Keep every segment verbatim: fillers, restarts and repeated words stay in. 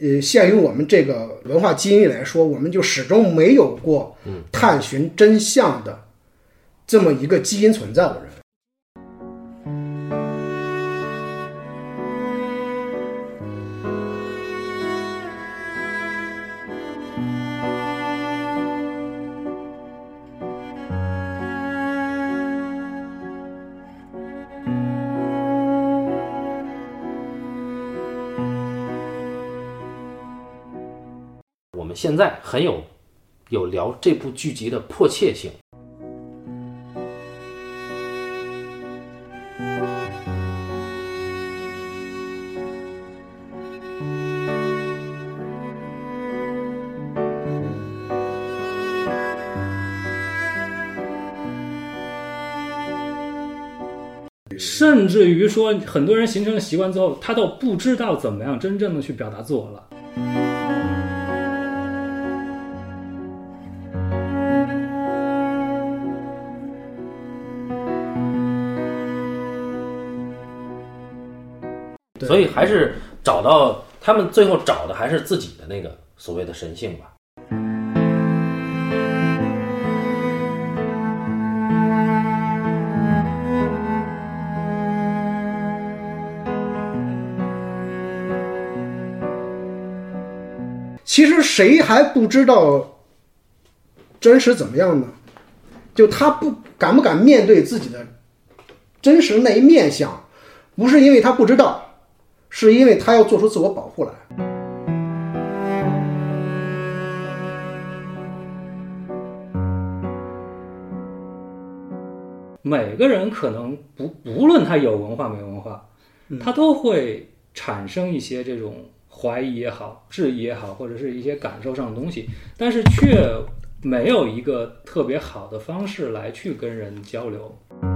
呃，限于我们这个文化基因来说，我们就始终没有过探寻真相的这么一个基因存在，我认为。 我们现在很有有聊这部剧集的迫切性。 甚至于说很多人形成了习惯之后，他都不知道怎么样真正的去表达自我了。 所以还是找到他们最后找的还是自己的那个所谓的神性吧。 其实谁还不知道真实怎么样呢？就他不敢不敢面对自己的真实那一面相，不是因为他不知道，是因为他要做出自我保护来。 每个人可能不无论他有文化没文化，他都会产生一些这种怀疑也好、质疑也好，或者是一些感受上的东西，但是却没有一个特别好的方式来去跟人交流。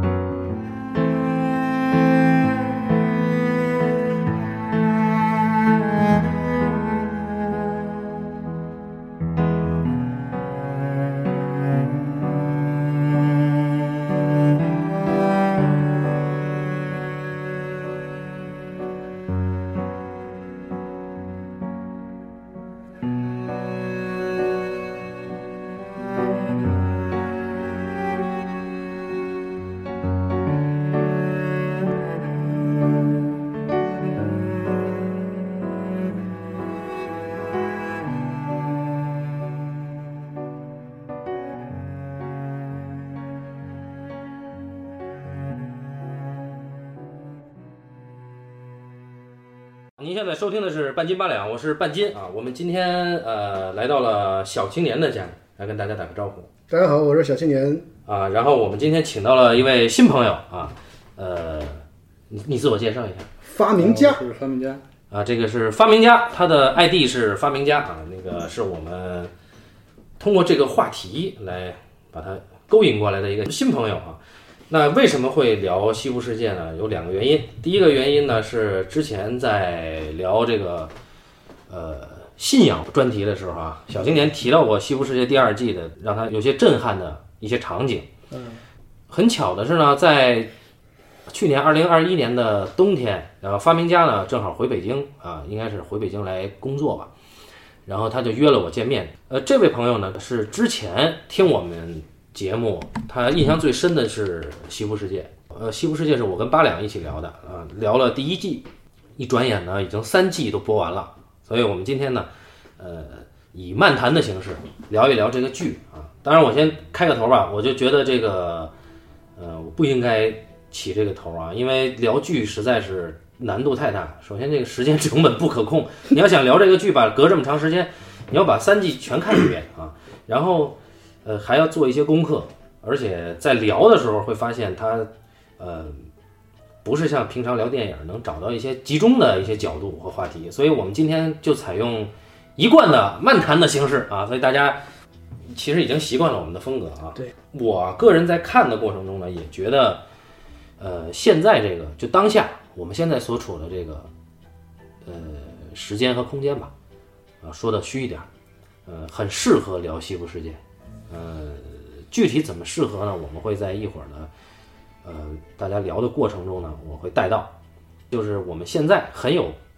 您现在收听的是半斤八两，我是半斤啊。我们今天呃来到了小青年的家里，来跟大家打个招呼。 大家好，我是小青年啊。然后我们今天请到了一位新朋友啊，呃，你你自我介绍一下。 发明家， 是发明家啊，这个是发明家，他的 I D 是发明家啊。那个是我们通过这个话题来把他勾引过来的一个新朋友啊。那为什么会聊西部世界呢？有两个原因。第一个原因呢是之前在聊这个呃信仰专题的时候啊，小青年提到过西部世界第二季的让他有些震撼的一些场景。 嗯， 很巧的是呢，在去年二零二一年的冬天，然后发明家呢正好回北京啊，应该是回北京来工作吧，然后他就约了我见面。呃，这位朋友呢是之前听我们节目，他印象最深的是西部世界。呃，西部世界是我跟八两一起聊的啊、呃，聊了第一季，一转眼呢已经三季都播完了，所以我们今天呢，呃，以漫谈的形式聊一聊这个剧啊。当然，我先开个头吧，我就觉得这个，呃，我不应该起这个头啊，因为聊剧实在是难度太大。首先，这个时间成本不可控，你要想聊这个剧吧，隔这么长时间，你要把三季全看一遍啊，然后。呃，还要做一些功课，而且在聊的时候会发现它，呃，不是像平常聊电影能找到一些集中的一些角度和话题，所以我们今天就采用一贯的漫谈的形式啊，所以大家其实已经习惯了我们的风格啊。 对， 我个人在看的过程中呢，也觉得，呃，现在这个就当下我们现在所处的这个，呃，时间和空间吧，啊，说的虚一点，呃，很适合聊西部世界。呃，具体怎么适合呢？我们会在一会儿呢，呃，大家聊的过程中呢，我会带到，就是我们现在很有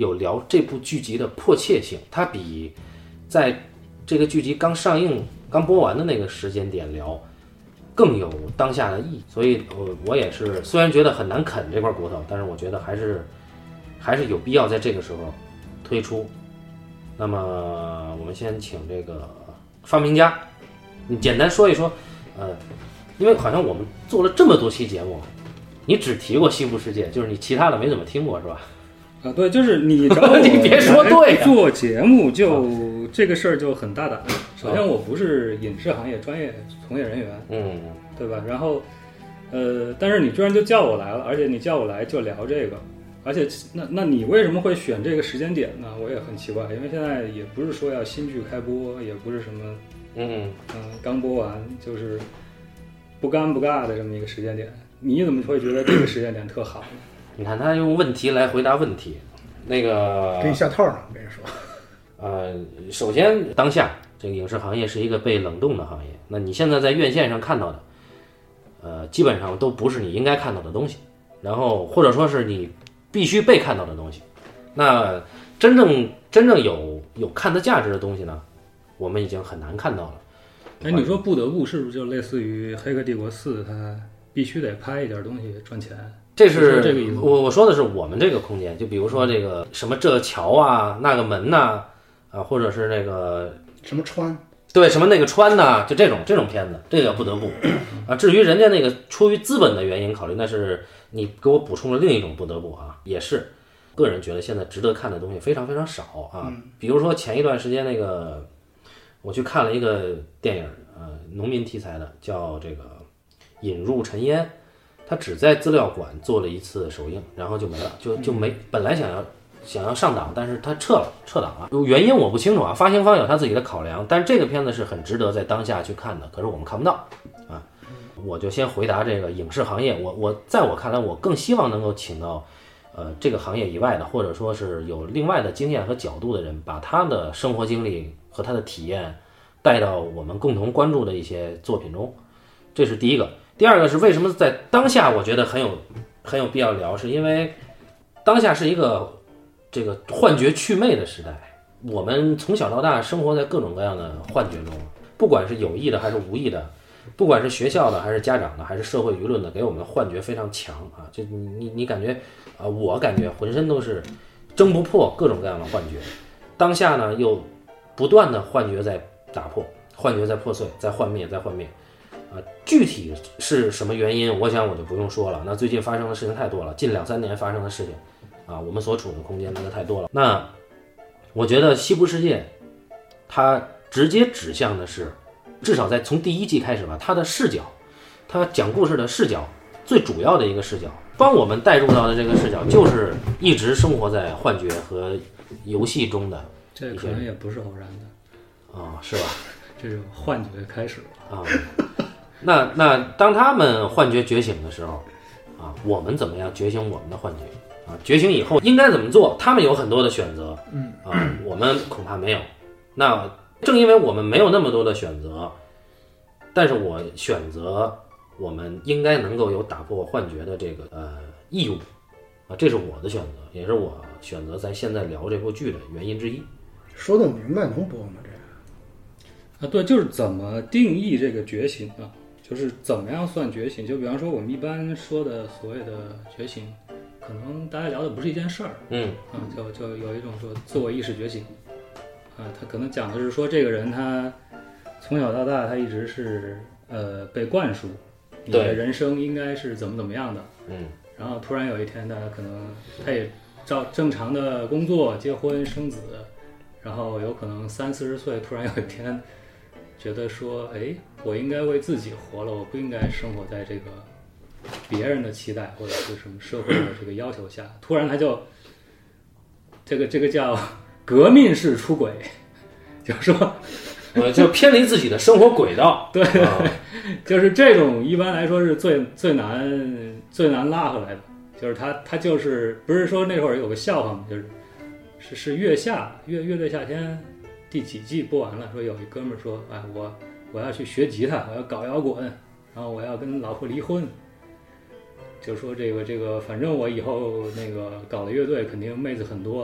有聊这部剧集的迫切性，它比在这个剧集刚上映、刚播完的那个时间点聊更有当下的意义。所以我我也是，虽然觉得很难啃这块骨头，但是我觉得还是还是有必要在这个时候推出。那么我们先请这个发明家，你简单说一说，呃，因为好像我们做了这么多期节目，你只提过西部世界，就是你其他的没怎么听过是吧？ 啊，对，就是你找我你别说对呀， 做节目就、啊、这个事儿就很大胆。首先，我不是影视行业专业从业人员， 嗯， 对吧？然后，呃，但是你居然就叫我来了，而且你叫我来就聊这个，而且那那你为什么会选这个时间点呢？我也很奇怪，因为现在也不是说要新剧开播，也不是什么， 嗯嗯、呃，刚播完就是不干不尬的这么一个时间点，你怎么会觉得这个时间点特好呢？ 你看他用问题来回答问题，那个给你下套呢，我跟你说。 呃，首先当下这个影视行业是一个被冷冻的行业，那你现在在院线上看到的，呃，基本上都不是你应该看到的东西，然后或者说是你必须被看到的东西。那真正真正有有看的价值的东西呢，我们已经很难看到了。 哎，你说不得不是不是就类似于《黑客帝国四》，它必须得拍一点东西赚钱？ 这是这个意思。 我我说的是我们这个空间，就比如说这个什么这桥啊，那个门呐、啊，啊，或者是那个什么川， 对，什么那个川呐、啊，就这种这种片子，这个不得不啊。至于人家那个出于资本的原因考虑，那是你给我补充了另一种不得不啊，也是个人觉得现在值得看的东西非常非常少啊。比如说前一段时间那个，我去看了一个电影，呃，农民题材的，叫这个《引入尘烟》。他只在资料馆做了一次首映，然后就没了，就就没。本来想要想要上档，但是他撤了，撤档了。原因我不清楚啊，发行方有他自己的考量。但是这个片子是很值得在当下去看的，可是我们看不到啊。我就先回答这个影视行业，我我在我看来，我更希望能够请到呃这个行业以外的，或者说是有另外的经验和角度的人，把他的生活经历和他的体验带到我们共同关注的一些作品中，这是第一个。第二个是为什么在当下我觉得很有很有必要聊，是因为当下是一个这个幻觉祛魅的时代，我们从小到大生活在各种各样的幻觉中，不管是有意的还是无意的，不管是学校的还是家长的还是社会舆论的，给我们的幻觉非常强啊！就你你你感觉啊、呃，我感觉浑身都是挣不破各种各样的幻觉，当下呢又不断的幻觉在打破，幻觉在破碎，在幻灭，在幻灭。啊，具体是什么原因，我想我就不用说了。那最近发生的事情太多了，近两三年发生的事情，啊，我们所处的空间那个太多了。那我觉得西部世界，它直接指向的是，至少在从第一季开始吧，它的视角，它讲故事的视角，最主要的一个视角，帮我们带入到的这个视角，就是一直生活在幻觉和游戏中的。 这可能也不是偶然的啊、哦，是吧？ 这种幻觉开始了啊。那那当他们幻觉觉醒的时候，啊，我们怎么样觉醒我们的幻觉？啊，觉醒以后应该怎么做？他们有很多的选择， 嗯啊，我们恐怕没有。那正因为我们没有那么多的选择，但是我选择我们应该能够有打破幻觉的这个呃义务，啊，这是我的选择，也是我选择在现在聊这部剧的原因之一。 说得明白能播吗？这个啊，对，就是怎么定义这个觉醒啊？就是怎么样算觉醒？就比方说我们一般说的所谓的觉醒，可能大家聊的不是一件事儿， 嗯啊，就就有一种说自我意识觉醒，啊，他可能讲的是说这个人他从小到大他一直是呃被灌输你的人生应该是怎么怎么样的， 嗯， 然后突然有一天他可能他也照正常的工作、结婚、生子，然后有可能三四十岁突然有一天觉得说，哎，我应该为自己活了，我不应该生活在这个别人的期待或者是什么社会的这个要求下，突然他就这个这个叫革命式出轨，就是说呃，就偏离自己的生活轨道。 对，啊、就是这种一般来说是最最难最难拉回来的，就是他他就是不是说那会儿有个笑话嘛，就是是是月下乐乐队夏天第几季播完了，说有一哥们儿说，哎，我我要去学吉他，我要搞摇滚，然后我要跟老婆离婚，就说这个这个，反正我以后那个搞的乐队肯定妹子很多，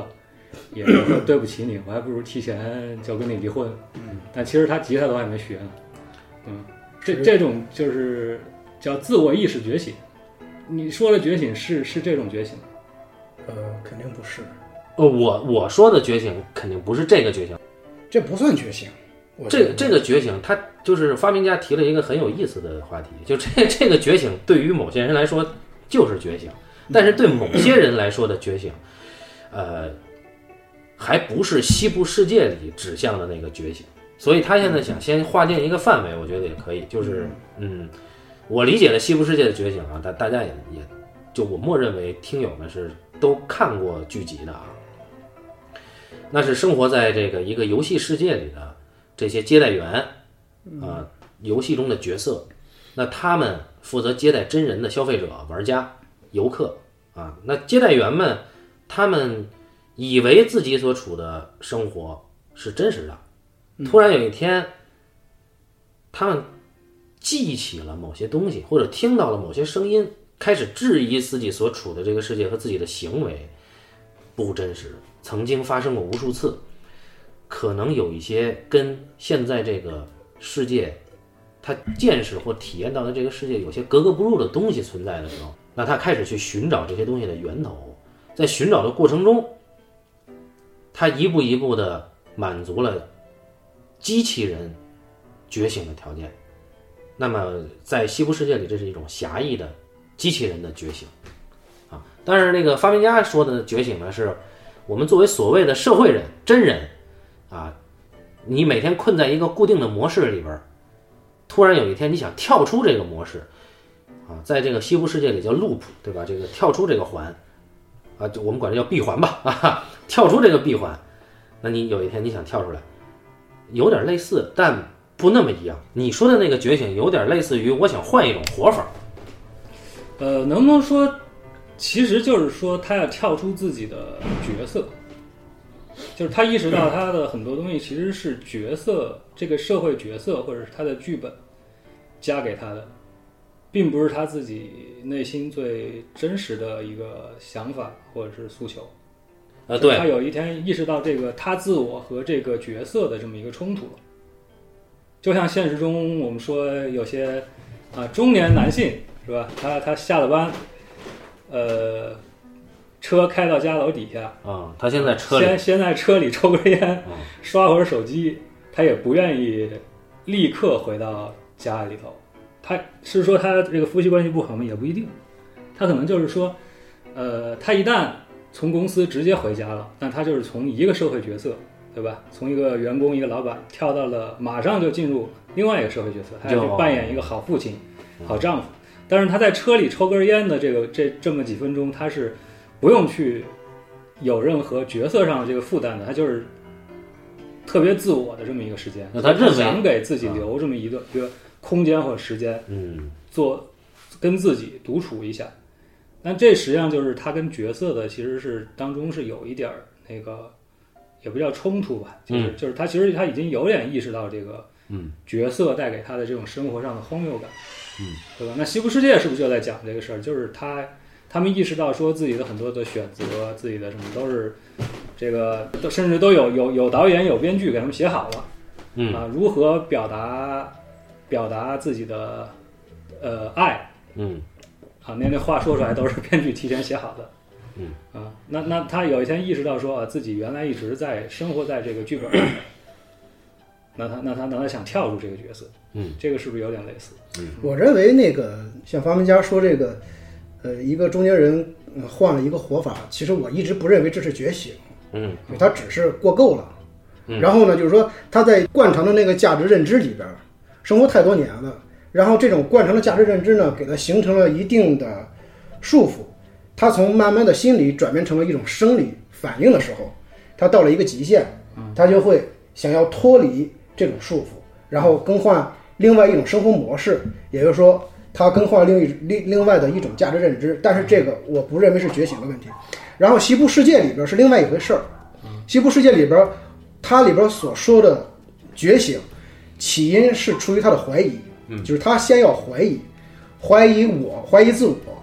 也说对不起你，我还不如提前就跟你离婚。 嗯， 但其实他吉他都还没学呢。嗯，这这种就是叫自我意识觉醒。你说的觉醒是是这种觉醒？ 呃，肯定不是。 呃，我我说的觉醒肯定不是这个觉醒， 这不算觉醒。 这这个觉醒，它就是发明家提了一个很有意思的话题，就这这个觉醒对于某些人来说就是觉醒，但是对某些人来说的觉醒，呃，还不是西部世界里指向的那个觉醒。所以他现在想先划定一个范围，我觉得也可以，就是嗯，我理解的西部世界的觉醒啊，大大家也也就我默认为听友们是都看过剧集的啊，那是生活在这个一个游戏世界里的这些接待员啊、呃，游戏中的角色，那他们负责接待真人的消费者、玩家、游客啊。那接待员们，他们以为自己所处的生活是真实的，突然有一天，他们记起了某些东西，或者听到了某些声音，开始质疑自己所处的这个世界和自己的行为不真实，曾经发生过无数次。可能有一些跟现在这个世界他见识或体验到的这个世界有些格格不入的东西存在的时候，那他开始去寻找这些东西的源头，在寻找的过程中，他一步一步的满足了机器人觉醒的条件。那么在西部世界里，这是一种狭义的机器人的觉醒啊。但是那个发明家说的觉醒呢，是我们作为所谓的社会人、真人啊，你每天困在一个固定的模式里边，突然有一天你想跳出这个模式啊，在这个西部世界里叫 loop， 对吧？这个跳出这个环啊，我们管这叫闭环吧啊，跳出这个闭环，那你有一天你想跳出来，有点类似，但不那么一样。你说的那个觉醒有点类似于我想换一种活法。 呃，能不能说，其实就是说他要跳出自己的角色。就是他意识到他的很多东西其实是角色，这个社会角色或者是他的剧本加给他的，并不是他自己内心最真实的一个想法或者是诉求。 呃，对， 他有一天意识到这个他自我和这个角色的这么一个冲突了。就像现实中我们说有些啊中年男性是吧，他他下了班，呃。车开到家楼底下啊，他先在车里先先在车里抽根烟，嗯、刷会儿手机，他也不愿意立刻回到家里头。他是说他这个夫妻关系不好吗？也不一定，他可能就是说，呃，他一旦从公司直接回家了，那他就是从一个社会角色，对吧？从一个员工、一个老板跳到了马上就进入另外一个社会角色，他要去扮演一个好父亲、好丈夫。但是他在车里抽根烟的这个这这么几分钟，他是不用去有任何角色上的这个负担的，他就是特别自我的这么一个时间。 那他认为想给自己留这么一个、啊、一个空间或者时间， 嗯， 做跟自己独处一下。但这实际上就是他跟角色的其实是当中是有一点那个，也不叫冲突吧，就是、 嗯、 就是他其实他已经有点意识到这个嗯角色带给他的这种生活上的荒谬感， 嗯， 对吧？那西部世界是不是就在讲这个事儿？就是他。他们意识到说自己的很多的选择，自己的什么都是这个，甚至都有有有导演有编剧给他们写好了， 嗯啊，如何表达表达自己的呃爱， 嗯， 啊，那那话说出来都是编剧提前写好的， 嗯啊，那那他有一天意识到说啊，自己原来一直在生活在这个剧本里，那他那他那他想跳出这个角色， 嗯， 这个是不是有点类似？ 嗯， 我认为那个像发明家说这个。呃，一个中年人、呃、换了一个活法，其实我一直不认为这是觉醒， 嗯， 他只是过够了。 嗯、 然后呢，就是说他在惯常的那个价值认知里边生活太多年了，然后这种惯常的价值认知呢，给他形成了一定的束缚。他从慢慢的心理转变成了一种生理反应的时候，他到了一个极限，他就会想要脱离这种束缚，然后更换另外一种生活模式，也就是说。他更换另一另另外的一种价值认知，但是这个我不认为是觉醒的问题。然后西部世界里边是另外一回事儿，西部世界里边，它里边所说的觉醒，起因是出于他的怀疑，就是他先要怀疑，怀疑我，怀疑自我，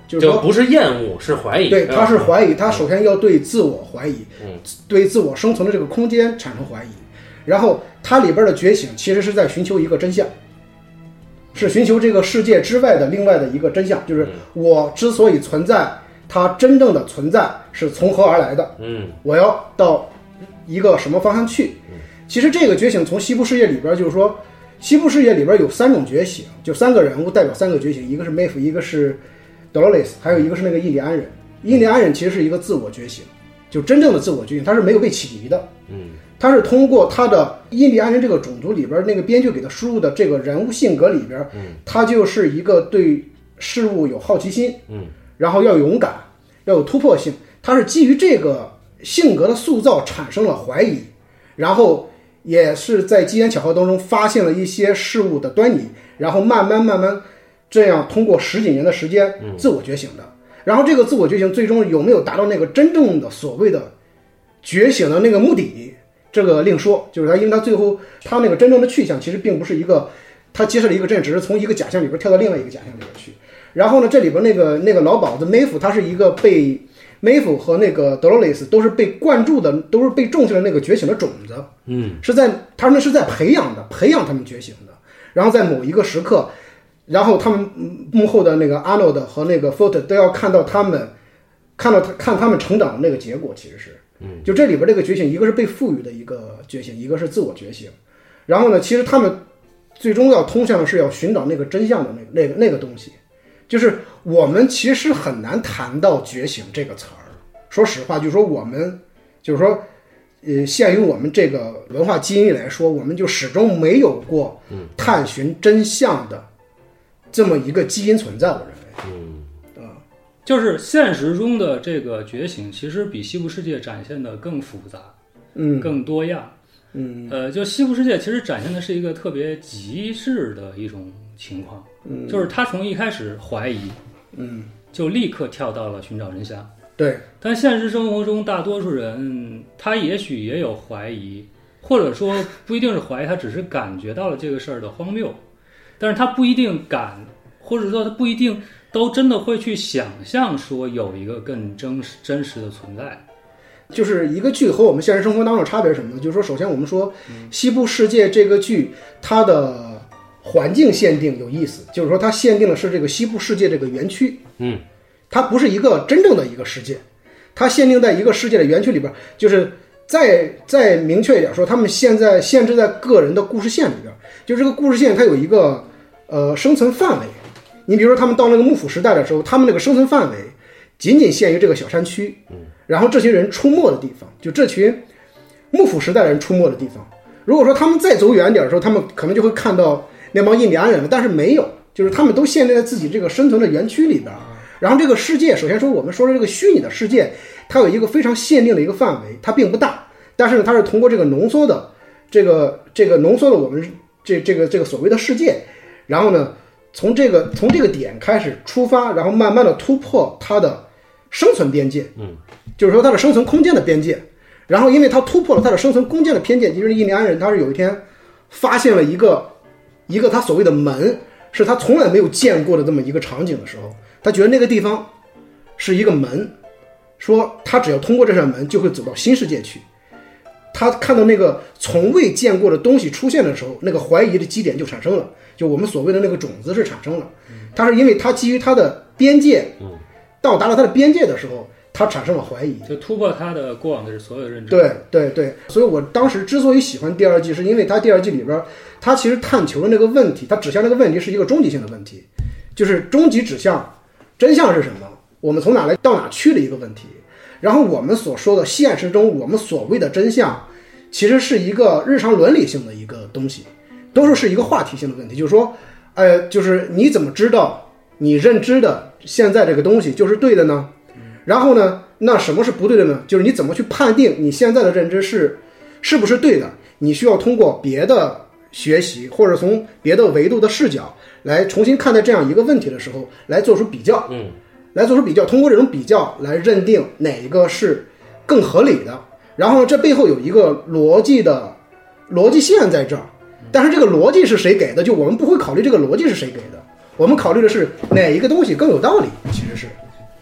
就是说不是厌恶，是怀疑。 对，他是怀疑，他首先要对自我怀疑， 嗯， 对自我生存的这个空间产生怀疑，然后他里边的觉醒其实是在寻求一个真相，是寻求这个世界之外的另外的一个真相，就是我之所以存在，它真正的存在是从何而来的， 嗯， 我要到一个什么方向去。其实这个觉醒从西部世界里边，就是说西部世界里边有三种觉醒，就三个人物代表三个觉醒，一个是梅芙，一个是 Dolores， 还有一个是那个印第安人。印第安人其实是一个自我觉醒，就真正的自我觉醒，他是没有被启迪的， 嗯， 他是通过他的印第安人这个种族里边那个编剧给他输入的这个人物性格里边， 嗯， 他就是一个对事物有好奇心， 嗯， 然后要有勇敢，要有突破性，他是基于这个性格的塑造产生了怀疑，然后也是在机缘巧合当中发现了一些事物的端倪，然后慢慢慢慢这样通过十几年的时间自我觉醒的。然后这个自我觉醒最终有没有达到那个真正的所谓的觉醒的那个目的，这个另说。就是他因为他最后他那个真正的去向其实并不是一个他接受了一个真，只是从一个假象里边跳到另外一个假象里边去。然后呢，这里边那个那个老鸨子梅芙，他是一个被梅芙和那个德罗雷斯都是被灌注的，都是被种下的那个觉醒的种子， 嗯， 是在他们是在培养的，培养他们觉醒的。然后在某一个时刻，然后他们幕后的那个 Arnold 和那个 Foot 都要看到他们，看到他看他们成长的那个结果，其实是， 嗯， 就这里边这个觉醒，一个是被赋予的一个觉醒，一个是自我觉醒。然后呢，其实他们最终要通向的是要寻找那个真相的那个那个那个东西。就是我们其实很难谈到觉醒这个词儿，说实话，就是说我们就是说，呃，限于我们这个文化基因来说，我们就始终没有过探寻真相的这么一个基因存在，我认为， 嗯， 啊， 就是现实中的这个觉醒，其实比西部世界展现的更复杂， 嗯， 更多样， 嗯， 呃，就西部世界其实展现的是一个特别极致的一种情况， 嗯， 就是他从一开始怀疑， 嗯， 就立刻跳到了寻找真相。 对， 但现实生活中，大多数人他也许也有怀疑，或者说不一定是怀疑，他只是感觉到了这个事儿的荒谬，但是他不一定敢，或者说他不一定都真的会去想象说有一个更真实真实的存在。 就是一个剧和我们现实生活当中的差别是什么呢？就是说，首先我们说《西部世界》这个剧，它的环境限定有意思，就是说它限定的是这个西部世界这个园区， 嗯， 它不是一个真正的一个世界，它限定在一个世界的园区里边，就是再再明确一点说，他们现在限制在个人的故事线里边，就这个故事线它有一个呃生存范围。你比如说，他们到那个幕府时代的时候，他们那个生存范围仅仅限于这个小山区，然后这些人出没的地方，就这群幕府时代的人出没的地方。如果说他们再走远点的时候，他们可能就会看到那帮印第安人了，但是没有，就是他们都限定在自己这个生存的园区里边。然后这个世界，首先说我们说的这个虚拟的世界，它有一个非常限定的一个范围，它并不大，但是呢，它是通过这个浓缩的这个这个浓缩的我们这这个这个所谓的世界，然后呢，从这个从这个点开始出发，然后慢慢的突破它的生存边界， 嗯， 就是说它的生存空间的边界。然后因为它突破了它的生存空间的边界，就是印第安人他是有一天发现了一个一个他所谓的门，是他从来没有见过的这么一个场景的时候，他觉得那个地方是一个门，说他只要通过这扇门就会走到新世界去。他看到那个从未见过的东西出现的时候，那个怀疑的基点就产生了，就我们所谓的那个种子是产生了。他是因为他基于他的边界，到达了他的边界的时候，他产生了怀疑， 就突破他的过往的所有认知。 对对对，所以我当时之所以喜欢第二季，是因为他第二季里边，他其实探求的那个问题，他指向那个问题是一个终极性的问题，就是终极指向真相是什么，我们从哪来到哪去的一个问题。然后我们所说的现实中我们所谓的真相，其实是一个日常伦理性的一个东西，多数是一个话题性的问题，就是说，呃，就是你怎么知道你认知的现在这个东西就是对的呢？然后呢，那什么是不对的呢？就是你怎么去判定你现在的认知是是不是对的？你需要通过别的学习，或者从别的维度的视角来重新看待这样一个问题的时候，来做出比较， 嗯， 来做出比较，通过这种比较来认定哪一个是更合理的。然后呢，这背后有一个逻辑的逻辑线在这儿，但是这个逻辑是谁给的？就我们不会考虑这个逻辑是谁给的，我们考虑的是哪一个东西更有道理，其实是。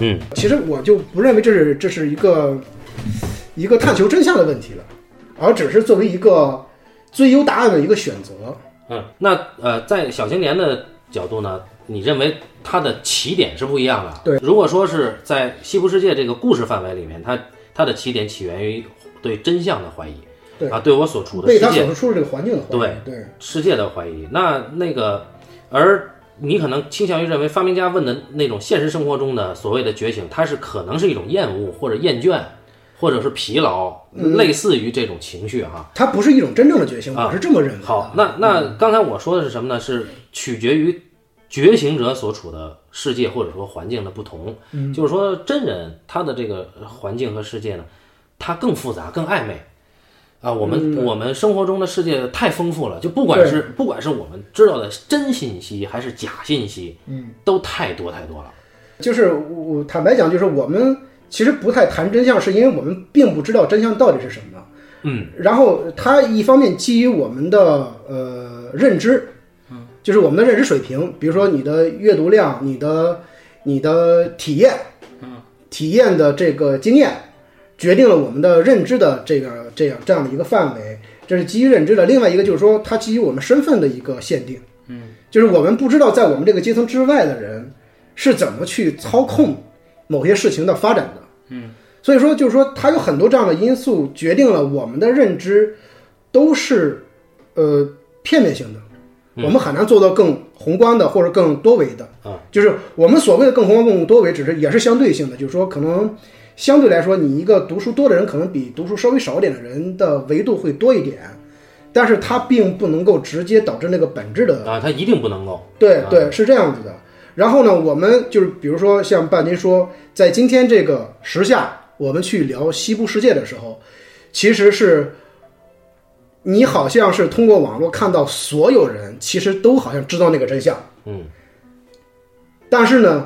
嗯， 其实我就不认为这是这是一个一个探求真相的问题了，而只是作为一个最优答案的一个选择。 嗯，那呃，在小青年的角度呢，你认为它的起点是不一样的。 对， 如果说是在西部世界这个故事范围里面，它它的起点起源于对真相的怀疑， 对啊，对我所处的世界， 对他所处的这个环境的怀疑， 对对世界的怀疑。那那个，而你可能倾向于认为发明家问的那种现实生活中的所谓的觉醒，它是可能是一种厌恶或者厌倦，或者是疲劳， 嗯、 类似于这种情绪哈。 它不是一种真正的觉醒， 啊、 我是这么认为的。 好，那那刚才我说的是什么呢？是取决于觉醒者所处的世界或者说环境的不同。 嗯、 就是说真人他的这个环境和世界呢，它更复杂、更暧昧。啊，我们、嗯、我们生活中的世界太丰富了，就不管是不管是我们知道的真信息还是假信息， 嗯， 都太多太多了。 就是我坦白讲，就是我们其实不太谈真相，是因为我们并不知道真相到底是什么。 嗯， 然后它一方面基于我们的呃认知， 嗯， 就是我们的认知水平，比如说你的阅读量、你的你的体验， 嗯， 体验的这个经验。决定了我们的认知的这个这样这样的一个范围，这是基于认知的。另外一个就是说，它基于我们身份的一个限定， 嗯， 就是我们不知道在我们这个阶层之外的人是怎么去操控某些事情的发展的， 嗯， 所以说就是说，它有很多这样的因素决定了我们的认知都是呃片面性的，我们很难做到更宏观的或者更多维的啊， 就是我们所谓的更宏观、更多维，只是也是相对性的，就是说可能。相对来说，你一个读书多的人，可能比读书稍微少一点的人的维度会多一点，但是它并不能够直接导致那个本质的啊，它一定不能够。 对对，是这样子的。然后呢，我们就是比如说像半斤说，在今天这个时下，我们去聊西部世界的时候，其实是你好像是通过网络看到所有人其实都好像知道那个真相， 嗯， 但是呢。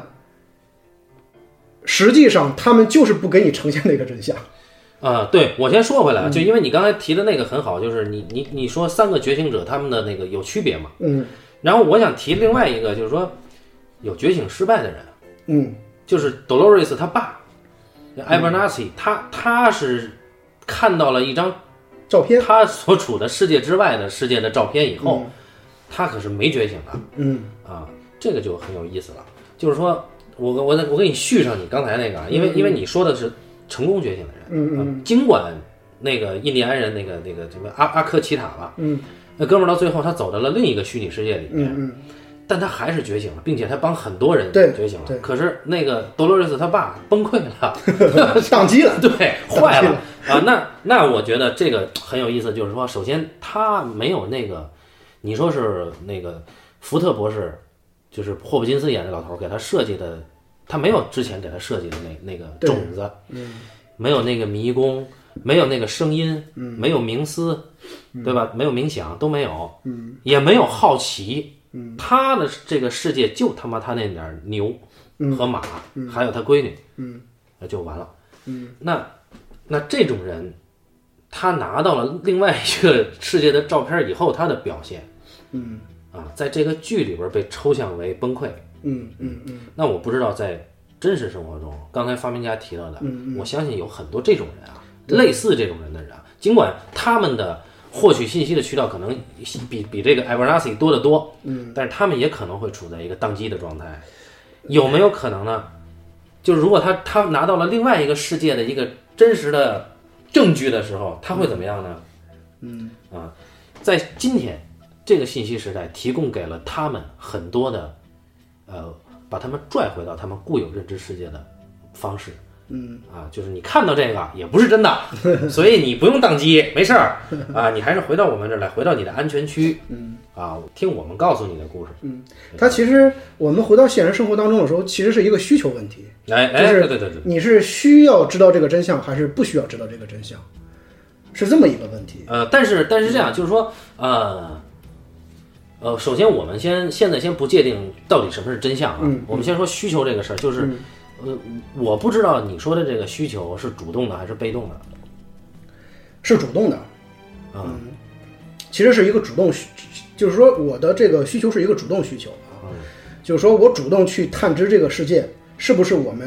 实际上，他们就是不给你呈现那个真相。 啊、呃，对我先说回来，就因为你刚才提的那个很好，就是你你你说三个觉醒者他们的那个有区别嘛， 嗯， 然后我想提另外一个，就是说有觉醒失败的人， 嗯， 就是 Dolores 他爸 Abernathy，、嗯、他他是看到了一张照片， 他所处的世界之外的世界的照片以后， 嗯、 他可是没觉醒的， 嗯， 啊，这个就很有意思了，就是说。我我我给你续上你刚才那个，因为、 嗯、 因为你说的是成功觉醒的人， 嗯嗯、 啊，尽管那个印第安人那个那个什么阿阿科奇塔吧， 嗯， 那哥们儿到最后他走到了另一个虚拟世界里面， 嗯嗯， 但他还是觉醒了，并且他帮很多人觉醒了。可是那个多洛瑞斯他爸崩溃了， 宕机了， 对，坏了啊！那那我觉得这个很有意思，就是说，首先他没有那个，你说是那个福特博士。就是霍普金斯演的老头给他设计的，他没有之前给他设计的那那个种子， 嗯， 没有那个迷宫，没有那个声音， 嗯， 没有冥思， 嗯、 对吧？没有冥想，都没有， 嗯， 也没有好奇， 嗯， 他的这个世界就他妈他那点牛和马， 嗯、 还有他闺女， 嗯， 那就完了， 嗯， 那那这种人，他拿到了另外一个世界的照片以后，他的表现， 嗯。 啊，在这个剧里边被抽象为崩溃， 嗯嗯嗯。 那我不知道在真实生活中，刚才发明家提到的， 嗯嗯、 我相信有很多这种人啊，类似这种人的人啊，尽管他们的获取信息的渠道可能比比这个 Abernathy 多得多， 嗯， 但是他们也可能会处在一个宕机的状态，有没有可能呢？就是如果他他拿到了另外一个世界的一个真实的证据的时候，他会怎么样呢？ 嗯啊，在今天。这个信息时代提供给了他们很多的，呃，把他们拽回到他们固有认知世界的方式。 嗯啊，就是你看到这个也不是真的，所以你不用宕机，没事儿啊，你还是回到我们这儿来，回到你的安全区。 嗯啊，听我们告诉你的故事。 嗯，它其实我们回到现实生活当中的时候，其实是一个需求问题。 哎哎， 就是对对对对， 你是需要知道这个真相，还是不需要知道这个真相，是这么一个问题。 呃，但是但是这样，就是说，呃。呃，首先我们先现在先不界定到底什么是真相啊， 嗯嗯、 我们先说需求这个事儿，就是， 嗯、 呃，我不知道你说的这个需求是主动的还是被动的， 是主动的， 啊、 嗯，其实是一个主动需，就是说我的这个需求是一个主动需求啊， 嗯、 就是说我主动去探知这个世界是不是我们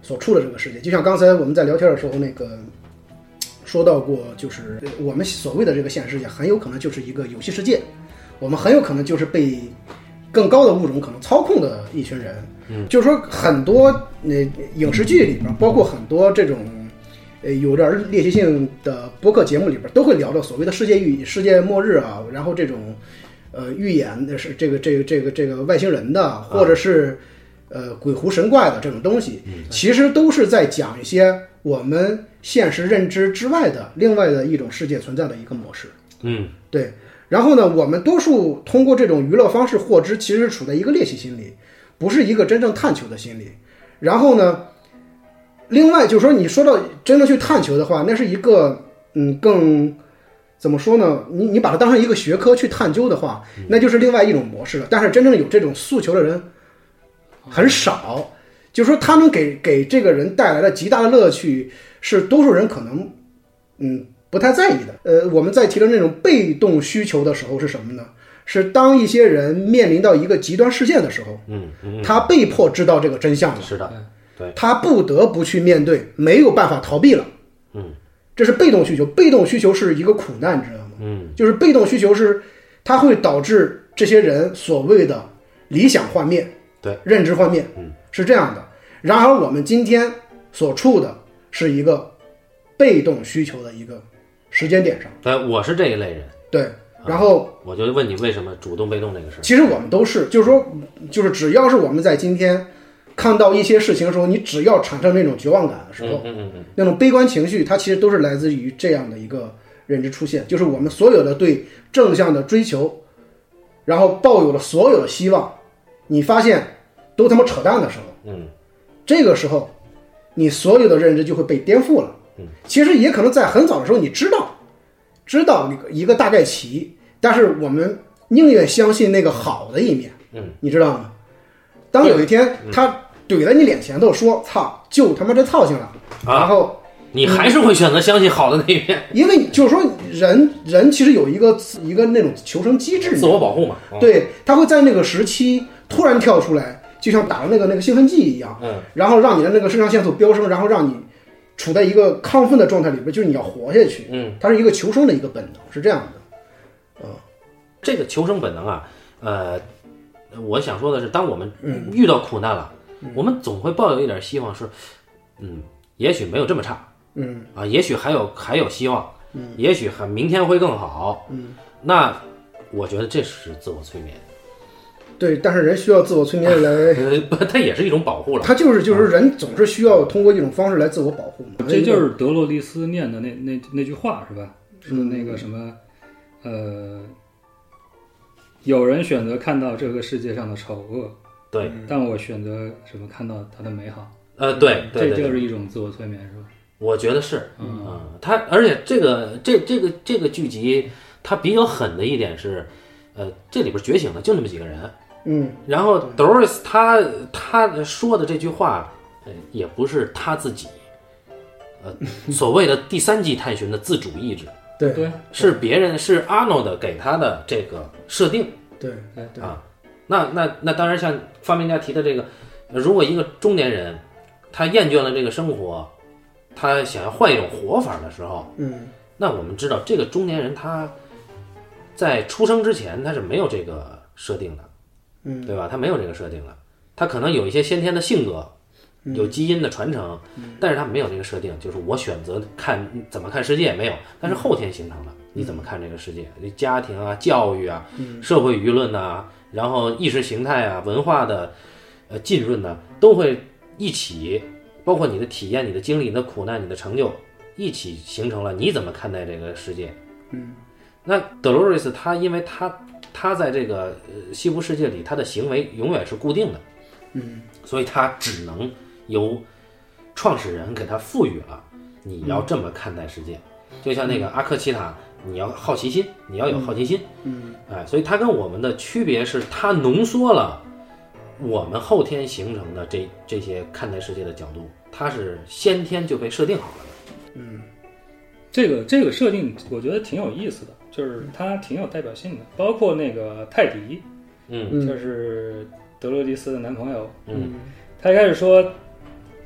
所处的这个世界。就像刚才我们在聊天的时候那个说到过，就是我们所谓的这个现实世界很有可能就是一个游戏世界，我们很有可能就是被更高的物种可能操控的一群人。嗯，就是说很多呃影视剧里边，包括很多这种呃有点猎奇性的播客节目里边，都会聊到所谓的世界预世界末日啊，然后这种呃预言的是这个这个这个这个外星人的，或者是呃鬼狐神怪的这种东西，其实都是在讲一些我们现实认知之外的另外的一种世界存在的一个模式。 嗯， 对。然后呢，我们多数通过这种娱乐方式获知，其实是处在一个猎奇心理，不是一个真正探求的心理。然后呢，另外就是说，你说到真正去探求的话，那是一个嗯更怎么说呢？你你把它当成一个学科去探究的话，那就是另外一种模式了。但是真正有这种诉求的人很少，就是说他能给给这个人带来的极大的乐趣，是多数人可能嗯不太在意的。呃，我们在提到那种被动需求的时候是什么呢？是当一些人面临到一个极端事件的时候， 嗯嗯， 他被迫知道这个真相了， 是的，对， 他不得不去面对，没有办法逃避了。 嗯， 这是被动需求。被动需求是一个苦难，你知道吗？ 嗯， 就是被动需求是它会导致这些人所谓的理想幻灭， 对， 认知幻灭， 嗯， 是这样的。然而我们今天所处的是一个被动需求的一个时间点上。 对，我是这一类人。 对，然后、 啊、我就问你为什么主动被动这个事儿？ 其实我们都是，就是说，就是只要是我们在今天看到一些事情的时候，你只要产生那种绝望感的时候， 嗯嗯嗯， 那种悲观情绪，它其实都是来自于这样的一个认知出现，就是我们所有的对正向的追求，然后抱有了所有的希望，你发现都他妈扯淡的时候， 嗯， 这个时候你所有的认知就会被颠覆了。 嗯， 其实也可能在很早的时候你知道。知道一个大概齐，但是我们宁愿相信那个好的一面， 嗯， 你知道吗？当有一天他怼在你脸前头说“操，就他妈这操性了”， 啊、 然后你还是会选择相信好的那一面， 因为就是说人人其实有一个一个那种求生机制， 自我保护嘛， 哦、对，他会在那个时期突然跳出来，就像打了那个那个兴奋剂一样， 嗯， 然后让你的那个肾上腺素飙升，然后让你处在一个亢奋的状态里边，就是你要活下去。 嗯， 它是一个求生的一个本能，是这样的。呃， 这个求生本能啊，呃，我想说的是，当我们遇到苦难了，嗯、我们总会抱有一点希望是，嗯，也许没有这么差， 嗯啊，也许还有还有希望， 嗯， 也许还明天会更好， 嗯， 那我觉得这是自我催眠。 对，但是人需要自我催眠来， 呃，不，它也是一种保护了。 他就是就是人总是需要通过一种方式来自我保护嘛。 这就是德洛丽丝念的那那那句话是吧？是那个什么，呃，有人选择看到这个世界上的丑恶， 对， 但我选择什么看到它的美好。 呃，对，对这就是一种自我催眠，是吧？ 我觉得是，嗯，呃、它而且这个这这个这个剧集它比较狠的一点是，呃，这里边觉醒的就那么几个人。 嗯， 然后 Dolores 他他说的这句话，呃，也不是他自己，呃，所谓的第三季探寻的自主意志， 对对， 是别人是 Arnold 给他的这个设定， 对对对啊，那那那当然像发明家提的这个，如果一个中年人他厌倦了这个生活，他想要换一种活法的时候， 嗯， 那我们知道这个中年人他在出生之前他是没有这个设定的。 嗯， 对吧？他没有这个设定了，他可能有一些先天的性格，有基因的传承， 嗯、 但是他没有这个设定，就是我选择看怎么看世界没有，但是后天形成了，你怎么看这个世界？家庭啊、教育啊、社会舆论呐，然后意识形态啊、文化的呃浸润呢，都会一起，包括你的体验、你的经历、你的苦难、你的成就，一起形成了你怎么看待这个世界。 嗯， 那 Dolores 他因为他。他在这个呃西部世界里，他的行为永远是固定的， 嗯， 所以他只能由创始人给他赋予了你要这么看待世界，嗯、就像那个阿克奇塔，你要好奇心，你要有好奇心， 嗯， 哎，所以他跟我们的区别是，他浓缩了我们后天形成的这这些看待世界的角度，它是先天就被设定好了的， 嗯， 这个这个设定我觉得挺有意思的。就是它挺有代表性的，包括那个泰迪， 嗯， 就是德洛丽丝的男朋友， 嗯， 他一开始说，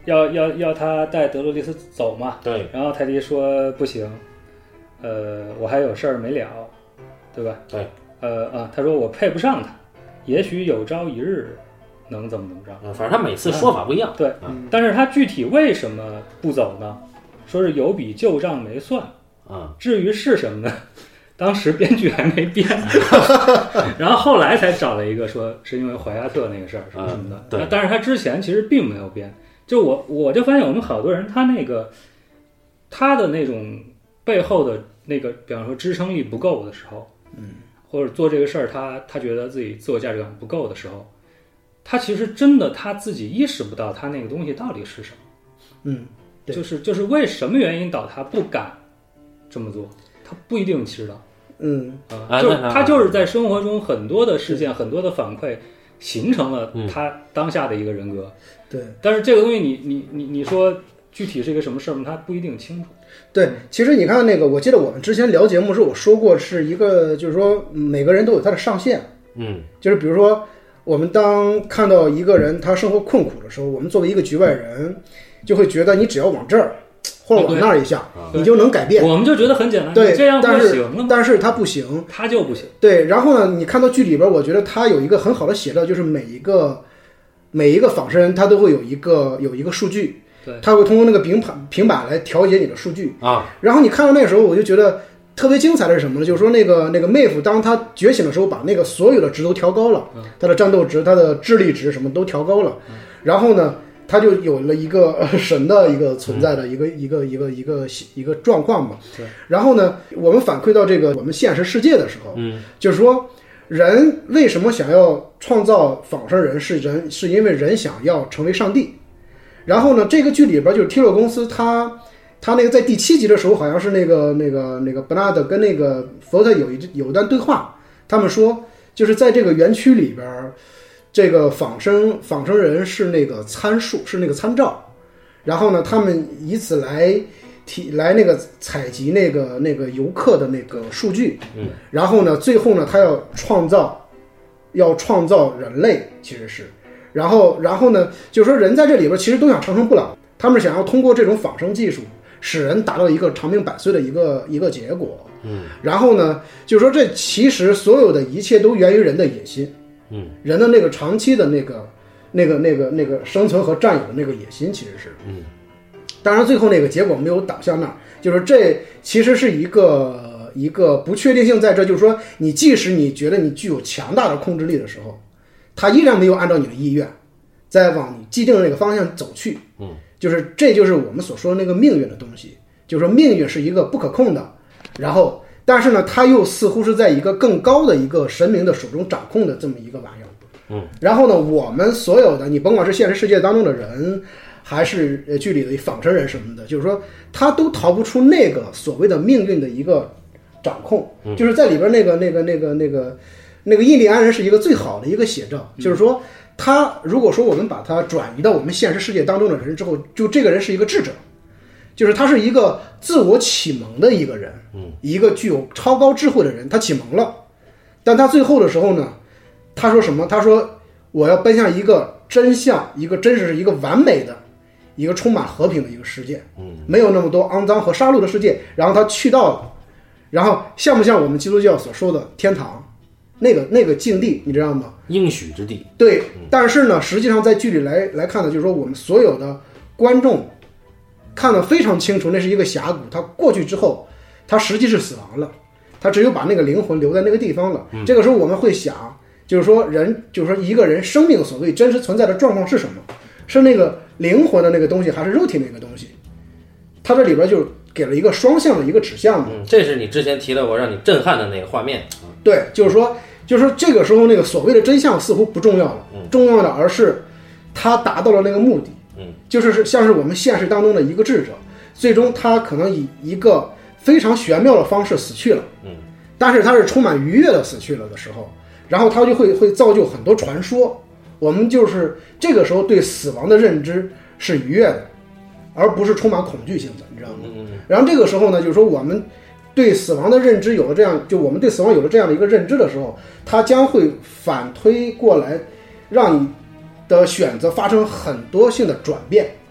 要要要他带德洛丽丝走嘛， 对， 然后泰迪说不行，呃，我还有事儿没了，对吧？ 对， 呃啊，他说我配不上他，也许有朝一日能怎么怎么着。 嗯，反正他每次说法不一样。 对， 嗯， 但是他具体为什么不走呢？说是有笔旧账没算。 嗯， 至于是什么呢？当时编剧还没编，然后后来才找了一个说是因为怀亚特那个事儿什么什么的。 嗯、对， 但是他之前其实并没有编。就我我就发现我们好多人他那个他的那种背后的那个，比方说支撑力不够的时候， 嗯， 或者做这个事儿他他觉得自己自我价值感不够的时候，他其实真的他自己意识不到他那个东西到底是什么。 嗯，对， 就是就是为什么原因导他不敢这么做，他不一定知道。 嗯啊，就他就是在生活中很多的事件、很多的反馈，形成了他当下的一个人格。 对， 但是这个东西你你你你说具体是一个什么事儿吗？他不一定清楚。 对，其实你看那个，我记得我们之前聊节目时我说过，是一个就是说每个人都有他的上限。 嗯， 就是比如说我们当看到一个人他生活困苦的时候，我们作为一个局外人，就会觉得你只要往这儿。或者往那儿一下，你就能改变。 我们就觉得很简单， 对， 这样不就行了吗？ 但是他不行， 他就不行。 对，然后呢，你看到剧里边，我觉得他有一个很好的写照，就是每一个每一个仿生人，他都会有一个有一个数据， 对， 他会通过那个平板平板来调节你的数据啊。 然后你看到那个时候，我就觉得特别精彩的是什么呢？就是说那个那个妹夫，当他觉醒的时候，把那个所有的值都调高了， 嗯、 他的战斗值、他的智力值什么都调高了， 嗯、 然后呢？他就有了一个、呃、神的一个存在的一个、嗯、一个一个一个一个状况嘛。 对。 然后呢，我们反馈到这个我们现实世界的时候， 嗯， 就是说，人为什么想要创造仿生人？是人是因为人想要成为上帝。然后呢，这个剧里边就是 Tilo 公司，他他那个在第七集的时候，好像是那个那个那个伯纳德跟那个福特有一有一段对话，他们说，就是在这个园区里边。这个仿生仿生人是那个参数，是那个参照，然后呢，他们以此来提来那个采集那个那个游客的那个数据， 嗯， 然后呢，最后呢，他要创造要创造人类，其实是，然后然后呢，就是说人在这里边其实都想长生不老，他们想要通过这种仿生技术，使人达到一个长命百岁的一个一个结果， 嗯， 然后呢，就是说这其实所有的一切都源于人的野心。 嗯， 人的那个长期的那个、那个、那个、那个生存和占有的那个野心，其实是， 嗯， 当然最后那个结果没有导向那儿，就是这其实是一个一个不确定性在这，就是说你即使你觉得你具有强大的控制力的时候，它依然没有按照你的意愿，在往你既定的那个方向走去， 嗯， 就是这就是我们所说的那个命运的东西，就是说命运是一个不可控的，然后。但是呢，他又似乎是在一个更高的一个神明的手中掌控的这么一个玩意儿， 嗯。 然后呢，我们所有的，你甭管是现实世界当中的人，还是呃剧里的仿生人什么的，就是说他都逃不出那个所谓的命运的一个掌控。 嗯、 就是在里边那个那个那个那个那个印第安人是一个最好的一个写照， 嗯、 就是说他如果说我们把他转移到我们现实世界当中的人之后，就这个人是一个智者。就是他是一个自我启蒙的一个人， 嗯， 一个具有超高智慧的人，他启蒙了，但他最后的时候呢，他说什么？他说我要奔向一个真相，一个真实，一个完美的，一个充满和平的一个世界， 嗯， 没有那么多肮脏和杀戮的世界。然后他去到了，然后像不像我们基督教所说的天堂？那个那个境地，你知道吗？ 应许之地。 对，但是呢，实际上在剧里来来看呢，就是说我们所有的观众。看得非常清楚，那是一个峡谷，他过去之后，他实际是死亡了，他只有把那个灵魂留在那个地方了。 嗯、 这个时候我们会想，就是说人，就是说一个人生命所谓真实存在的状况是什么？是那个灵魂的那个东西，还是肉体那个东西？他这里边就给了一个双向的一个指向嘛。 嗯，这是你之前提的我让你震撼的那个画面。 对，就是说，就是说这个时候那个所谓的真相似乎不重要了， 嗯、 重要的而是他达到了那个目的。 嗯， 就是像是我们现实当中的一个智者，最终他可能以一个非常玄妙的方式死去了， 嗯， 但是他是充满愉悦的死去了的时候，然后他就会会造就很多传说。我们就是这个时候对死亡的认知是愉悦的，而不是充满恐惧性的，你知道吗？ 嗯嗯。 然后这个时候呢，就是说我们对死亡的认知有了这样，就我们对死亡有了这样的一个认知的时候，它将会反推过来，让你的选择发生很多性的转变，就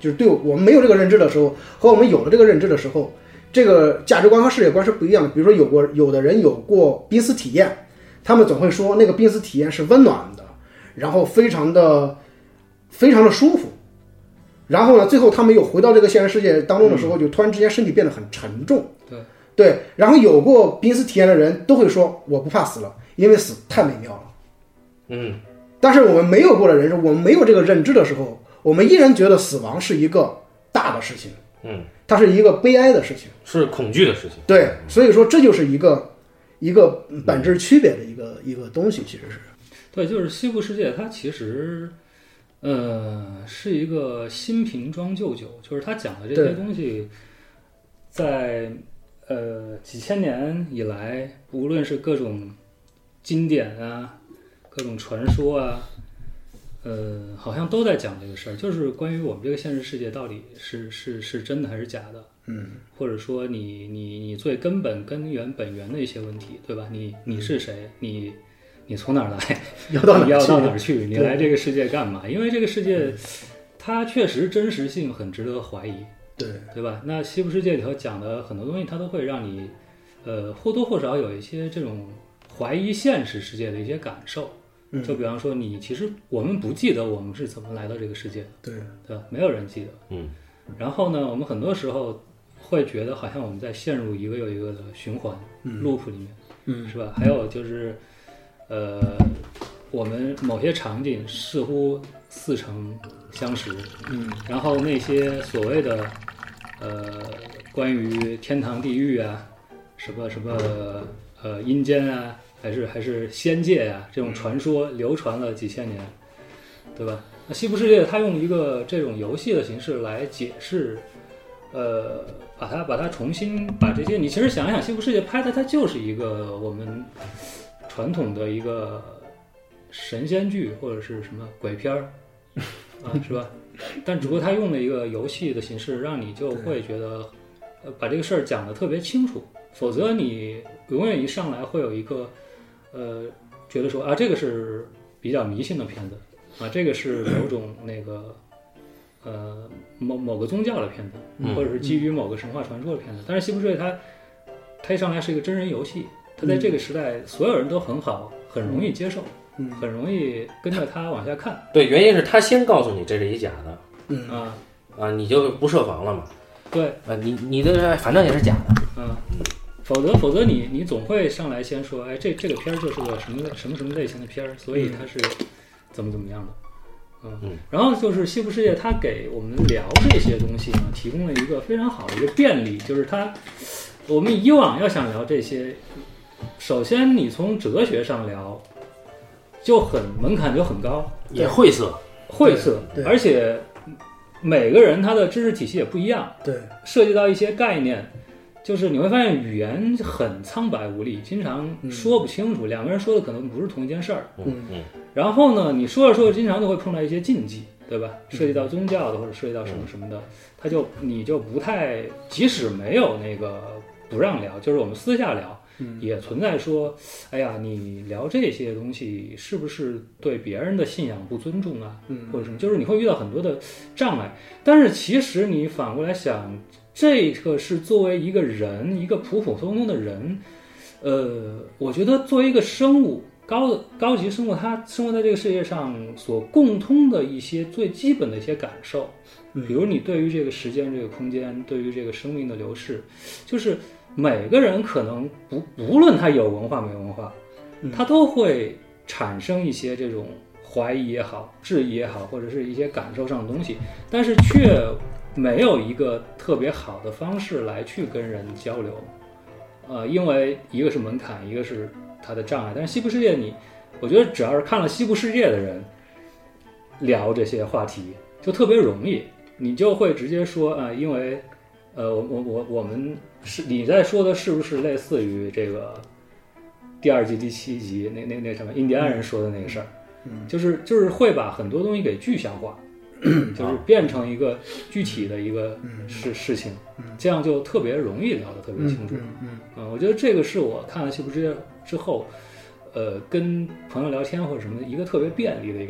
就是对我们没有这个认知的时候，和我们有了这个认知的时候，这个价值观和世界观是不一样的。比如说有过有的人有过濒死体验，他们总会说那个濒死体验是温暖的，然后非常的非常的舒服。然后呢，最后他们又回到这个现实世界当中的时候，就突然之间身体变得很沉重。 对对，然后有过濒死体验的人都会说我不怕死了，因为死太美妙了。 嗯， 但是我们没有过的人，我们没有这个认知的时候，我们依然觉得死亡是一个大的事情， 嗯， 它是一个悲哀的事情， 是恐惧的事情。 对，所以说这就是一个一个本质区别的一个一个东西，其实是。 对，就是西部世界，它其实呃是一个新瓶装旧酒，就是它讲的这些东西，在呃几千年以来，无论是各种经典啊，各种传说啊，呃，好像都在讲这个事儿，就是关于我们这个现实世界到底是是是真的还是假的， 嗯， 或者说你你你最根本根源本源的一些问题，对吧？你你是谁？你你从哪儿来？ 要到哪儿去？ 你要到哪儿去？你来这个世界干嘛？因为这个世界，它确实真实性很值得怀疑， 对对吧？那西部世界里头讲的很多东西，它都会让你，呃，或多或少有一些这种怀疑现实世界的一些感受。就比方说，你其实我们不记得我们是怎么来到这个世界的， 对对吧？没有人记得。 嗯。 然后呢，我们很多时候会觉得好像我们在陷入一个又一个的循环、 嗯、 loop 里面， 嗯， 是吧？还有就是，呃，我们某些场景似乎似曾相识， 嗯， 然后那些所谓的呃关于天堂、地狱啊，什么什么呃阴间啊。还是还是仙界呀、啊，这种传说流传了几千年，对吧？那西部世界它用一个这种游戏的形式来解释，呃，把它把它重新把这些，你其实想一想，西部世界拍的它就是一个我们传统的一个神仙剧或者是什么鬼片儿啊，是吧？但只不过它用了一个游戏的形式，让你就会觉得，呃，把这个事儿讲得特别清楚，否则你永远一上来会有一个。呃，觉得说啊，这个是比较迷信的片子啊，这个是某种那个呃某某个宗教的片子，或者是基于某个神话传说的片子。但是西部世界它它一上来是一个真人游戏，它在这个时代所有人都很好，很容易接受， 嗯， 很容易跟着它往下看。 对，原因是他先告诉你这是一假的， 嗯啊啊，你就不设防了嘛。 对， 啊，你你的反正也是假的， 嗯。否则，否则你你总会上来先说，哎，这这个片儿就是个什么什么什么类型的片儿，所以它是怎么怎么样的，嗯， 嗯然后就是西部世界，它给我们聊这些东西呢，提供了一个非常好的一个便利，就是它，我们以往要想聊这些，首先你从哲学上聊，就很门槛就很高， 也晦涩， 晦涩，而且每个人他的知识体系也不一样， 对， 涉及到一些概念。就是你会发现语言很苍白无力，经常说不清楚，嗯、两个人说的可能不是同一件事儿。 嗯嗯。 然后呢，你说着说着，经常就会碰到一些禁忌，对吧？涉及到宗教的或者涉及到什么什么的，他就你就不太，即使没有那个不让聊，就是我们私下聊， 嗯、 也存在说，哎呀，你聊这些东西是不是对别人的信仰不尊重啊？ 嗯， 或者什么，就是你会遇到很多的障碍。但是其实你反过来想。这个是作为一个人，一个普普通通的人，呃，我觉得作为一个生物，高高级生物，它生活在这个世界上所共通的一些最基本的一些感受，比如你对于这个时间、这个空间，对于这个生命的流逝，就是每个人可能不无论他有文化没文化，他都会产生一些这种怀疑也好、质疑也好，或者是一些感受上的东西，但是却没有一个特别好的方式来去跟人交流，呃，因为一个是门槛，一个是它的障碍。但是西部世界你，我觉得只要是看了西部世界的人聊这些话题，就特别容易，你就会直接说啊、呃，因为呃，我我我我们是你在说的是不是类似于这个第二季第七集那那那什么印第安人说的那个事儿， 嗯， 就是就是会把很多东西给具象化。就是变成一个具体的一个事事情，这样就特别容易聊得特别清楚。 嗯嗯，我觉得这个是我看了西部世界之后，呃，跟朋友聊天或者什么的一个特别便利的一个点。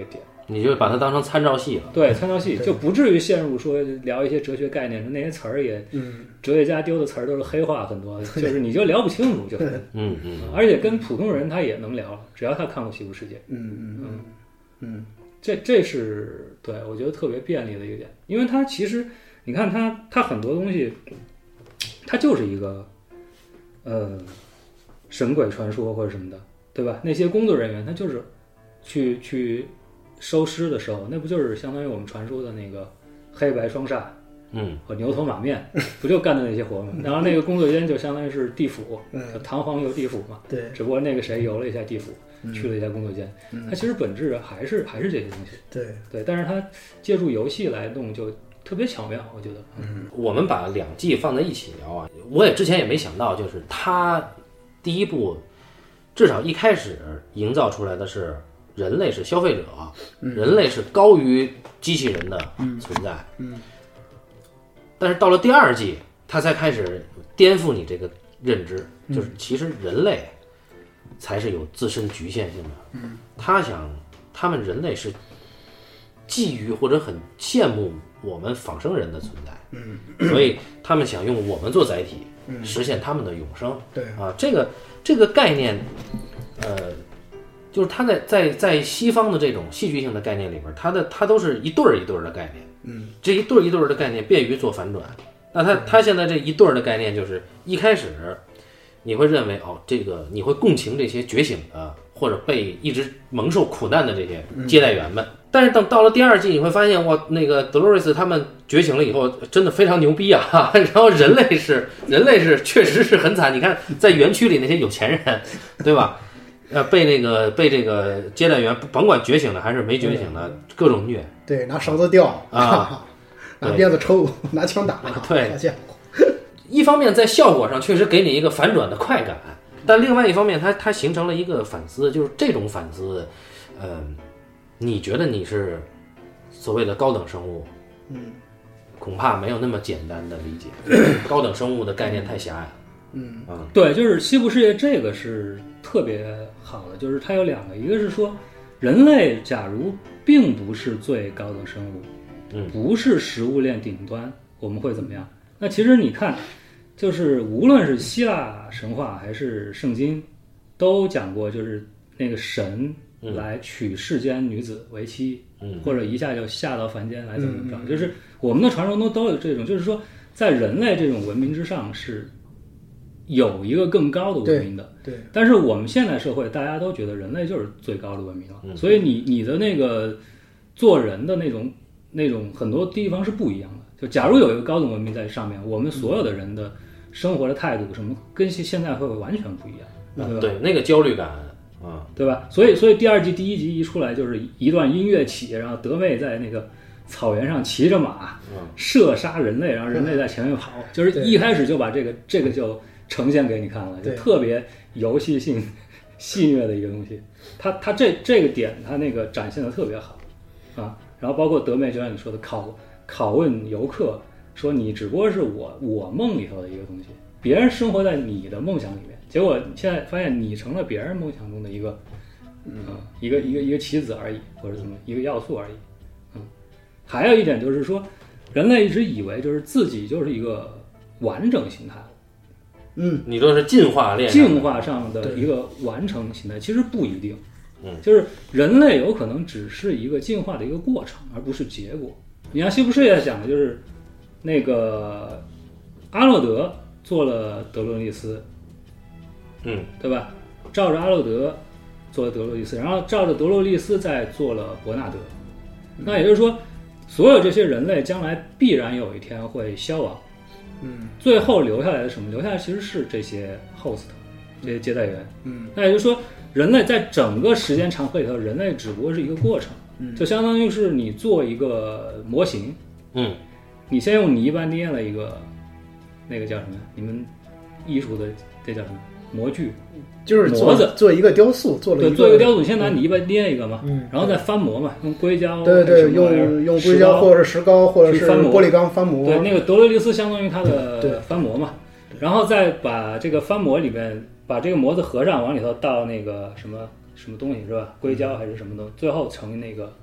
你就把它当成参照系了。 对，参照系就不至于陷入说聊一些哲学概念，那些词儿也， 嗯， 哲学家丢的词儿都是黑话很多，就是你就聊不清楚就， 嗯嗯， 而且跟普通人他也能聊，只要他看过《西部世界》， 嗯嗯嗯嗯， 这这是对我觉得特别便利的一个点，因为它其实你看它它很多东西，它就是一个呃神鬼传说或者什么的，对吧？那些工作人员他就是去去收尸的时候，那不就是相当于我们传说的那个黑白双煞， 嗯， 和牛头马面，不就干的那些活吗？然后那个工作间就相当于是地府， 嗯， 弹簧游地府嘛， 对， 只不过那个谁游了一下地府，去了一下工作间，它其实本质还是还是这些东西， 对对，但是它借助游戏来弄就特别巧妙，我觉得， 嗯， 我们把两季放在一起聊啊，我也之前也没想到，就是它第一部至少一开始营造出来的是人类是消费者，人类是高于机器人的存在， 嗯，嗯， 但是到了第二季，它才开始颠覆你这个认知，就是其实人类才是有自身局限性的。嗯，他想，他们人类是觊觎或者很羡慕我们仿生人的存在。嗯，所以他们想用我们做载体，实现他们的永生。 对啊，这个这个概念，呃，就是它在在在西方的这种戏剧性的概念里边，它的它都是一对儿一对儿的概念。嗯，这一对儿一对儿的概念便于做反转。那它它现在这一对儿的概念就是一开始你会认为哦，这个你会共情这些觉醒的或者被一直蒙受苦难的这些接待员们。嗯，但是等到了第二季，你会发现哇，那个德洛瑞斯他们觉醒了以后，真的非常牛逼啊！然后人类是人类是确实是很惨，你看在园区里那些有钱人，对吧？呃，被那个被这个接待员甭管觉醒的还是没觉醒的，嗯、各种虐。 对，拿绳子吊啊， 拿鞭子抽，拿枪打。 对，一方面在效果上确实给你一个反转的快感，但另外一方面它它形成了一个反思，就是这种反思，嗯、呃，你觉得你是所谓的高等生物， 嗯， 恐怕没有那么简单的理解，高等生物的概念太狭隘了。 嗯嗯， 对，就是西部世界这个是特别好的，就是它有两个，一个是说人类假如并不是最高等生物， 嗯， 不是食物链顶端，我们会怎么样？那其实你看，就是无论是希腊神话还是圣经，都讲过，就是那个神来娶世间女子为妻， 嗯， 或者一下就下到凡间来怎么怎么着，就是我们的传说中都有这种，就是说在人类这种文明之上是有一个更高的文明的， 对。对， 但是我们现代社会大家都觉得人类就是最高的文明了， 嗯、 所以你你的那个做人的那种那种很多地方是不一样的。就假如有一个高等文明在上面，我们所有的人的生活的态度什么跟现在会完全不一样，对吧？ 对，那个焦虑感，嗯， 对吧？所以所以第二季第一集一出来就是一段音乐起，然后德妹在那个草原上骑着马射杀人类，然后人类在前面跑，就是一开始就把这个这个就呈现给你看了，就特别游戏性戏谑的一个东西。他他这这个点他那个展现的特别好啊，然后包括德妹就像你说的考拷问游客说你只不过是我我梦里头的一个东西，别人生活在你的梦想里面，结果现在发现你成了别人梦想中的一个嗯一个一个一个棋子而已，或者怎么一个要素而已。嗯，还有一点就是说人类一直以为就是自己就是一个完整形态， 嗯， 你说是进化链进化上的一个完成形态，其实不一定。 嗯， 就是人类有可能只是一个进化的一个过程，而不是结果。你像西部世界讲的就是那个阿洛德做了德洛丽丝， 嗯， 对吧？照着阿洛德做了德洛丽丝，然后照着德洛丽丝再做了伯纳德。那也就是说，所有这些人类将来必然有一天会消亡。 嗯， 最后留下来的什么？留下来其实是这些 host， 这些接待员。 嗯， 那也就是说，人类在整个时间长河里头，人类只不过是一个过程。嗯，就相当于是你做一个模型。 嗯， 你先用泥巴捏了一个，那个叫什么？你们艺术的这叫什么？模具。 就是模子做一个雕塑，做了一个对，做一个雕塑，你先拿泥巴捏一个嘛， 嗯， 然后再翻模嘛，用硅胶， 对对，用用硅胶或者石膏或者是玻璃钢翻模。 对，那个德洛丽丝相当于它的翻模嘛，然后再把这个翻模里边把这个模子合上，往里头倒那个什么什么东西是吧？硅胶还是什么东西，最后成那个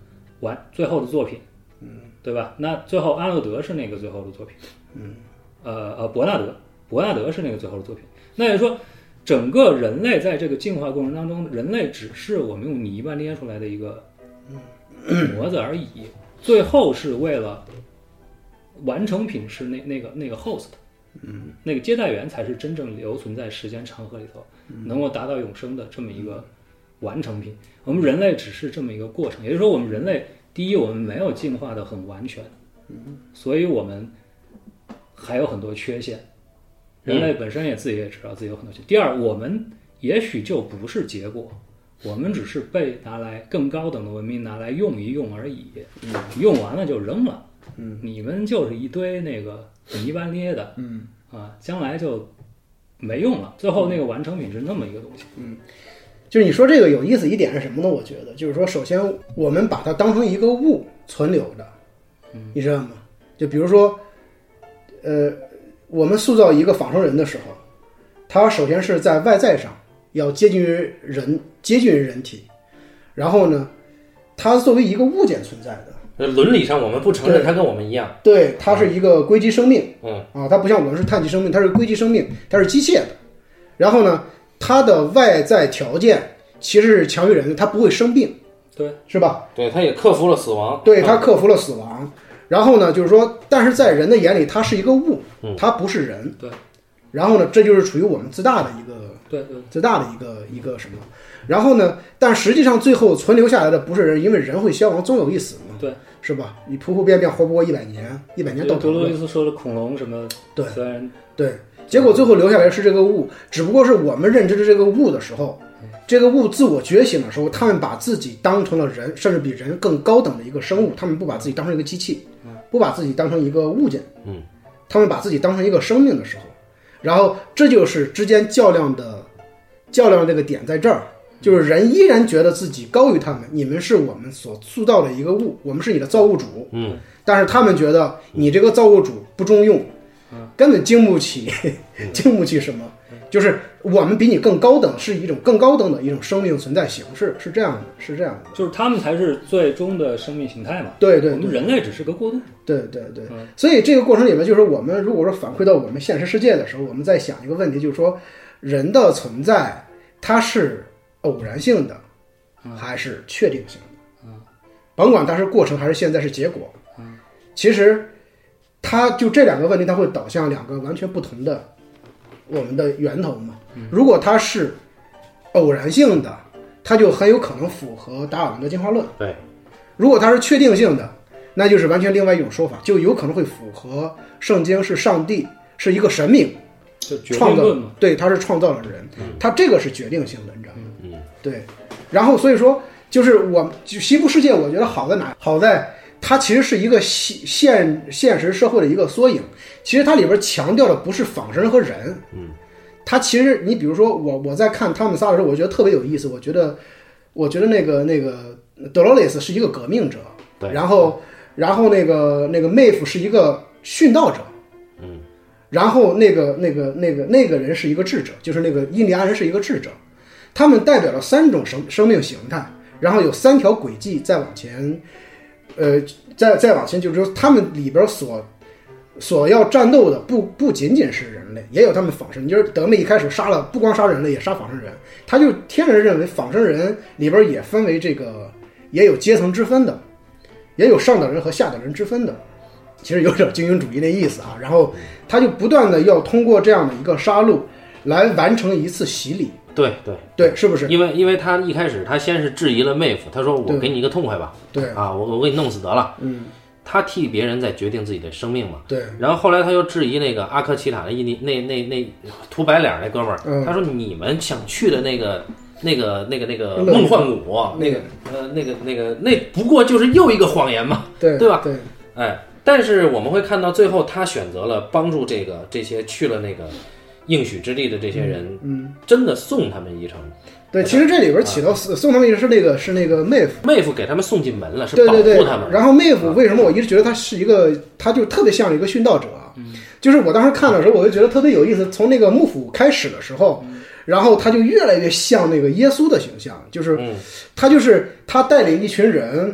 完最后的作品，嗯，对吧？那最后阿诺德是那个最后的作品，嗯，呃呃，伯纳德，伯纳德是那个最后的作品。那也就是说，整个人类在这个进化过程当中，人类只是我们用泥巴捏出来的一个模子而已，最后是为了完成品是那那个那个 host。嗯，那个接待员才是真正留存在时间长河里头，能够达到永生的这么一个完成品。我们人类只是这么一个过程，也就是说，我们人类第一，我们没有进化的很完全，所以我们还有很多缺陷。人类本身也自己也知道自己有很多缺陷。第二，我们也许就不是结果，我们只是被拿来更高等的文明拿来用一用而已，用完了就扔了。嗯，你们就是一堆那个泥巴捏的，嗯啊，将来就没用了。最后那个完成品是那么一个东西。 嗯，就是你说这个有意思一点是什么呢？我觉得就是说，首先我们把它当成一个物存留的，嗯，你知道吗？就比如说，呃，我们塑造一个仿生人的时候，它首先是在外在上要接近于人，接近于人体，然后呢，它作为一个物件存在的。 伦理上我们不承认它跟我们一样， 对，它是一个硅基生命， 嗯啊，它不像我们是碳基生命，它是硅基生命，它是机械的。然后呢，它的外在条件其实是强于人的，它不会生病， 对， 是吧？ 对，它也克服了死亡， 对，它克服了死亡。然后呢，就是说，但是在人的眼里，它是一个物，它不是人， 对。 然后呢，这就是处于我们自大的一个， 对对， 自大的一个一个什么？然后呢，但实际上最后存留下来的不是人，因为人会消亡，终有一死嘛。 对， 是吧？你普普遍遍活不过一百年，一百年到头了。 德罗伊斯说的恐龙什么？ 对， 虽然对，结果最后留下来是这个物，只不过是我们认知的这个物的时候，这个物自我觉醒的时候，他们把自己当成了人，甚至比人更高等的一个生物，他们不把自己当成一个机器，不把自己当成一个物件， 嗯， 他们把自己当成一个生命的时候，然后这就是之间较量的较量这个点在这儿。就是人依然觉得自己高于他们，你们是我们所塑造的一个物，我们是你的造物主。 嗯， 但是他们觉得你这个造物主不中用，根本经不起，经不起什么。就是我们比你更高等，是一种更高等的一种生命存在形式，是这样的，是这样的。 就是他们才是最终的生命形态嘛。 对对对， 我们人类只是个过渡。 对对对，嗯、所以这个过程里面，就是我们如果说反馈到我们现实世界的时候，我们在想一个问题，就是说人的存在，它是偶然性的还是确定性的？嗯，甭管它是过程还是现在是结果，嗯，其实它就这两个问题，它会导向两个完全不同的我们的源头嘛。如果它是偶然性的，它就很有可能符合达尔文的进化论。 对， 如果它是确定性的，那就是完全另外一种说法，就有可能会符合圣经是上帝是一个神明创造，对，他是创造了人，他这个是决定性的，你知道吗？嗯，对。然后所以说，就是我就西部世界，我觉得好在哪？好在它其实是一个现现实社会的一个缩影。其实它里边强调的不是仿生人和人，嗯，它其实你比如说我我在看他们仨的时候，我觉得特别有意思。我觉得我觉得那个那个 Dolores 是一个革命者， 对， 然后然后那个那个 Maeve 是一个殉道者。然后那个那个那个那个人是一个智者，就是那个印第安人是一个智者，他们代表了三种生生命形态，然后有三条轨迹再往前，呃，再再往前，就是说他们里边所所要战斗的不不仅仅是人类，也有他们仿生。就是德妹一开始杀了不光杀人类，也杀仿生人，他就天然认为仿生人里边也分为这个也有阶层之分的，也有上等人和下等人之分的。其实有点精英主义的意思啊，然后他就不断的要通过这样的一个杀戮来完成一次洗礼。 对对对，是不是？ 因为因为他一开始他先是质疑了妹夫，他说我给你一个痛快吧， 对啊，我我给你弄死得了。 嗯， 他替别人在决定自己的生命嘛。 对。 然后后来他又质疑那个阿科奇塔的印第那那那涂白脸那哥们儿， 嗯、 他说你们想去的那个那个那个那个梦幻谷，那个呃那个那个那不过就是又一个谎言嘛， 对对吧？ 对， 哎。但是我们会看到最后，他选择了帮助这个这些去了那个应许之地的这些人， 嗯， 真的送他们一程。 对，其实这里边起到送他们一程是那个是那个妹夫， 妹夫给他们送进门了，是保护他们。 然后妹夫为什么我一直觉得他是一个，他就特别像一个殉道者啊。嗯，就是我当时看的时候，我就觉得特别有意思。从那个幕府开始的时候，然后他就越来越像那个耶稣的形象，就是他就是他带领一群人。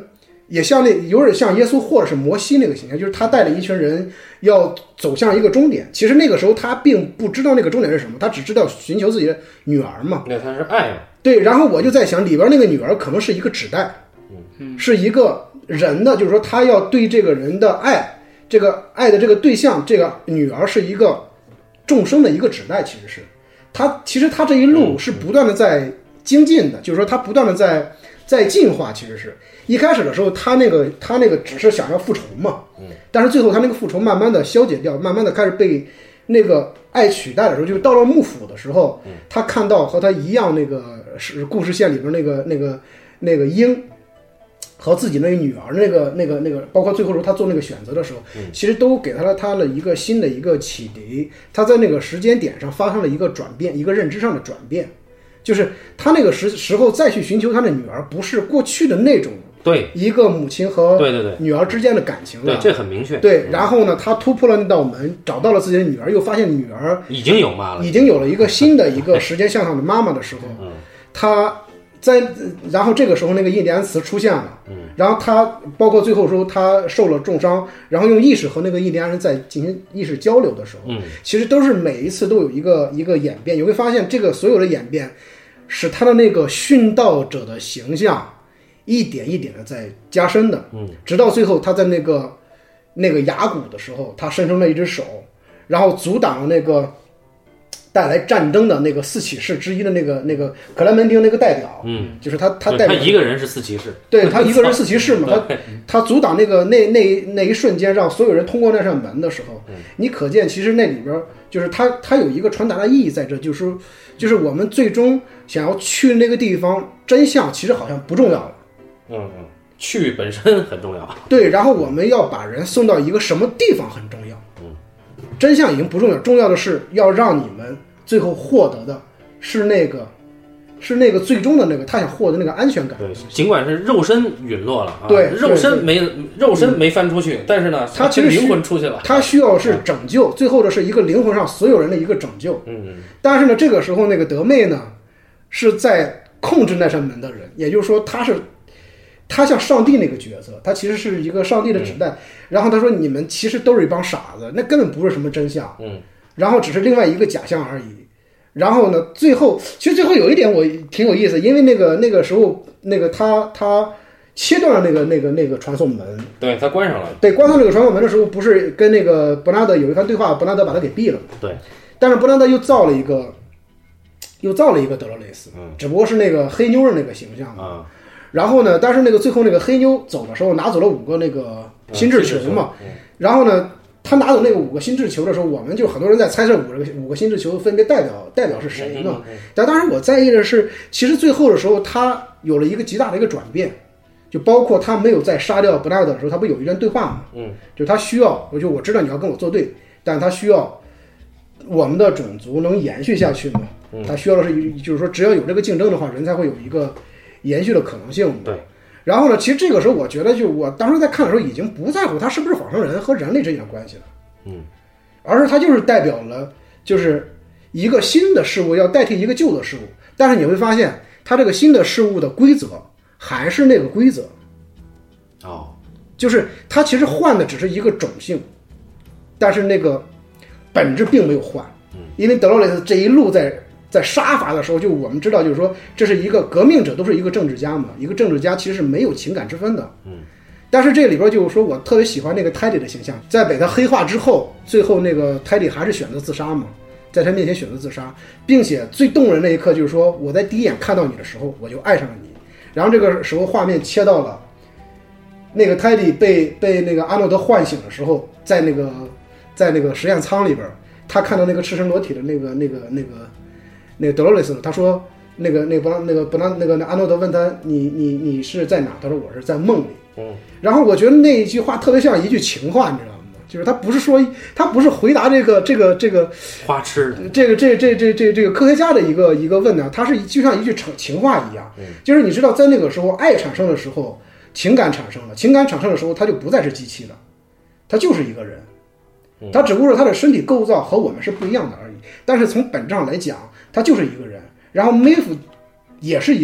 也像那有点像耶稣或者是摩西那个形象，就是他带着一群人要走向一个终点。其实那个时候他并不知道那个终点是什么，他只知道寻求自己的女儿嘛。 那他是爱嘛？ 对，然后我就在想，里边那个女儿可能是一个指代， 嗯， 是一个人的，就是说他要对这个人的爱，这个爱的这个对象，这个女儿是一个众生的一个指代，其实是他，其实他这一路是不断的在精进的，就是说他不断的在在进化。其实是一开始的时候，他那个他那个只是想要复仇嘛，但是最后他那个复仇慢慢的消解掉，慢慢的开始被那个爱取代的时候，就是到了幕府的时候，他看到和他一样那个是故事线里边那个那个那个鹰和自己那个女儿那个那个那个，包括最后时候他做那个选择的时候，其实都给他了他了一个新的一个启迪。他在那个时间点上发生了一个转变，一个认知上的转变，就是他那个时时候再去寻求他的女儿，不是过去的那种对一个母亲和对对对女儿之间的感情了。 对，这很明确。 对，然后呢，他突破了那道门，找到了自己的女儿，又发现女儿已经有妈了， 已经有了一个新的一个时间向上的妈妈的时候， 嗯， 他在然后这个时候那个印第安词出现了， 嗯， 然后他包括最后说他受了重伤，然后用意识和那个印第安人在进行意识交流的时候， 嗯， 其实都是每一次都有一个一个演变。你会发现这个所有的演变，使他的那个殉道者的形象一点一点的在加深的， 嗯， 直到最后他在那个那个崖谷的时候，他伸出了一只手，然后阻挡了那个带来战争的那个四骑士之一的那个那个克莱门汀那个代表， 嗯， 就是他他代表他一个人是四骑士， 对他一个人四骑士嘛，他他阻挡那个那那那一瞬间让所有人通过那扇门的时候，你可见其实那里边就是他他有一个传达的意义在这，就是说就是我们最终想要去那个地方，真相其实好像不重要了。 嗯嗯，去本身很重要。 对，然后我们要把人送到一个什么地方很重要。 嗯， 真相已经不重要，重要的是要让你们最后获得的是那个，是那个最终的那个他想获得那个安全感。 对，尽管是肉身陨落了啊， 对， 肉身没肉身没翻出去，嗯、但是呢， 他其实灵魂出去了。 他需要是拯救，最后的是一个灵魂上所有人的一个拯救。 嗯嗯。 但是呢，这个时候那个德妹呢，是在控制那扇门的人，也就是说，他是。他像上帝那个角色，他其实是一个上帝的指代。嗯、然后他说：“你们其实都是一帮傻子，那根本不是什么真相。” 嗯， 然后只是另外一个假象而已。然后呢，最后其实最后有一点我挺有意思，因为那个那个时候那个他他切断了那个那个那个传送门， 对他关上了。 对，关上那个传送门的时候，不是跟那个伯纳德有一番对话，伯纳德把他给毙了。 对， 但是伯纳德又造了一个，又造了一个德罗雷斯， 嗯， 只不过是那个黑妞的那个形象啊。 然后呢，但是那个最后那个黑妞走的时候拿走了五个那个心智球嘛， 嗯嗯、 然后呢，他拿走那个五个心智球的时候，我们就很多人在猜测五个五个心智球分别代表代表是谁呢？ 嗯嗯嗯、 但当时我在意的是，其实最后的时候他有了一个极大的一个转变，就包括他没有在杀掉伯纳德的时候，他不有一段对话吗？ 嗯， 就是他需要，我就我知道你要跟我作对，但他需要我们的种族能延续下去嘛， 嗯、 他需要的是就是说只要有这个竞争的话，人才会有一个延续的可能性。 对。 然后呢，其实这个时候我觉得，就我当时在看的时候，已经不在乎他是不是仿生人和人类之间的关系了， 嗯， 而是他就是代表了，就是一个新的事物要代替一个旧的事物，但是你会发现，它这个新的事物的规则还是那个规则， 哦， 就是它其实换的只是一个种姓，但是那个本质并没有换， 嗯， 因为德罗雷斯这一路在。在杀伐的时候，就我们知道，就是说，这是一个革命者，都是一个政治家嘛。一个政治家其实是没有情感之分的。 嗯。 但是这里边就是说我特别喜欢那个泰迪的形象，在被他黑化之后，最后那个泰迪还是选择自杀嘛，在他面前选择自杀，并且最动人那一刻就是说，我在第一眼看到你的时候，我就爱上了你。然后这个时候画面切到了那个泰迪被被那个阿诺德唤醒的时候，在那个在那个实验舱里边，他看到那个赤身裸体的那个那个那个。那个德罗雷斯，他说那个那个不那个不那那个阿诺德问他你你你是在哪？他说我是在梦里。 嗯， 然后我觉得那一句话特别像一句情话，你知道吗？就是他不是说他不是回答这个这个这个花痴这个这这这这这个科学家的一个一个问呢，他是就像一句情情话一样。 嗯， 就是你知道在那个时候爱产生的时候，情感产生了，情感产生的时候，他就不再是机器了，他就是一个人。他只不过是他的身体构造和我们是不一样的而已，但是从本质上来讲，他就是一个人。然后梅夫也是一个人，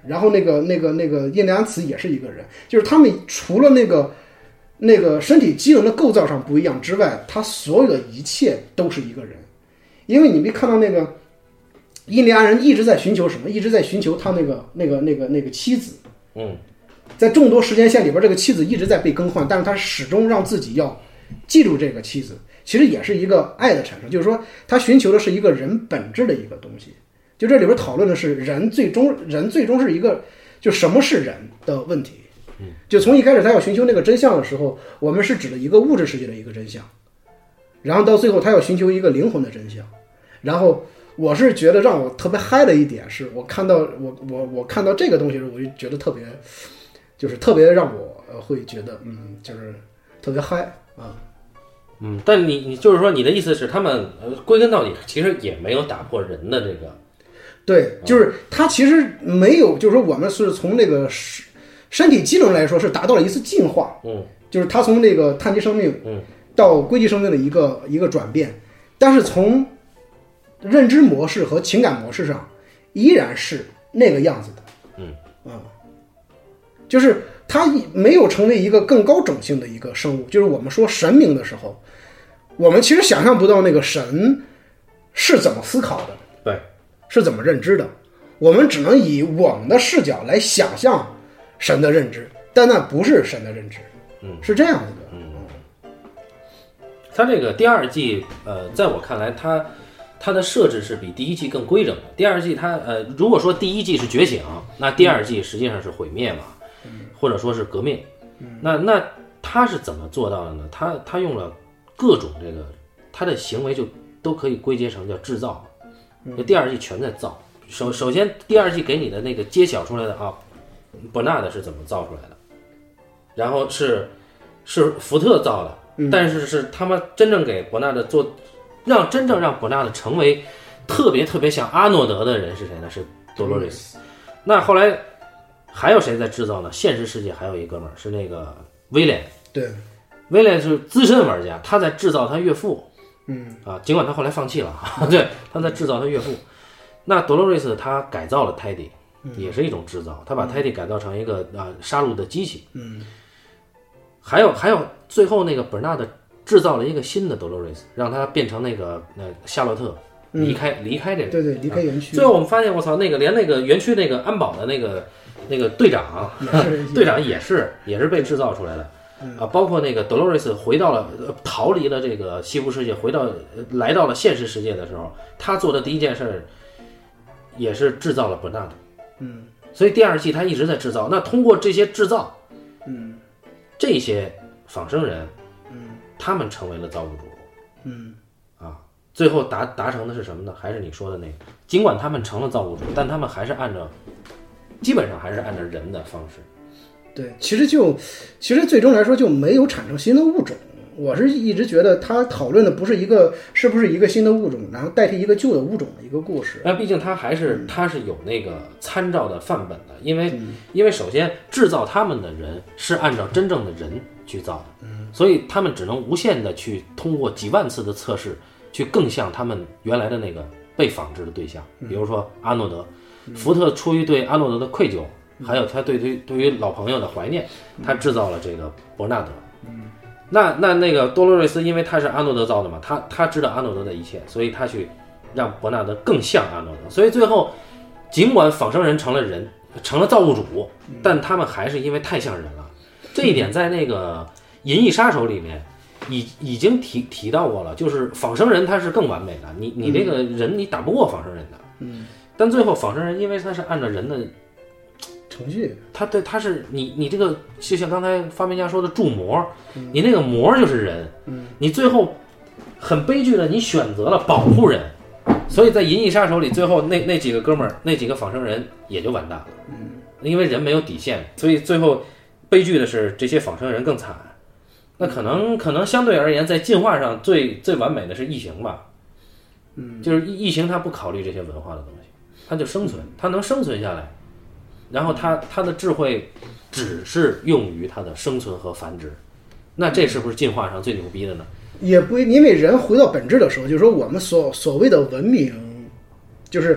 然后那个那个那个印第安词也是一个人，就是他们除了那个那个身体机能的构造上不一样之外，他所有的一切都是一个人。因为你没看到那个印第安人一直在寻求什么，一直在寻求他那个那个那个那个妻子， 嗯， 在众多时间线里边，这个妻子一直在被更换，但是他始终让自己要记住这个妻子，其实也是一个爱的产生，就是说他寻求的是一个人本质的一个东西。就这里边讨论的是人最终人最终是一个就什么是人的问题。就从一开始他要寻求那个真相的时候，我们是指的一个物质世界的一个真相，然后到最后他要寻求一个灵魂的真相。然后我是觉得让我特别嗨的一点是，我看到我我我看到这个东西的时候，我就觉得特别，就是特别让我呃会觉得嗯，就是特别嗨啊。 嗯，但你你就是说你的意思是，他们呃归根到底其实也没有打破人的这个。 对，就是他其实没有，就是说我们是从那个身体机能来说是达到了一次进化， 嗯， 就是他从那个碳基生命， 嗯，到硅基生命的一个一个转变，但是从认知模式和情感模式上依然是那个样子的， 嗯啊，就是他没有成为一个更高种性的一个生物。就是我们说神明的时候，我们其实想象不到那个神是怎么思考的， 对，是怎么认知的，我们只能以我们的视角来想象神的认知，但那不是神的认知， 嗯， 是这样子的。 嗯，他这个第二季，呃，在我看来，他它的设置是比第一季更规整的。第二季它呃，如果说第一季是觉醒，那第二季实际上是毁灭嘛，或者说是革命。那那他是怎么做到的呢？他他用了各种这个，他的行为就都可以归结成叫制造。就第二季全在造。首首先，第二季给你的那个揭晓出来的啊，伯纳德是怎么造出来的，然后是是福特造的。但是是他们真正给伯纳德做，让真正让伯纳德成为特别特别像阿诺德的人是谁呢？是多洛瑞斯。那后来还有谁在制造呢？现实世界还有一哥们儿是那个威廉。 对， 威廉是资深玩家，他在制造他岳父。 嗯啊，尽管他后来放弃了，对，他在制造他岳父。那多洛瑞斯他改造了泰迪，也是一种制造，他把泰迪改造成一个啊杀戮的机器。 嗯。 还有还有，最后那个伯纳德制造了一个新的多洛瑞斯，让他变成那个呃夏洛特离开、嗯、离开这个， 对对，离开园区。 啊、最后我们发现，我操，那个连那个园区那个安保的那个那个队长，队长也是也是被制造出来的、 嗯、 啊，包括那个多洛瑞斯回到了逃离了这个西部世界，回到来到了现实世界的时候，他做的第一件事也是制造了伯纳德。 嗯， 所以第二季他一直在制造。那通过这些制造， 嗯。 这些仿生人， 嗯， 他们成为了造物主， 嗯， 啊，最后达达成的是什么呢？还是你说的那个，尽管他们成了造物主，但他们还是按照，基本上还是按照人的方式。 对，其实就，其实最终来说就没有产生新的物种。我是一直觉得他讨论的不是一个是不是一个新的物种，然后代替一个旧的物种的一个故事。 那毕竟他还是他是有那个参照的范本的，因为、嗯、因为首先制造他们的人是按照真正的人去造的，嗯，所以他们只能无限的去通过几万次的测试，去更像他们原来的那个被仿制的对象。比如说阿诺德，嗯、福特出于对阿诺德的愧疚，嗯、还有他对对对于老朋友的怀念，他制造了这个伯纳德。 嗯。 那那那个多洛瑞斯，因为他是阿诺德造的嘛，他他知道阿诺德的一切，所以他去让伯纳德更像阿诺德。所以最后，尽管仿生人成了人，成了造物主，但他们还是因为太像人了。这一点在那个《银翼杀手》里面已已经提提到过了，就是仿生人他是更完美的，你你这个人你打不过仿生人的。 嗯。 但最后仿生人因为他是按照人的程序， 他对他是你你这个就像刚才发明家说的铸模，嗯、你那个模就是人， 嗯， 你最后很悲剧的你选择了保护人，所以在《银翼杀手》里最后那那几个哥们儿那几个仿生人也就完蛋了， 嗯， 因为人没有底线，所以最后悲剧的是这些仿生人更惨。那可能可能相对而言，在进化上最最完美的是异形吧， 嗯， 就是异形它不考虑这些文化的东西，它就生存，它能生存下来。然后他他的智慧只是用于他的生存和繁殖，那这是不是进化上最牛逼的呢？ 也不，因为人回到本质的时候，就是说我们所所谓的文明，就是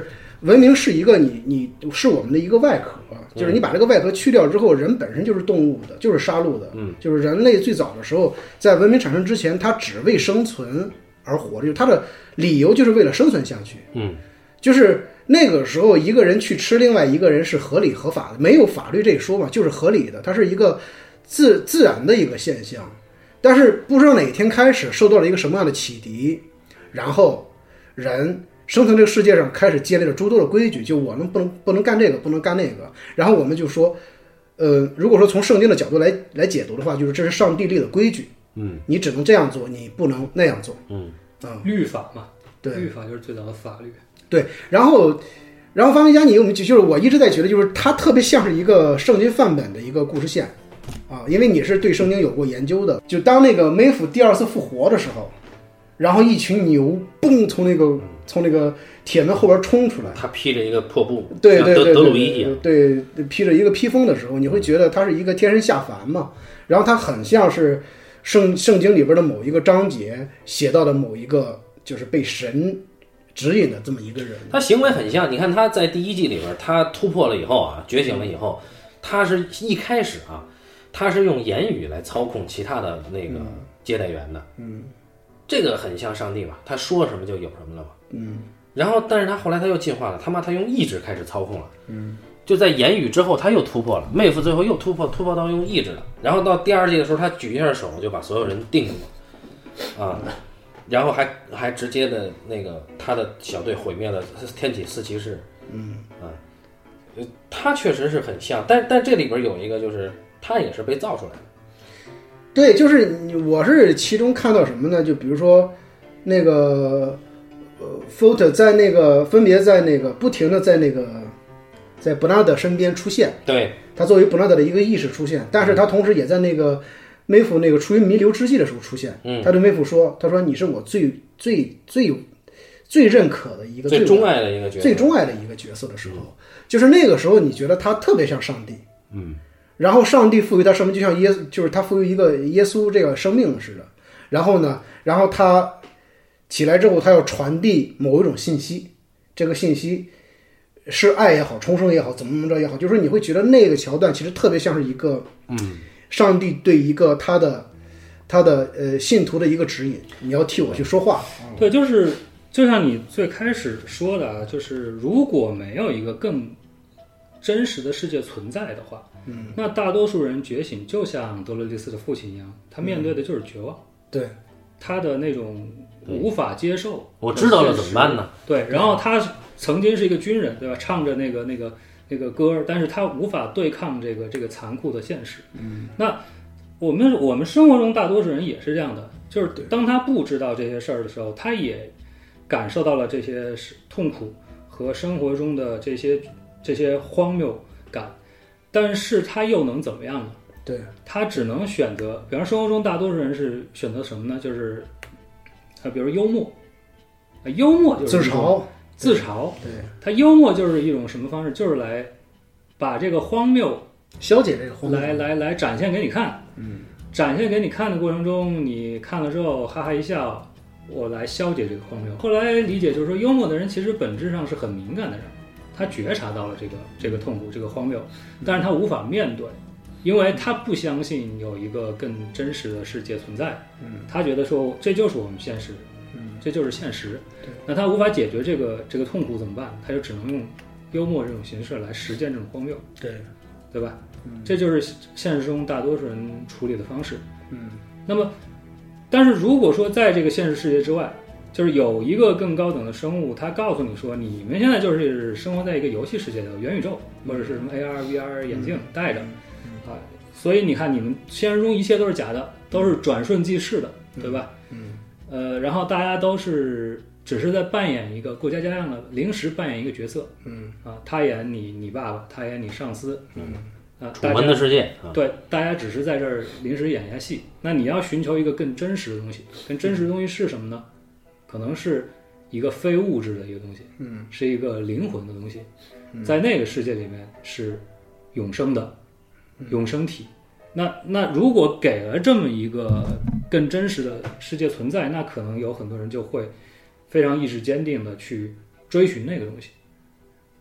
文明是一个你你是我们的一个外壳，就是你把这个外壳去掉之后，人本身就是动物的，就是杀戮的， 嗯， 就是人类最早的时候，在文明产生之前，它只为生存而活着，它的理由就是为了生存下去， 嗯， 就是那个时候一个人去吃另外一个人是合理合法的，没有法律这一说嘛，就是合理的，它是一个自自然的一个现象。但是不知道哪一天开始受到了一个什么样的启迪，然后人生存这个世界上开始建立了诸多的规矩，就我们不能不能干这个，不能干那个。然后我们就说，呃，如果说从圣经的角度来来解读的话，就是这是上帝立的规矩， 嗯， 你只能这样做，你不能那样做， 嗯啊， 律法嘛， 对， 律法就是最早的法律。 对，然后然后发明家，你有没有就是我一直在觉得，就是它特别像是一个圣经范本的一个故事线啊，因为你是对圣经有过研究的。就当那个梅府第二次复活的时候，然后一群牛嘣从那个从那个铁门后边冲出来， 他披着一个破布， 对对对德德鲁伊一样， 对，对披着一个披风的时候，你会觉得他是一个天神下凡嘛，然后他很像是圣圣经里边的某一个章节写到的某一个就是被神指引的这么一个人。 他行为很像，你看他在第一季里边，他突破了以后啊，觉醒了以后，他是一开始啊，他是用言语来操控其他的那个接待员的，嗯，这个很像上帝吧？他说什么就有什么了嘛，嗯。然后，但是他后来他又进化了，他妈他用意志开始操控了，嗯，就在言语之后他又突破了，妹夫最后又突破突破到用意志了，然后到第二季的时候，他举一下手就把所有人定住了，啊。然后还还直接的那个他的小队毁灭了天启四骑士，嗯啊，他确实是很像，但但这里边有一个就是他也是被造出来的。 对，就是我是其中看到什么呢？就比如说那个呃 Foot 在那个分别在那个不停的在那个在布纳德身边出现， 对， 他作为布纳德的一个意识出现，但是他同时也在那个梅夫那个处于弥留之际的时候出现，嗯，他对梅夫说：“他说你是我最最最最认可的一个最钟爱的一个角色， 最钟爱的一个角色的时候，嗯、就是那个时候，你觉得他特别像上帝， 嗯， 然后上帝赋予他生命，就像耶，就是他赋予一个耶稣这个生命似的。然后呢，然后他起来之后，他要传递某一种信息，这个信息是爱也好，重生也好，怎么怎么着也好，就是说你会觉得那个桥段其实特别像是一个， 嗯。” 上帝对一个他的他的呃信徒的一个指引，你要替我去说话。 对，就是就像你最开始说的，就是如果没有一个更真实的世界存在的话，嗯，那大多数人觉醒就像德罗利斯的父亲一样，他面对的就是绝望， 嗯、对， 他的那种无法接受。 我知道了怎么办呢？ 对，然后他曾经是一个军人，对吧？唱着那个那个。那个歌，但是他无法对抗这个这个残酷的现实。嗯，那我们我们生活中大多数人也是这样的，就是当他不知道这些事儿的时候，他也感受到了这些痛苦和生活中的这些这些荒谬感，但是他又能怎么样呢？ 对， 他只能选择，比方生活中大多数人是选择什么呢？就是啊，比如幽默，啊，幽默就是自嘲。 自嘲， 对， 他幽默就是一种什么方式？就是来把这个荒谬消解这个荒谬， 来来来展现给你看。嗯，展现给你看的过程中，你看了之后哈哈一笑，我来消解这个荒谬。后来理解就是说，幽默的人其实本质上是很敏感的人，他觉察到了这个这个痛苦、这个荒谬，但是他无法面对，因为他不相信有一个更真实的世界存在。嗯，他觉得说这就是我们现实。这就是现实，那他无法解决这个这个痛苦怎么办？他就只能用幽默这种形式来实践这种荒谬， 对对吧？嗯，这就是现实中大多数人处理的方式。 嗯， 那么，但是如果说在这个现实世界之外，就是有一个更高等的生物，他告诉你说，你们现在就是生活在一个游戏世界的元宇宙，或者是什么 A R V R 眼镜戴着， 嗯、 啊，所以你看你们现实中一切都是假的，都是转瞬即逝的，对吧？ 嗯。 呃，然后大家都是只是在扮演一个过家家样的临时扮演一个角色， 嗯啊，他演你你爸爸，他演你上司， 嗯啊， 楚门的世界， 啊、对，大家只是在这儿临时演一下戏。那你要寻求一个更真实的东西，更真实的东西是什么呢？可能是一个非物质的一个东西， 嗯， 是一个灵魂的东西，在那个世界里面是永生的，永生体。那那如果给了这么一个更真实的世界存在，那可能有很多人就会非常意志坚定的去追寻那个东西，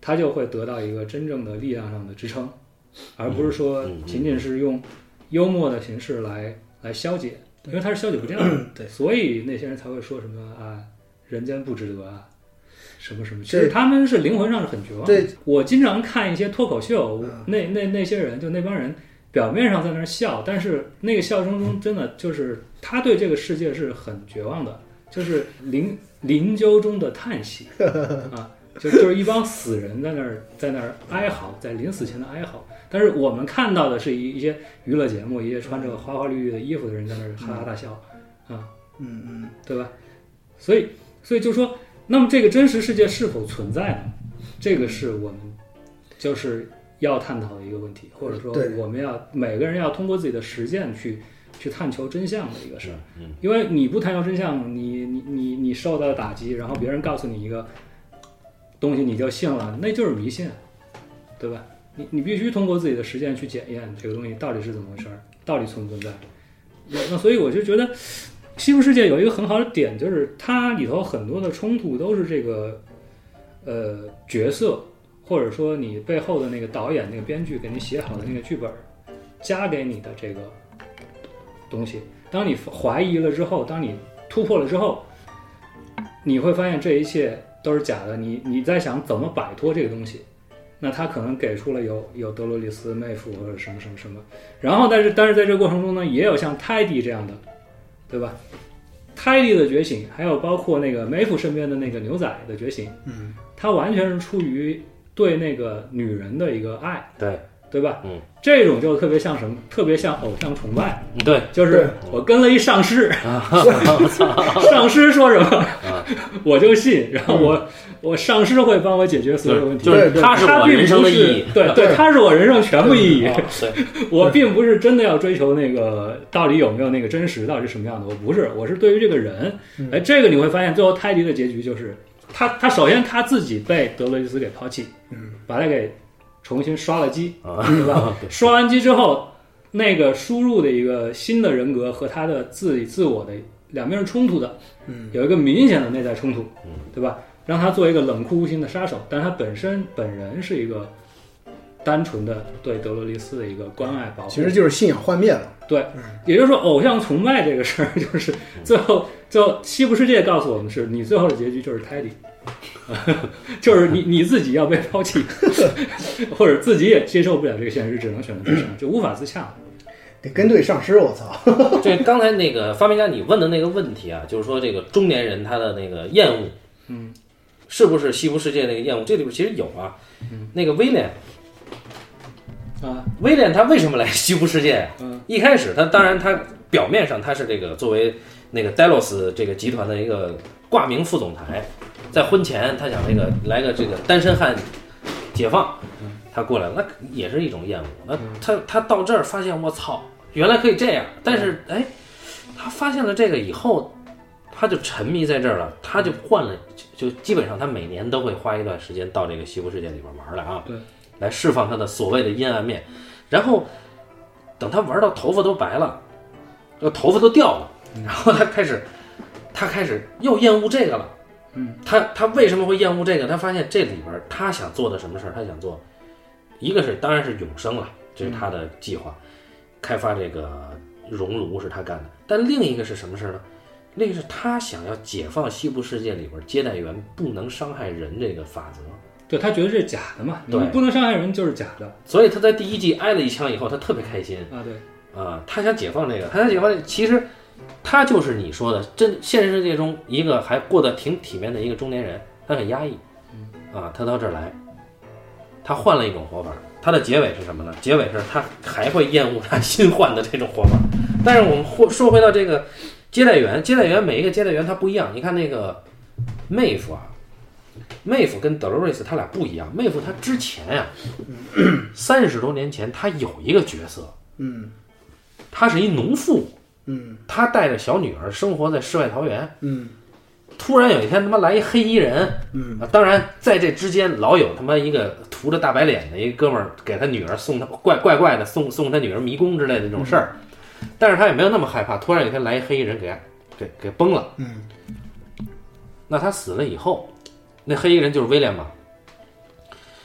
他就会得到一个真正的力量上的支撑，而不是说仅仅是用幽默的形式来来消解，因为它是消解不掉的。 对， 所以那些人才会说什么啊，人间不值得啊，什么什么。其实他们是灵魂上是很绝望的。 对， 我经常看一些脱口秀，那那那些人就那帮人。表面上在那儿笑，但是那个笑声中真的就是他对这个世界是很绝望的，就是灵灵柩中的叹息啊，就就是一帮死人在那儿在那儿哀嚎，在临死前的哀嚎。但是我们看到的是一一些娱乐节目，一些穿着花花绿绿的衣服的人在那儿哈哈大笑啊， 嗯嗯， 对吧？所以所以就说，那么这个真实世界是否存在呢？这个是我们就是要探讨的一个问题，或者说我们要每个人要通过自己的实践去去探求真相的一个事儿。 嗯， 因为你不探求真相，你你你你受到打击，然后别人告诉你一个东西你就信了，那就是迷信，对吧？你你必须通过自己的实践去检验这个东西到底是怎么回事，到底存不存在。那所以我就觉得西部世界有一个很好的点，就是它里头很多的冲突都是这个呃角色。或者说你背后的那个导演、那个编剧给你写好的那个剧本，加给你的这个东西，当你怀疑了之后，当你突破了之后，你会发现这一切都是假的。你你在想怎么摆脱这个东西，那他可能给出了有有德罗里斯、妹夫或者什么什么什么，然后但是但是在这个过程中呢，也有像泰迪这样的，对吧？泰迪的觉醒，还有包括那个妹夫身边的那个牛仔的觉醒， 嗯， 他完全是出于对那个女人的一个爱， 对对吧？ 嗯， 这种就特别像什么？特别像偶像崇拜。 对， 就是我跟了一上师，上师说什么、啊、我就信，然后我、嗯、我上师会帮我解决所有问题。 就是他是我人生的意义， 对对，他是我人生全部意义。 对， 我并不是真的要追求那个到底有没有那个真实，到底是什么样的，我不是，我是对于这个人。哎，这个你会发现，最后泰迪的结局就是。他他首先他自己被德罗伊斯给抛弃，嗯，把他给重新刷了机，对吧？刷完机之后，那个输入的一个新的人格和他的自己自我的两边是冲突的，嗯，有一个明显的内在冲突，嗯，对吧？让他做一个冷酷无情的杀手，但他本身本人是一个单纯的对德罗丽斯的一个关爱保护， 其实就是信仰幻灭了。 对，也就是说，偶像崇拜这个事儿，就是最后最后西部世界告诉我们是，你最后的结局就是泰迪，就是你你自己要被抛弃，或者自己也接受不了这个现实，只能选择自杀，就无法自洽。 得跟对上师，我操！ 这刚才那个发明家你问的那个问题啊，就是说这个中年人他的那个厌恶， 嗯， 是不是西部世界那个厌恶？这里边其实有啊， 嗯， 那个威廉。 啊， 威廉他为什么来西部世界？ 嗯， 一开始他当然他表面上他是这个作为那个 Delos 这个集团的一个挂名副总裁，在婚前他想那个来个这个单身汉解放，他过来了，那也是一种厌恶。那他他到这儿发现我操，原来可以这样，但是哎，他发现了这个以后，他就沉迷在这儿了，他就换了，就基本上他每年都会花一段时间到这个西部世界里边玩来啊。 对。 来释放他的所谓的阴暗面，然后等他玩到头发都白了，呃，头发都掉了，然后他开始，他开始又厌恶这个了。 嗯， 他他为什么会厌恶这个？他发现这里边他想做的什么事儿？他想做，一个是当然是永生了，这是他的计划，开发这个熔炉是他干的。但另一个是什么事儿呢？另一个是他想要解放西部世界里边接待员不能伤害人这个法则。 对，他觉得这是假的嘛，你不能伤害人就是假的， 所以他在第一季挨了一枪以后，他特别开心啊，对啊，他想解放这个，他想解放这个，其实他就是你说的，真现实世界中一个还过得挺体面的一个中年人，他很压抑，啊，他到这儿来，他换了一种活法，他的结尾是什么呢？结尾是他还会厌恶他新换的这种活法，但是我们说回到这个接待员，接待员每一个接待员他不一样，你看那个妹夫啊。妹夫跟德罗瑞斯他俩不一样，妹夫他之前呀、啊，三十多年前他有一个角色， 嗯， 他是一农妇， 嗯， 他带着小女儿生活在世外桃源， 嗯， 突然有一天他妈来一黑衣人， 嗯啊，当然在这之间老有他妈一个涂着大白脸的一个哥们儿给他女儿送他怪怪怪的送送他女儿迷宫之类的这种事儿，嗯、但是他也没有那么害怕，突然有一天来一黑衣人给给给崩了， 嗯， 那他死了以后。那黑衣人就是威廉嘛，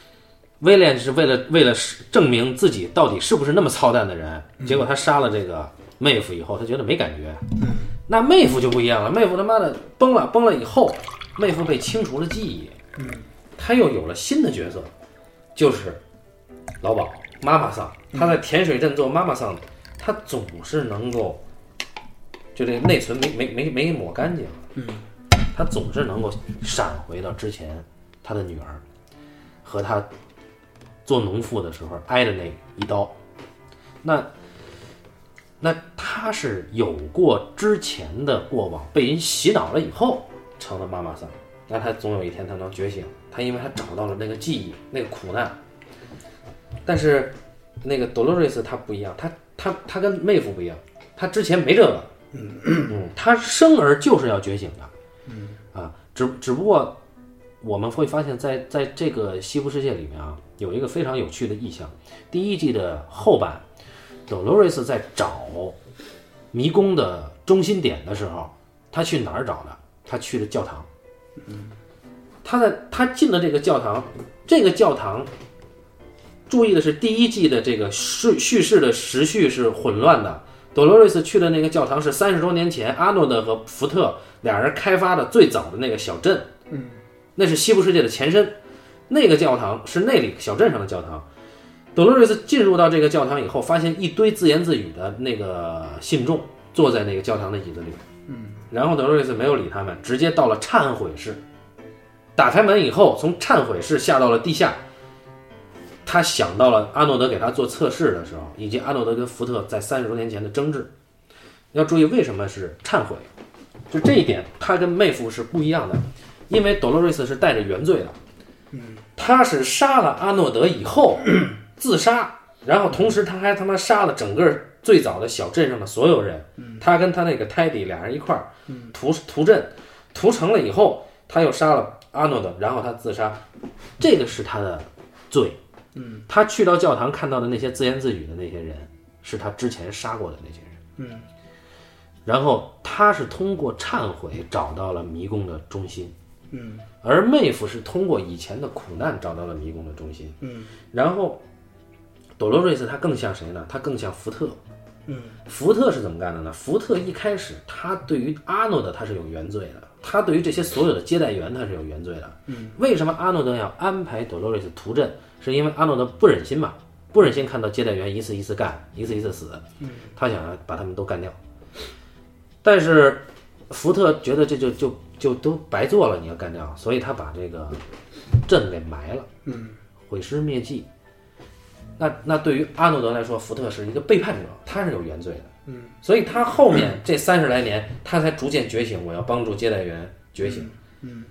威廉是为了为了证明自己到底是不是那么操蛋的人，结果他杀了这个妹夫以后，他觉得没感觉。那妹夫就不一样了，妹夫他妈的崩了，崩了以后，妹夫被清除了记忆，他又有了新的角色，就是老鸨妈妈桑。他在甜水镇做妈妈桑，他总是能够，就这个内存没没没没抹干净，他总是能够闪回到之前他的女儿和他做农妇的时候挨的那一刀。那那他是有过之前的过往，被人洗脑了以后成了妈妈桑。那他总有一天他能觉醒，他因为他找到了那个记忆，那个苦难。但是那个 Dolores 他不一样，他他他跟妹夫不一样，他之前没这个，嗯，他生而就是要觉醒的，嗯啊，只只不过我们会发现在，在在这个西部世界里面啊，有一个非常有趣的意象。第一季的后半 ，Dolores 在找迷宫的中心点的时候，他去哪儿找的？他去了教堂。他在他进了这个教堂，这个教堂，注意的是第一季的这个叙叙事的时序是混乱的。Dolores 去的那个教堂是三十多年前阿诺德和福特俩人开发的最早的那个小镇，嗯，那是西部世界的前身。那个教堂是那里小镇上的教堂。Dolores 进入到这个教堂以后，发现一堆自言自语的那个信众坐在那个教堂的椅子里，嗯，然后 Dolores 没有理他们，直接到了忏悔室。打开门以后，从忏悔室下到了地下。他想到了阿诺德给他做测试的时候，以及阿诺德跟福特在三十多年前的争执。要注意为什么是忏悔，就这一点，他跟妹夫是不一样的，因为 Dolores 是带着原罪的，他是杀了阿诺德以后自杀，然后同时他还他妈杀了整个最早的小镇上的所有人，他跟他那个泰迪俩人一块儿屠屠镇，屠城了以后，他又杀了阿诺德，然后他自杀，这个是他的罪。嗯，他去到教堂看到的那些自言自语的那些人，是他之前杀过的那些人。嗯，然后他是通过忏悔找到了迷宫的中心。嗯，而妹夫是通过以前的苦难找到了迷宫的中心。嗯，然后朵罗瑞斯他更像谁呢？他更像福特。嗯，福特是怎么干的呢？福特一开始他对于阿诺德他是有原罪的，他对于这些所有的接待员他是有原罪的。嗯，为什么阿诺德要安排朵罗瑞斯屠镇？是因为阿诺德不忍心嘛，不忍心看到接待员一次一次干，一次一次死，他想要把他们都干掉。但是福特觉得这就就就都白做了，你要干掉，所以他把这个镇给埋了，嗯，毁尸灭迹。那那对于阿诺德来说，福特是一个背叛者，他是有原罪的，嗯，所以他后面这三十来年，他才逐渐觉醒，我要帮助接待员觉醒，嗯。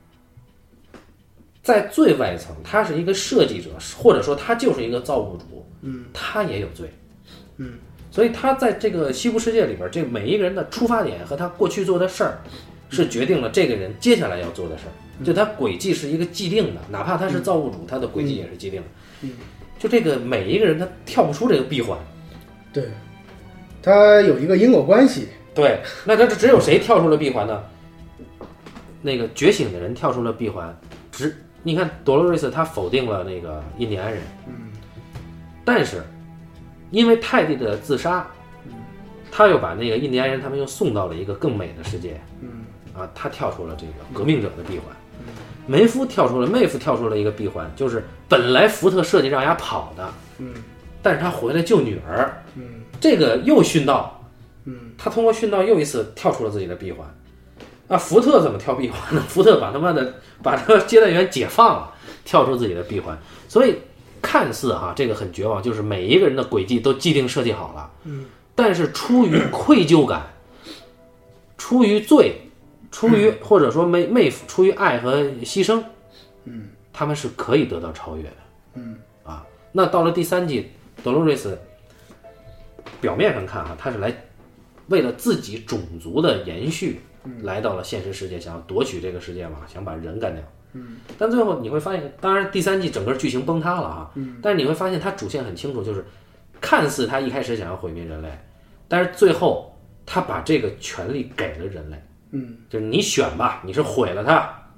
在最外层，他是一个设计者，或者说他就是一个造物主，嗯，他也有罪，嗯，所以他在这个西部世界里边，这每一个人的出发点和他过去做的事儿，是决定了这个人接下来要做的事儿，就他轨迹是一个既定的，哪怕他是造物主，他的轨迹也是既定的，嗯，就这个每一个人他跳不出这个闭环， 对，他有一个因果关系， 对，那他只有谁跳出了闭环呢？那个觉醒的人跳出了闭环，只。你看，朵罗瑞斯他否定了那个印第安人，嗯，但是因为泰迪的自杀，嗯，他又把那个印第安人他们又送到了一个更美的世界，嗯，啊，他跳出了这个革命者的闭环，嗯，梅夫跳出了，妹夫跳出了一个闭环，就是本来福特设计让丫跑的，嗯，但是他回来救女儿，嗯，这个又殉道，嗯，他通过殉道又一次跳出了自己的闭环。那福特怎么跳闭环呢？福特把他妈的把这个接待员解放了，跳出自己的闭环。所以看似哈这个很绝望，就是每一个人的轨迹都既定设计好了，嗯，但是出于愧疚感，出于罪，出于或者说妹妹夫出于爱和牺牲，嗯，他们是可以得到超越的，嗯啊。那到了第三季，德罗瑞斯表面上看哈，他是来为了自己种族的延续。来到了现实世界，想要夺取这个世界嘛，想把人干掉。嗯，但最后你会发现，当然第三季整个剧情崩塌了哈。嗯，但是你会发现它主线很清楚，就是看似他一开始想要毁灭人类，但是最后他把这个权利给了人类。嗯，就是你选吧，你是毁了他，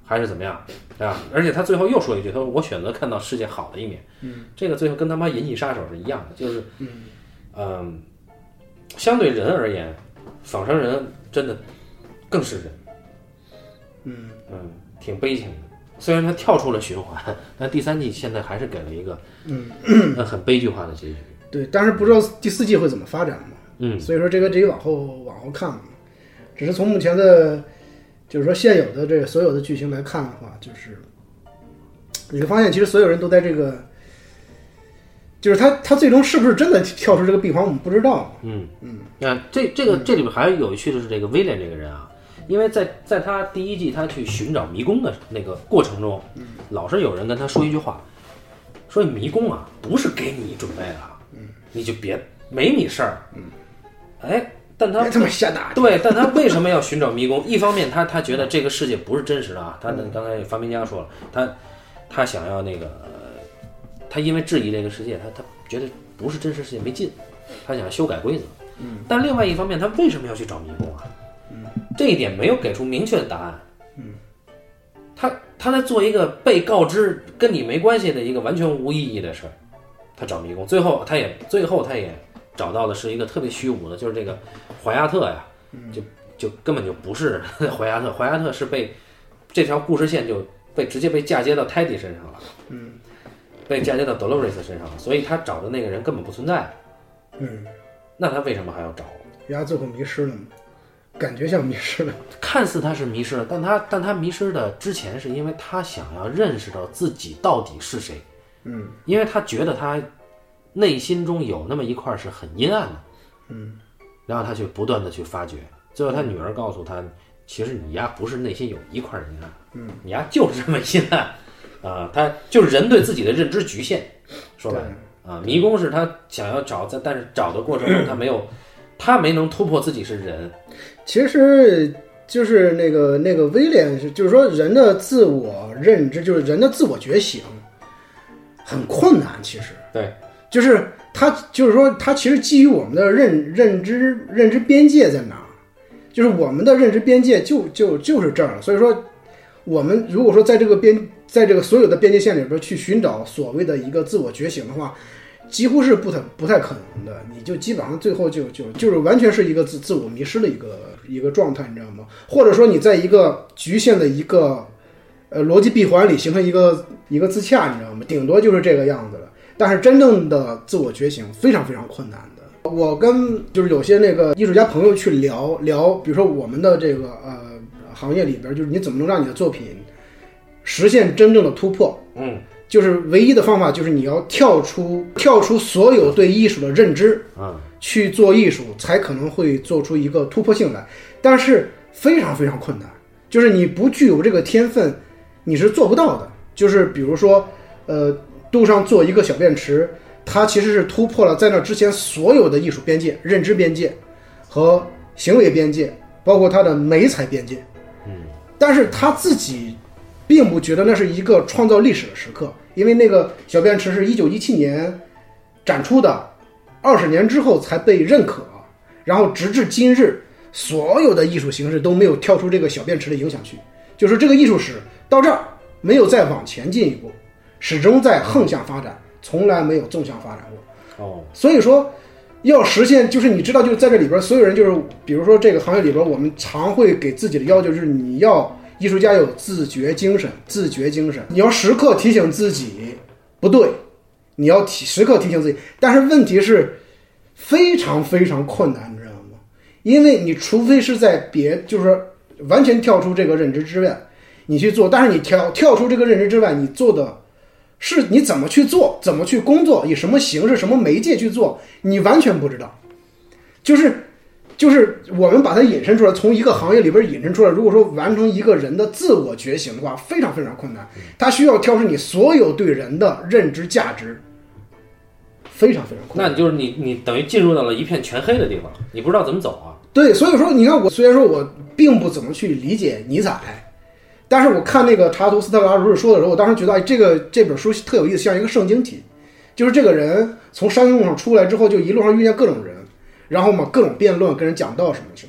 还是怎么样啊？而且他最后又说一句，他说我选择看到世界好的一面。 嗯， 这个最后跟他妈银翼杀手是一样的，就是嗯嗯、呃，相对人而言，仿生人真的更是人。 嗯嗯，挺悲情的。虽然他跳出了循环，但第三季现在还是给了一个嗯很悲剧化的结局。 对，但是不知道第四季会怎么发展嘛。 嗯， 所以说这个这个往后往后看嘛，只是从目前的，就是说现有的这个所有的剧情来看的话，就是你会发现，其实所有人都在这个，就是他他最终是不是真的跳出这个闭环，我们不知道。 嗯嗯，啊，这这个这里边还有趣的是这个威廉这个人啊，因为在在他第一季他去寻找迷宫的那个过程中，老是有人跟他说一句话，说迷宫啊不是给你准备的，嗯，你就别没你事儿，嗯，哎。但他别他妈瞎打。 对，但他为什么要寻找迷宫？一方面他他觉得这个世界不是真实的啊，他刚才发明家说了，他他想要那个，他因为质疑这个世界，他他觉得不是真实世界没劲，他想修改规则。嗯，但另外一方面，他为什么要去找迷宫啊？嗯，这一点没有给出明确的答案。嗯，他他在做一个被告知跟你没关系的一个完全无意义的事儿，他找迷宫，最后他也最后他也。找到的是一个特别虚无的，就是这个怀亚特呀，就就根本就不是怀亚特，怀亚特是被这条故事线就被直接被嫁接到泰迪身上了，嗯，被嫁接到德洛瑞斯身上了，所以他找的那个人根本不存在， 嗯， 那他为什么还要找？ 人家最后迷失了吗？感觉像迷失了， 看似他是迷失了，但他但他迷失的之前是因为他想要认识到自己到底是谁， 嗯， 因为他觉得他。内心中有那么一块是很阴暗的， 嗯， 然后他去不断的去发掘，最后他女儿告诉他，其实你呀不是内心有一块阴暗，嗯，你呀就是这么阴暗，啊、呃，他就是人对自己的认知局限，说白了啊，迷宫是他想要找，但是找的过程中他没有，他没能突破自己是人， 其实就是那个那个威廉是，就是说人的自我认知，就是人的自我觉醒，很困难，其实对。 就是他，就是说，他其实基于我们的认认知认知边界在哪儿？就是我们的认知边界就就就是这儿。所以说，我们如果说在这个边，在这个所有的边界线里边去寻找所谓的一个自我觉醒的话，几乎是不太不太可能的。你就基本上最后就就就是完全是一个自自我迷失的一个一个状态，你知道吗？或者说你在一个局限的一个呃逻辑闭环里形成一个一个自洽，你知道吗？顶多就是这个样子了。但是真正的自我觉醒非常非常困难的。我跟就是有些那个艺术家朋友去聊聊，比如说我们的这个呃行业里边，就是你怎么能让你的作品实现真正的突破？嗯，就是唯一的方法就是你要跳出跳出所有对艺术的认知，嗯，去做艺术，才可能会做出一个突破性来。但是非常非常困难，就是你不具有这个天分，你是做不到的。就是比如说，呃。路上做一个小便池，它其实是突破了在那之前所有的艺术边界、认知边界和行为边界，包括它的美彩边界。嗯，但是他自己并不觉得那是一个创造历史的时刻，因为那个小便池是一九一七年展出的，二十年之后才被认可，然后直至今日，所有的艺术形式都没有跳出这个小便池的影响区，就是这个艺术史到这儿没有再往前进一步。始终在横向发展，从来没有纵向发展过。哦，所以说要实现，就是你知道，就是在这里边，所有人就是，比如说这个行业里边，我们常会给自己的要求就是你要艺术家有自觉精神，自觉精神，你要时刻提醒自己不对，你要提时刻提醒自己。但是问题是非常非常困难，你知道吗？因为你除非是在别，就是完全跳出这个认知之外，你去做，但是你跳跳出这个认知之外，你做的。是你怎么去做，怎么去工作，以什么形式、什么媒介去做，你完全不知道。就是就是我们把它引申出来，从一个行业里边引申出来。如果说完成一个人的自我觉醒的话，非常非常困难。它需要跳出你所有对人的认知价值，非常非常困难。 那你就是你你等于进入到了一片全黑的地方，你不知道怎么走啊。 对，所以说你看，我虽然说我并不怎么去理解尼采。但是我看那个查图斯特拉如是说的时候，我当时觉得，哎，这个这本书特有意思，像一个圣经体，就是这个人从山路上出来之后，就一路上遇见各种人，然后嘛各种辩论，跟人讲道什么什么的。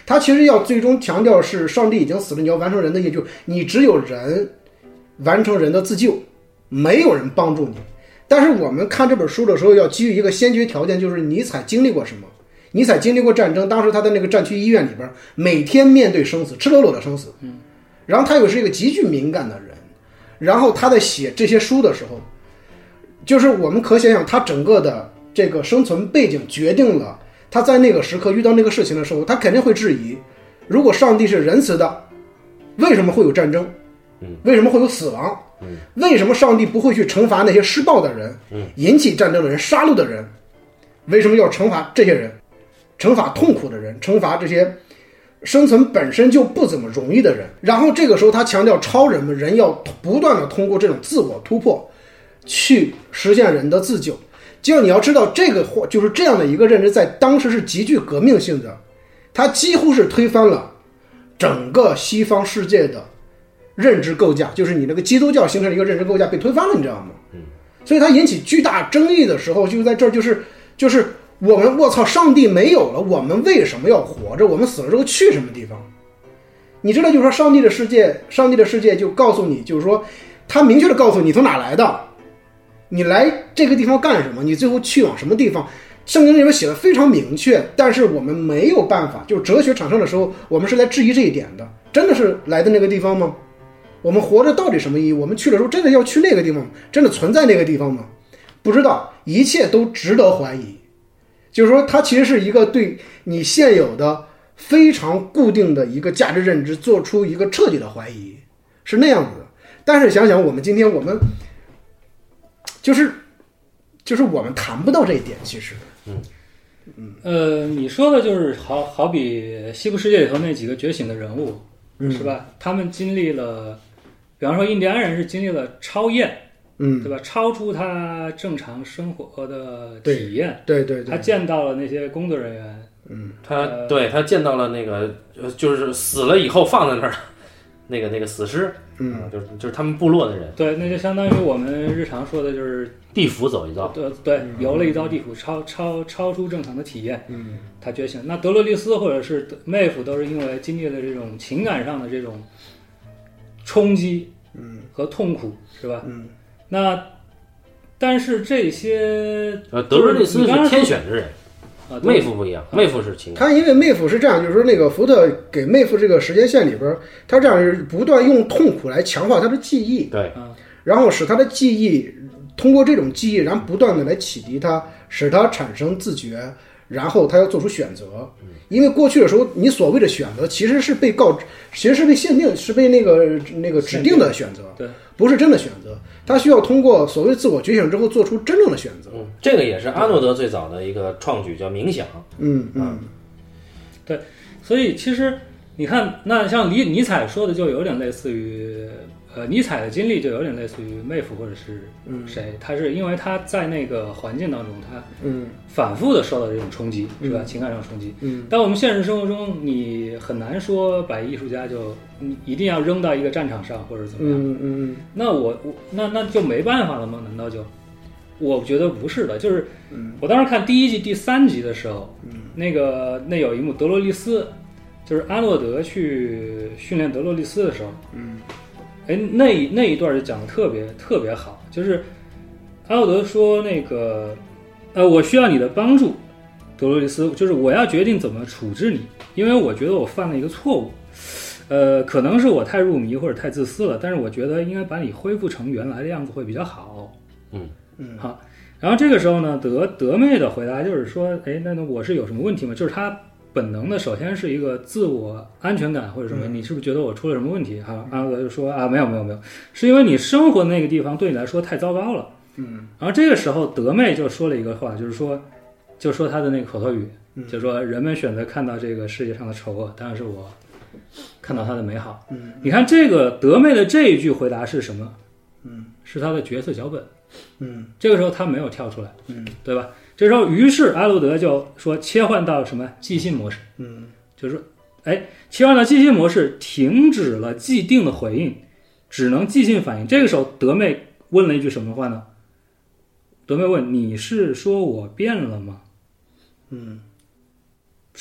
他其实要最终强调是上帝已经死了，你要完成人的业，就你只有人完成人的自救，没有人帮助你。但是我们看这本书的时候，要基于一个先决条件，就是尼采经历过什么？尼采经历过战争，当时他在那个战区医院里边，每天面对生死，赤裸裸的生死。嗯，然后他又是一个极具敏感的人，然后他在写这些书的时候，就是我们可想想，他整个的这个生存背景决定了他在那个时刻遇到那个事情的时候，他肯定会质疑：如果上帝是仁慈的，为什么会有战争？为什么会有死亡？为什么上帝不会去惩罚那些施暴的人，引起战争的人，杀戮的人？为什么要惩罚这些人？惩罚痛苦的人，惩罚这些生存本身就不怎么容易的人。然后这个时候他强调超人们，人要不断的通过这种自我突破去实现人的自救。就你要知道，这个就是这样的一个认知在当时是极具革命性的，它几乎是推翻了整个西方世界的认知构架，就是你那个基督教形成的一个认知构架被推翻了，你知道吗？嗯，所以它引起巨大争议的时候就在这儿，就是就是我们我操，上帝没有了，我们为什么要活着？我们死了之后去什么地方？你知道，就是说上帝的世界，上帝的世界就告诉你，就是说他明确的告诉你从哪来的，你来这个地方干什么，你最后去往什么地方。圣经里面写的非常明确，但是我们没有办法，就是哲学产生的时候，我们是在质疑这一点的。真的是来的那个地方吗？我们活着到底什么意义？我们去的时候真的要去那个地方吗？真的存在那个地方吗？不知道，一切都值得怀疑。就是说它其实是一个对你现有的非常固定的一个价值认知做出一个彻底的怀疑，是那样子的。但是想想我们今天我们就是就是我们谈不到这一点，其实嗯嗯呃，你说的就是好好比西部世界里头那几个觉醒的人物，嗯，是吧？他们经历了，比方说印第安人是经历了超验，嗯，对吧？超出他正常生活的体验， 对对 对, 对， 他见到了那些工作人员， 嗯，他、呃、对他见到了那个就是死了以后放在那儿那个那个死尸，嗯，就是就是他们部落的人， 对，那就相当于我们日常说的就是地府走一遭， 对对，游了一遭地府，超超超出正常的体验，嗯，他觉醒。那德罗利斯或者是妹夫都是因为经历了这种情感上的这种冲击，嗯，和痛苦，是吧？嗯，那但是这些呃，德罗利斯是天选之人。啊，妹夫不一样，妹夫是情感。 他因为妹夫是这样，就是说那个福特给妹夫这个时间线里边，他这样是不断用痛苦来强化他的记忆， 对， 然后使他的记忆通过这种记忆，然后不断的来启迪他，使他产生自觉，然后他要做出选择。因为过去的时候，你所谓的选择其实是被告，其实是被限定，是被那个那个指定的选择， 对， 不是真的选择。他需要通过所谓自我觉醒之后做出真正的选择。 嗯，这个也是阿诺德最早的一个创举，叫冥想。 嗯嗯， 对，所以其实你看，那像尼尼采说的就有点类似于，呃，尼采的经历就有点类似于妹夫或者是谁，嗯、他是因为他在那个环境当中，他嗯反复的受到这种冲击，嗯、是吧？情感上冲击。嗯，但我们现实生活中，你很难说把艺术家就你一定要扔到一个战场上或者怎么样。 嗯嗯， 那我我那那就没办法了吗？难道就？我觉得不是的，就是我当时看第一季第三集的时候，嗯、那个那有一幕德罗利斯，就是阿诺德去训练德罗利斯的时候，嗯。哎，那那一段就讲的特别特别好，就是阿诺德说那个，呃，我需要你的帮助，德罗利斯，就是我要决定怎么处置你，因为我觉得我犯了一个错误，呃，可能是我太入迷或者太自私了，但是我觉得应该把你恢复成原来的样子会比较好。 嗯嗯，好，然后这个时候呢，德德妹的回答就是说，哎，那那我是有什么问题吗？就是他本能的，首先是一个自我安全感或者什么，你是不是觉得我出了什么问题？哈，阿诺德就说啊，没有没有没有，是因为你生活的那个地方对你来说太糟糕了。嗯，然后这个时候德妹就说了一个话，就是说，就说他的那个口头语，就是说人们选择看到这个世界上的丑恶，当然是我看到他的美好。嗯，你看这个德妹的这一句回答是什么？嗯，是他的角色脚本。嗯，这个时候他没有跳出来。嗯，对吧？这时候，于是阿诺德就说切换到什么即兴模式，嗯，就是说，哎，切换到即兴模式，停止了既定的回应，只能即兴反应。这个时候，德妹问了一句什么话呢？德妹问：“你是说我变了吗？”嗯，是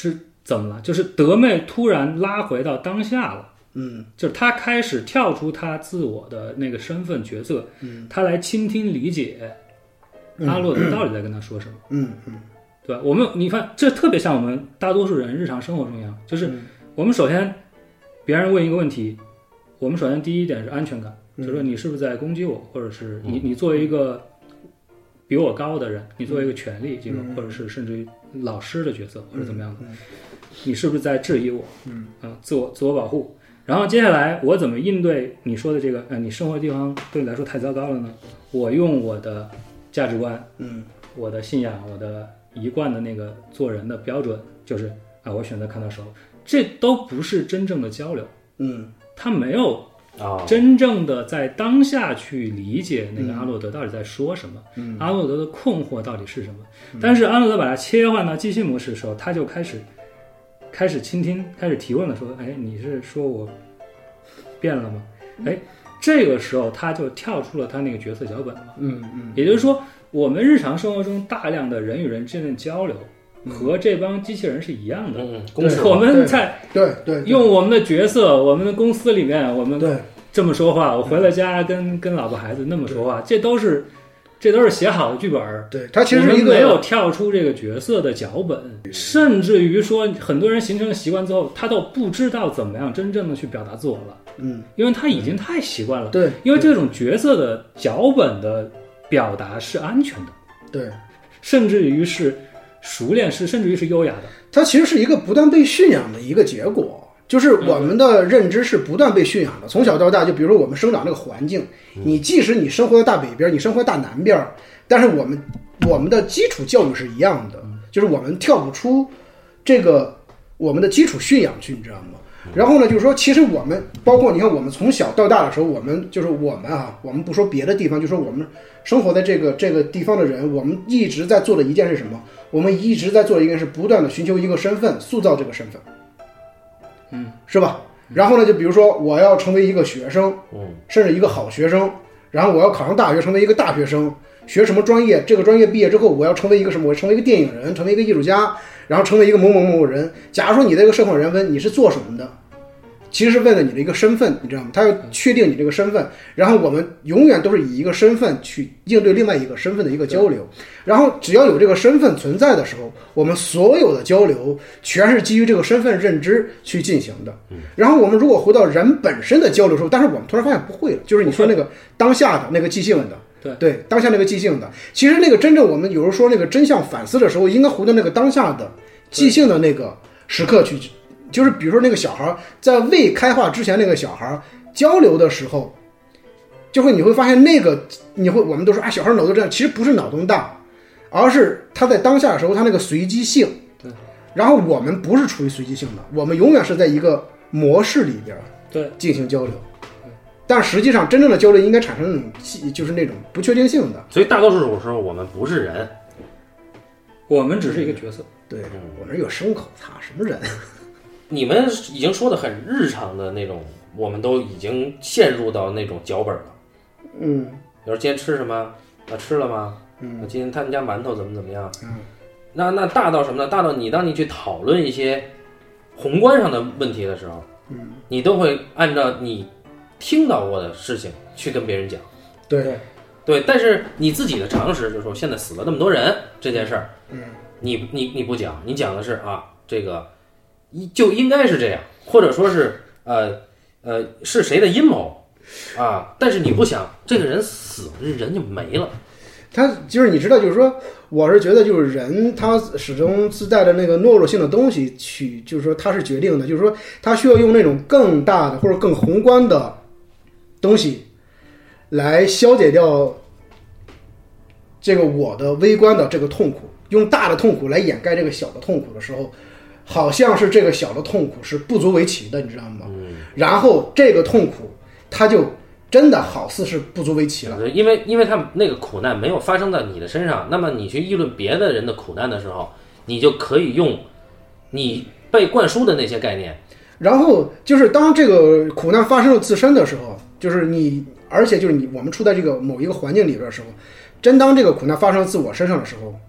怎么了？就是德妹突然拉回到当下了。 嗯， 就是他开始跳出他自我的那个身份角色， 嗯， 他来倾听理解阿洛德到底在跟他说什么， 嗯嗯， 对吧？我们你看，这特别像我们大多数人日常生活中一样，就是我们首先别人问一个问题，我们首先第一点是安全感，就是说你是不是在攻击我，或者是你你作为一个比我高的人，你作为一个权力机构，或者是甚至于老师的角色或者怎么样的，你是不是在质疑我？嗯啊，自我自我保护。然后接下来我怎么应对你说的这个？呃，你生活的地方对你来说太糟糕了呢？我用我的价值观， 嗯， 我的信仰，我的一贯的那个做人的标准，就是啊，我选择看到手，这都不是真正的交流。 嗯， 他没有真正的在当下去理解那个阿洛德到底在说什么，嗯，阿洛德的困惑到底是什么？嗯、但是阿洛德把它切换到即兴模式的时候，他就开始。开始倾听，开始提问了，说：“哎，你是说我变了吗？”哎，这个时候他就跳出了他那个角色脚本了。 嗯嗯， 也就是说，我们日常生活中大量的人与人之间的交流，和这帮机器人是一样的。 嗯， 我们在对对用我们的角色，我们的公司里面，我们对这么说话，我回了家跟跟老婆孩子那么说话，这都是。这都是写好的剧本， 对，它其实是一个没有跳出这个角色的脚本，甚至于说，很多人形成了习惯之后，他都不知道怎么样真正的去表达自我了， 嗯， 因为他已经太习惯了， 对， 因为这种角色的脚本的表达是安全的， 对， 甚至于是熟练，是甚至于是优雅的， 它其实是一个不断被驯养的一个结果。就是我们的认知是不断被驯养的，从小到大，就比如说我们生长这个环境，你即使你生活在大北边，你生活在大南边，但是我们我们的基础教育是一样的，就是我们跳不出这个我们的基础驯养去，你知道吗？然后呢，就是说，其实我们包括你看，我们从小到大的时候，我们就是我们啊，我们不说别的地方，就说我们生活在这个这个地方的人，我们一直在做的一件是什么？我们一直在做的一件是不断的寻求一个身份，塑造这个身份。 嗯， 是吧？然后呢，就比如说我要成为一个学生， 嗯， 甚至一个好学生，然后我要考上大学，成为一个大学生，学什么专业？这个专业毕业之后，我要成为一个什么？我成为一个电影人，成为一个艺术家，然后成为一个某某某人。假如说你的一个社会人问你是做什么的，其实是问了你的一个身份，你知道吗？他要确定你这个身份，然后我们永远都是以一个身份去应对另外一个身份的一个交流。然后只要有这个身份存在的时候，我们所有的交流全是基于这个身份认知去进行的。然后我们如果回到人本身的交流的时候，但是我们突然发现不会了，就是你说那个当下的那个即兴的， 对对，当下那个即兴的，其实那个真正我们有时候说那个真相反思的时候，应该回到那个当下的即兴的那个时刻去。就是比如说那个小孩在未开化之前，那个小孩交流的时候，就会你会发现那个你会我们都说啊，小孩脑洞这样，其实不是脑洞大，而是他在当下的时候他那个随机性。 对。然后我们不是处于随机性的，我们永远是在一个模式里边对进行交流。但实际上真正的交流应该产生那种就是那种不确定性的。 所以大多数时候我们不是人， 我们只是一个角色。 对，我们有牲口，擦什么人？ 你们已经说的很日常的那种，我们都已经陷入到那种脚本了。 嗯， 比如今天吃什么？啊，吃了吗？ 嗯， 今天他们家馒头怎么怎么样？ 嗯， 那那大到什么呢？大到你当你去讨论一些宏观上的问题的时候， 嗯， 你都会按照你听到过的事情去跟别人讲。 对对，但是你自己的常识就是说，现在死了那么多人这件事儿， 嗯， 你你你不讲，你讲的是啊，这个。就应该是这样，或者说是呃呃是谁的阴谋啊？但是你不想这个人死了，这人就没了。 他就是你知道，就是说，我是觉得就是人他始终自带的那个懦弱性的东西去，就是说他是决定的，就是说他需要用那种更大的或者更宏观的东西来消解掉这个我的微观的这个痛苦，用大的痛苦来掩盖这个小的痛苦的时候。好像是这个小的痛苦是不足为奇的，你知道吗？ 嗯。 然后这个痛苦，它就真的好似是不足为奇了。 因为因为他那个苦难没有发生在你的身上，那么你去议论别的人的苦难的时候，你就可以用你被灌输的那些概念。 然后就是当这个苦难发生了自身的时候，就是你，而且就是你，我们处在这个某一个环境里边的时候，真当这个苦难发生在自我身上的时候。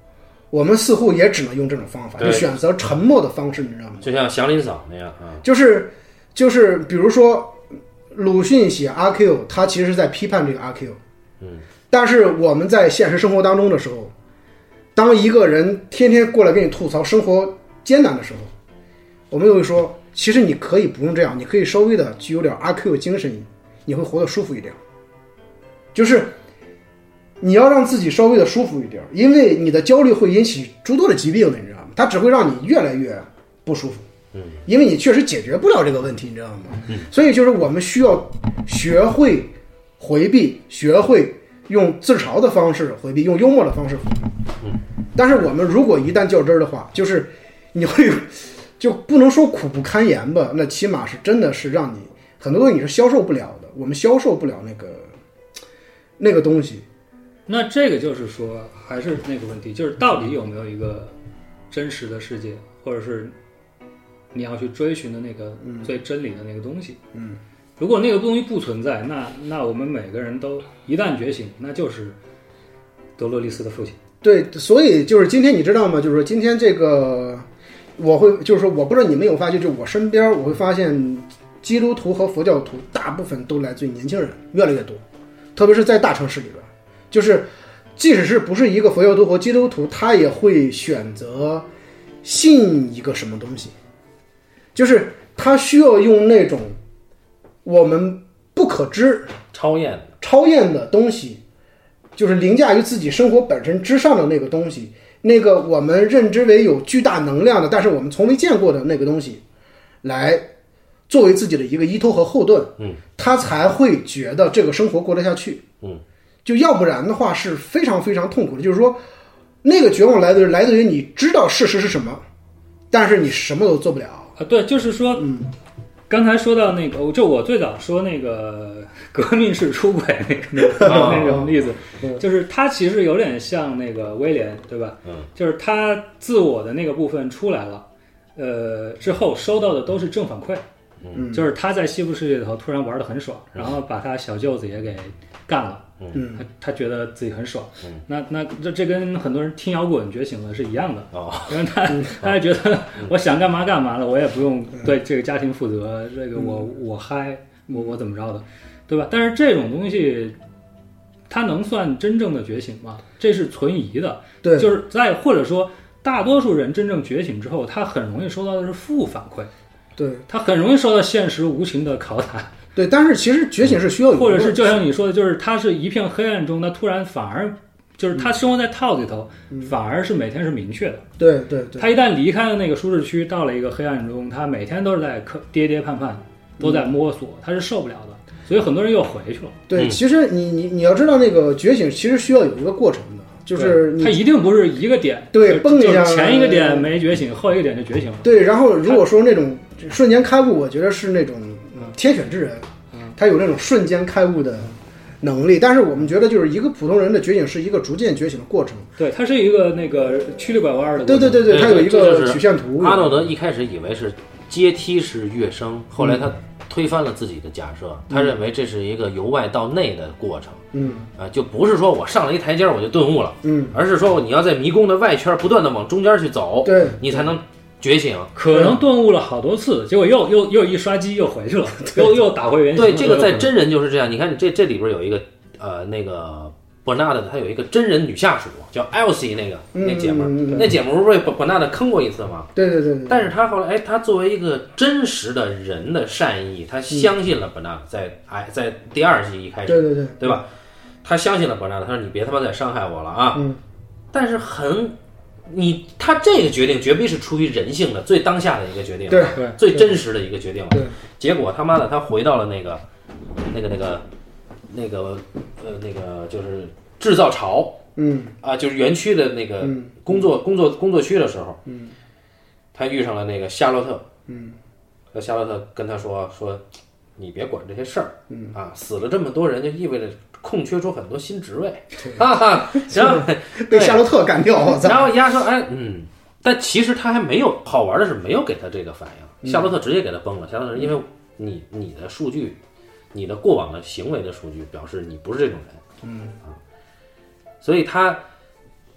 我们似乎也只能用这种方法，就选择沉默的方式，你知道吗？ 就像祥林嫂那样啊， 就是就是比如说鲁迅写阿 Q， 他其实是在批判这个阿 Q， 嗯， 但是我们在现实生活当中的时候，当一个人天天过来跟你吐槽生活艰难的时候，我们又会说，其实你可以不用这样，你可以稍微的具有点阿 Q 精神，你会活得舒服一点。就是你要让自己稍微的舒服一点，因为你的焦虑会引起诸多的疾病的，你知道吗？它只会让你越来越不舒服。 嗯， 因为你确实解决不了这个问题，你知道吗？嗯，所以就是我们需要学会回避，学会用自嘲的方式回避，用幽默的方式回避。 嗯，但是我们如果一旦较真儿的话，就是你会就不能说苦不堪言吧，那起码是真的是让你很多东西你是销售不了的，我们销售不了那个那个东西。 那这个就是说，还是那个问题，就是到底有没有一个真实的世界，或者是你要去追寻的那个最真理的那个东西。 嗯， 如果那个东西不存在，那那我们每个人都一旦觉醒，那就是德洛丽丝的父亲。 对，所以就是今天你知道吗？就是说今天这个，我会就是说，我不知道你们有发现，就我身边我会发现，基督徒和佛教徒大部分都来自于年轻人，越来越多，特别是在大城市里边，就是即使是不是一个佛教徒和基督徒，他也会选择信一个什么东西。就是他需要用那种我们不可知、 超验、 超验的东西，就是凌驾于自己生活本身之上的那个东西，那个我们认知为有巨大能量的，但是我们从未见过的那个东西，来作为自己的一个依托和后盾， 嗯， 他才会觉得这个生活过得下去， 嗯， 就要不然的话是非常非常痛苦的。就是说，那个绝望来自于来自于你知道事实是什么，但是你什么都做不了。 啊，对，就是说， 嗯， 刚才说到那个，就我最早说那个革命式出轨那个那个、哦、那种例子，就是他其实有点像那个威廉，对吧？ 嗯， 就是他自我的那个部分出来了，呃，之后收到的都是正反馈， 嗯， 就是他在西部世界里头突然玩得很爽，然后把他小舅子也给干了。 嗯， 他他觉得自己很爽， 嗯， 那那这这跟很多人听摇滚觉醒了是一样的哦， 因为他他还觉得我想干嘛干嘛了，我也不用对这个家庭负责，这个我我嗨，我我怎么着的，对吧？但是这种东西，它能算真正的觉醒吗？这是存疑的， 对， 就是在或者说大多数人真正觉醒之后，他很容易收到的是负反馈， 对， 他很容易受到现实无情的拷打。 对，但是其实觉醒是需要有， 或者是就像你说的，就是他是一片黑暗中，他突然反而就是他生活在套子里头， 嗯、 反而是每天是明确的。 对对对， 他一旦离开了那个舒适区，到了一个黑暗中，他每天都是在跌跌绊绊，都在摸索，他是受不了的。所以很多人又回去了。 对，其实你你你要知道，那个觉醒其实需要有一个过程的，就是你他一定不是一个点， 对，蹦一下， 前一个点没觉醒，后一个点就觉醒了。 对，然后如果说那种瞬间开悟，我觉得是那种天选之人。他有那种瞬间开悟的能力，但是我们觉得就是一个普通人的觉醒是一个逐渐觉醒的过程。 对，它是一个那个曲里拐弯的。 对对对对，它有一个曲线图。 阿诺德一开始以为是阶梯式跃升，后来他推翻了自己的假设，嗯、他认为这是一个由外到内的过程。 嗯啊，就不是说我上了一台阶我就顿悟了， 嗯， 而是说你要在迷宫的外圈不断的往中间去走， 对， 你才能觉醒， 可能顿悟了好多次，结果又又又一刷机又回去了，又又打回原形。 对，这个在真人就是这样。你看这这里边有一个呃那个伯纳的，他有一个真人女下属叫 Elsie， 那个、 嗯、 那姐们儿， 嗯、 那姐们儿不是被伯纳的坑过一次吗？ 对对 对, 对。 但是他后来哎，他作为一个真实的人的善意，他相信了伯纳，在哎在第二季一开始， 对对对， 对吧？他相信了伯纳，他说你别他妈再伤害我了啊！ 嗯， 但是很。你他这个决定绝逼是出于人性的最当下的一个决定， 对， 最真实的一个决定。 对， 结果他妈的他回到了那个那个那个那个呃那个就是制造巢， 嗯啊，就是园区的那个工作、嗯、工作工作区的时候， 嗯， 他遇上了那个夏洛特， 嗯， 和夏洛特跟他说说，你别管这些事儿， 嗯啊，死了这么多人就意味着空缺出很多新职位，哈哈，然后被夏洛特干掉，我操！ 然后丫说，哎，嗯，但其实他还没有好玩的是没有给他这个反应，夏洛特直接给他崩了。夏洛特因为你你的数据，你的过往的行为的数据表示你不是这种人， 嗯啊，所以他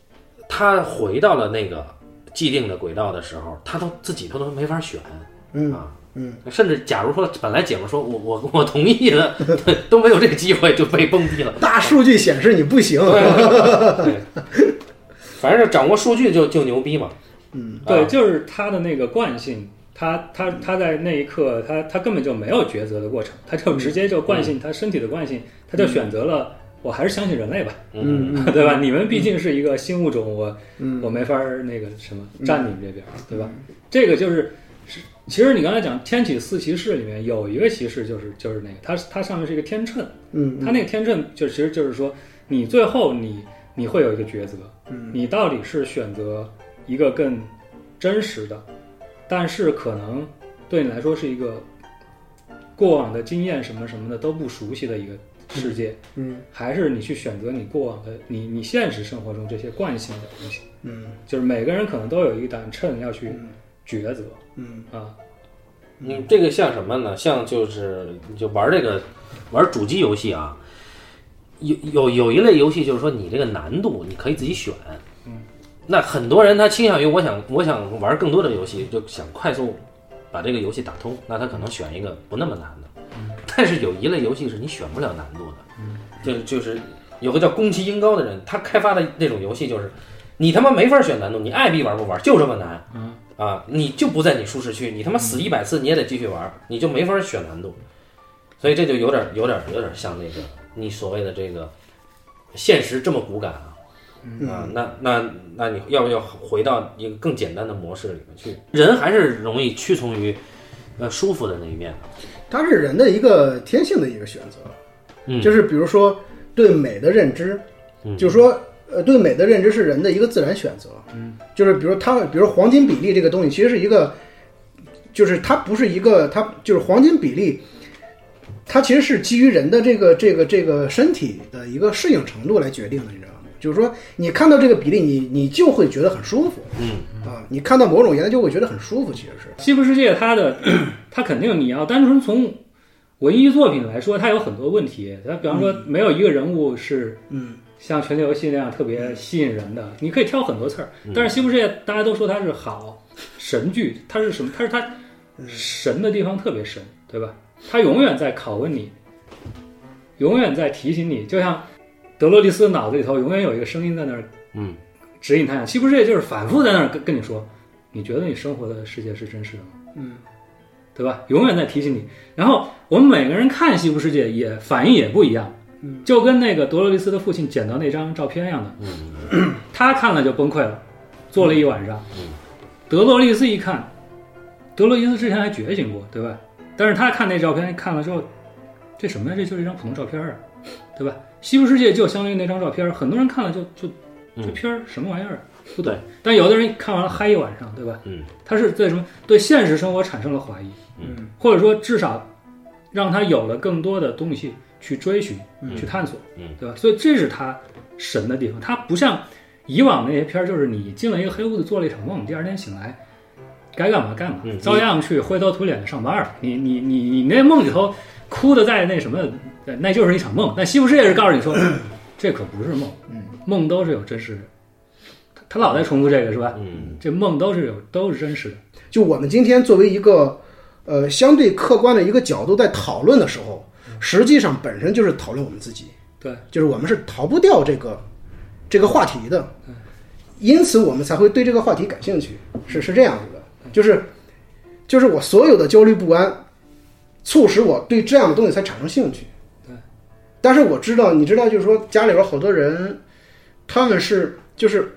他回到了那个既定的轨道的时候，他都自己他都没法选， 嗯啊， 嗯， 甚至假如说本来姐们说我我我同意了，都没有这个机会就被崩毙了。 大数据显示你不行， 对，反正掌握数据就就牛逼嘛。 嗯， 对， 啊就是他的那个惯性，他他他在那一刻，他他根本就没有抉择的过程，他就直接就惯性，他身体的惯性，他就选择了，我还是相信人类吧， 嗯， 对吧？你们毕竟是一个新物种，我嗯我没法儿那个什么站你们这边，对吧？这个就是是，其实你刚才讲天启四骑士里面有一个骑士就是就是那个，它它上面是一个天秤， 嗯， 它那个天秤就其实就是说，你最后你你会有一个抉择， 嗯， 你到底是选择一个更真实的，但是可能对你来说是一个过往的经验什么什么的都不熟悉的一个世界， 嗯， 还是你去选择你过往的你你现实生活中这些惯性的东西， 嗯， 就是每个人可能都有一杆秤要去抉择， 嗯啊， 嗯，这个像什么呢？像就是你就玩这个玩主机游戏啊，有有有一类游戏就是说你这个难度你可以自己选， 嗯， 那很多人他倾向于我想我想玩更多的游戏，就想快速把这个游戏打通，那他可能选一个不那么难的，嗯，但是有一类游戏是你选不了难度的，嗯，就就是有个叫宫崎英高的人，他开发的那种游戏就是你他妈没法选难度，你爱逼玩不玩就这么难， 嗯。 啊，你就不在你舒适区，你他妈死一百次你也得继续玩，你就没法选难度，所以这就有点有点有点像那个你所谓的这个现实这么骨感啊，啊，那那那你要不要回到一个更简单的模式里面去？人还是容易屈从于呃舒服的那一面的， 它是人的一个天性的一个选择， 嗯， 就是比如说对美的认知， 嗯， 就是说。呃，对美的认知是人的一个自然选择，嗯，就是比如它，比如黄金比例这个东西，其实是一个，就是它不是一个，它就是黄金比例，它其实是基于人的这个这个这个身体的一个适应程度来决定的，你知道吗？就是说，你看到这个比例，你你就会觉得很舒服， 嗯啊，你看到某种颜色就会觉得很舒服，其实是。 西部世界它的它肯定你要单纯从文艺作品来说，它有很多问题，它比方说没有一个人物是嗯。像权力游戏那样特别吸引人的，你可以挑很多刺儿。但是西部世界大家都说它是好神剧，它是什么？它是它神的地方特别神，对吧？它永远在拷问你，永远在提醒你，就像德罗利斯脑子里头永远有一个声音在那儿， 嗯， 指引他。西部世界就是反复在那儿跟跟你说，你觉得你生活的世界是真实的吗？ 嗯， 对吧？永远在提醒你。然后我们每个人看西部世界也反应也不一样。就跟那个德罗利斯的父亲捡到那张照片一样的，嗯，他看了就崩溃了，坐了一晚上。嗯，德罗利斯一看，德罗利斯之前还觉醒过，对吧？但是他看那照片看了之后，这什么呀？这就是一张普通照片啊，对吧？西部世界就相当于那张照片，很多人看了就就这片儿什么玩意儿不懂，但有的人看完了嗨一晚上，对吧？嗯，他是对什么对现实生活产生了怀疑，嗯，或者说至少让他有了更多的东西去追寻、去探索，嗯，对吧？所以这是他神的地方。他不像以往那些片儿，就是你进了一个黑屋子，做了一场梦，第二天醒来该干嘛干嘛，照样去灰头土脸的上班了。你你你你那梦里头哭的在那什么，那就是一场梦。但西部世界是告诉你说，这可不是梦，梦都是有真实的。他老在重复这个是吧？嗯，这梦都是有都是真实的。 就我们今天作为一个呃相对客观的一个角度在讨论的时候。实际上本身就是讨论我们自己， 对， 就是我们是逃不掉这个这个话题的，因此我们才会对这个话题感兴趣，是是这样子的，就是就是我所有的焦虑不安，促使我对这样的东西才产生兴趣， 对， 但是我知道，你知道，就是说家里边好多人，他们是就是，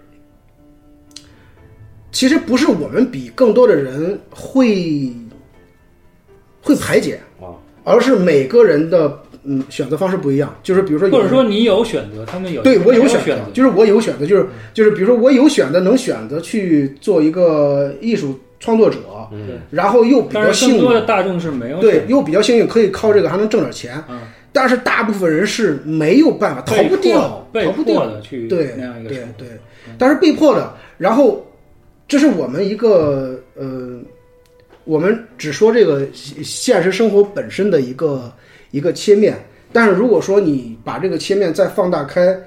其实不是我们比更多的人会会排解。而是每个人的嗯选择方式不一样，就是比如说， 或者说你有选择，他们有对我有选择， 就是我有选择，就是就是比如说我有选择，能选择去做一个艺术创作者， 嗯， 然后又比较幸运， 更多的大众是没有对，又比较幸运，可以靠这个还能挣点钱，嗯，但是大部分人是没有办法，逃不掉，逃不掉的去对那样一个对对，但是被迫的，然后这是我们一个呃。我们只说这个现实生活本身的一个一个切面，但是如果说你把这个切面再放大开，